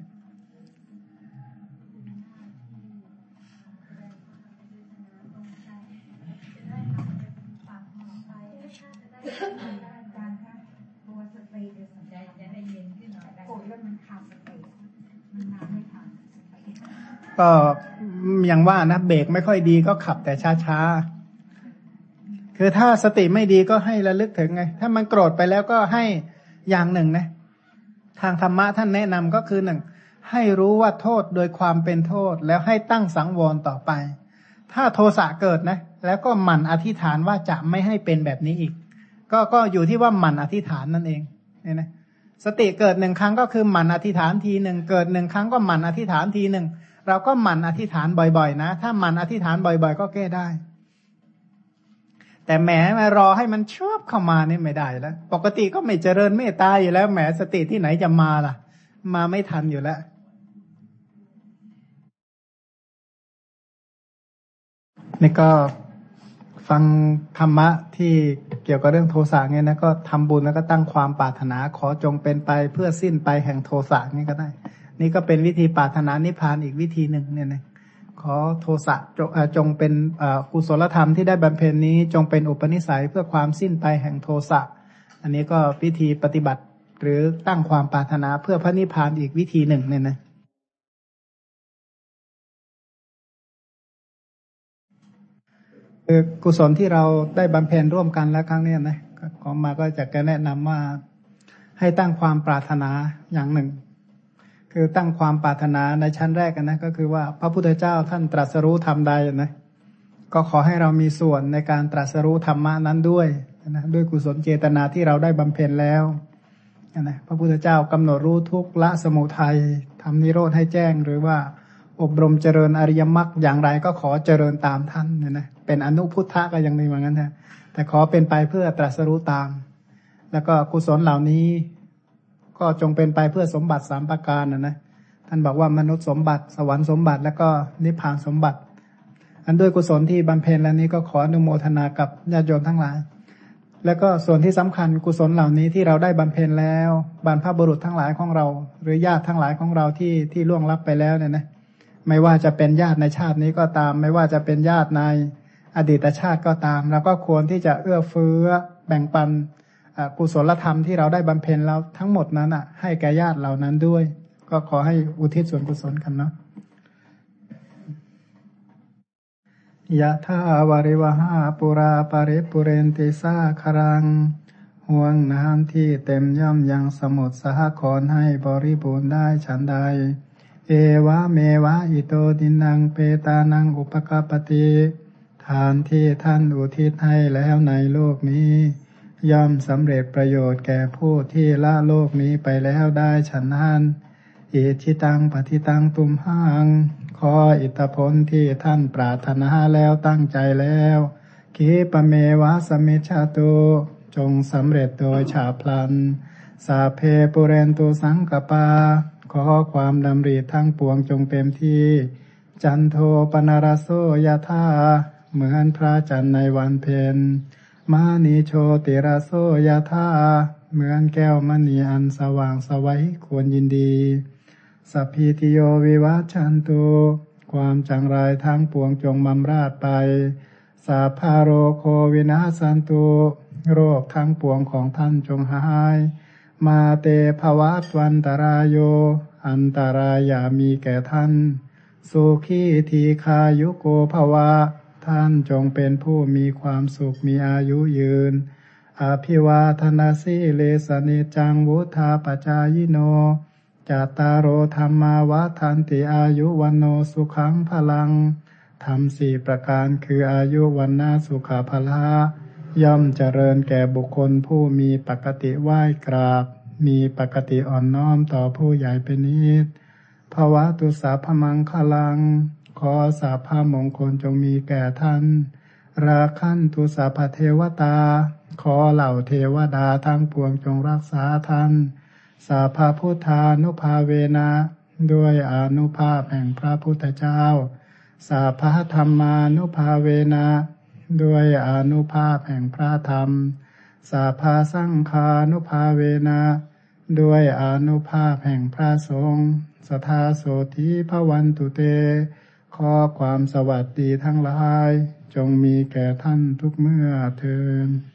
ก็อย่างว่านะเบรกไม่ค่อยดีก็ขับแต่ช้าๆคือถ้าสติไม่ดีก็ให้ระลึกถึงไงถ้ามันโกรธไปแล้วก็ให้อย่างหนึ่งนะทางธรรมะท่านแนะนำก็คือหนึ่งให้รู้ว่าโทษโดยความเป็นโทษแล้วให้ตั้งสังวรต่อไปถ้าโทสะเกิดนะแล้วก็หมั่นอธิษฐานว่าจะไม่ให้เป็นแบบนี้อีกก็อยู่ที่ว่าหมั่นอธิษฐานนั่นเองเนี่ยนะสติเกิดหนึ่งครั้งก็คือหมั่นอธิษฐานทีหนึ่งเกิดหนึ่งครั้งก็หมั่นอธิษฐานทีหนึ่งเราก็หมั่นอธิษฐานบ่อยๆนะถ้าหมั่นอธิษฐานบ่อยๆก็แก้ได้แต่แหมมารอให้มันชอบเข้ามานี่ไม่ได้แล้วปกติก็ไม่เจริญเมตตาอยู่แล้วแหมสติที่ไหนจะมาล่ะมาไม่ทันอยู่แล้วนี่ก็ฟังธรรมะที่เกี่ยวกับเรื่องโทสะเนี่ยนะก็ทำบุญแล้วก็ตั้งความปรารถนาขอจงเป็นไปเพื่อสิ้นไปแห่งโทสะนี่ก็ได้นี่ก็เป็นวิธีปรารถนานิพพานอีกวิธีหนึ่งเนี่ยนะขอโทสะจงเป็นกุศลธรรมที่ได้บำเพ็ญนี้จงเป็นอุปนิสัยเพื่อความสิ้นไปแห่งโทสะอันนี้ก็วิธีปฏิบัติหรือตั้งความปรารถนาเพื่อพระนิพพานอีกวิธีหนึ่งเนี่ยนะคือกุศลที่เราได้บำเพ็ญร่วมกันแล้วครั้งนี้นะขอมาก็จะแนะนำว่าให้ตั้งความปรารถนาอย่างหนึ่งคือตั้งความปรารถนาในชั้นแรกนะก็คือว่าพระพุทธเจ้าท่านตรัสรู้ธรรมใดนะก็ขอให้เรามีส่วนในการตรัสรู้ธรรมะนั้นด้วยนะด้วยกุศลเจตนาที่เราได้บำเพ็ญแล้วนะพระพุทธเจ้ากำหนดรู้ทุกข์ละสมุทัยทำนิโรธให้แจ้งหรือว่าอบรมเจริญอริยมรรคอย่างไรก็ขอเจริญตามท่านนะเป็นอนุพุทธะก็ยังมีเหมือนกันนะแต่ขอเป็นไปเพื่อตรัสรู้ตามแล้วก็กุศลเหล่านี้ก็จงเป็นไปเพื่อสมบัติ3ประการนะท่านบอกว่ามนุษย์สมบัติสวรรค์สมบัติแล้วก็นิพพานสมบัติอันด้วยกุศลที่บำเพ็ญแล้วนี้ก็ขออนุโมทนากับญาติโยมทั้งหลายแล้วก็ส่วนที่สำคัญกุศลเหล่านี้ที่เราได้บำเพ็ญแล้วบรรพบุรุษทั้งหลายของเราหรือญาติทั้งหลายของเราที่ล่วงลับไปแล้วเนี่ยนะไม่ว่าจะเป็นญาติในชาตินี้ก็ตามไม่ว่าจะเป็นญาติในอดีตชาติก็ตามเราก็ควรที่จะเอื้อเฟื้อแบ่งปันกุศลธรรมที่เราได้บำเพ็ญแล้วทั้งหมดนั้นให้แก่ญาติเหล่านั้นด้วยก็ขอให้อุทิศส่วนกุศลกันเนาะยะถาวาริวหาปุราปาริปุเรนติสาครังห่วงน้ำที่เต็มย่อมยังสมุทรสาครให้บริบูรณ์ได้ฉันใดเอวะเมวะอิโตดินังเปตานังอุปกปติทานที่ท่านอุทิศให้แล้วในโลกนี้ย่อมสำเร็จประโยชน์แก่ผู้ที่ละโลกนี้ไปแล้วได้ฉันนั้นอิทิตังปฏิตังตุมหังขออิทธิพลที่ท่านปรารถนาแล้วตั้งใจแล้วขีปเมวะสมิชฌตุจงสำเร็จโดยฉาบพลันสาเพปุเรนตุสังกปาขอความดำริทั้งปวงจงเต็มที่จันโทปนารโสยธาเหมือนพระจันทร์ในวันเพ็ญมานิโชติราโสยธาเหมือนแก้วมณีอันสว่างสวัยควรยินดีสัพพิติโยวิวัชชันตุความจังไรทั้งปวงจงบำราดไปสัพพโรโควินาสันตุโรคทั้งปวงของท่านจงหายมาเตภวัตวันตรายโยอันตรายามีแก่ท่านสุขีทีคายุโกภวะท่านจงเป็นผู้มีความสุขมีอายุยืนอภิวาทนาสิเลสเนจังวุธาปจายโนจัตตารโอธรรมาวาทันติอายุวันโนสุขังพลังธรรมสี่ประการคืออายุวันนาสุขภละย่อมเจริญแก่บุคคลผู้มีปกติไหว้กราบมีปกติอ่อนน้อมต่อผู้ใหญ่เป็นนิดภวะตุสาพมังคลังขอสาภามงคลจงมีแก่ท่านราคันตุสาพเทวตาขอเหล่าเทวดาทั้งปวงจงรักษาท่านสาภาพุทธานุภาเวนะด้วยอานุภาพแห่งพระพุทธเจ้าสาภาธรรมานุภาเวนะด้วยอานุภาพแห่งพระธรรมสาภาสังฆานุภาเวนะด้วยอานุภาพแห่งพระสงฆ์สทาโสธิภวันตุเตขอความสวัสดีทั้งหลายจงมีแก่ท่านทุกเมื่อเทอญ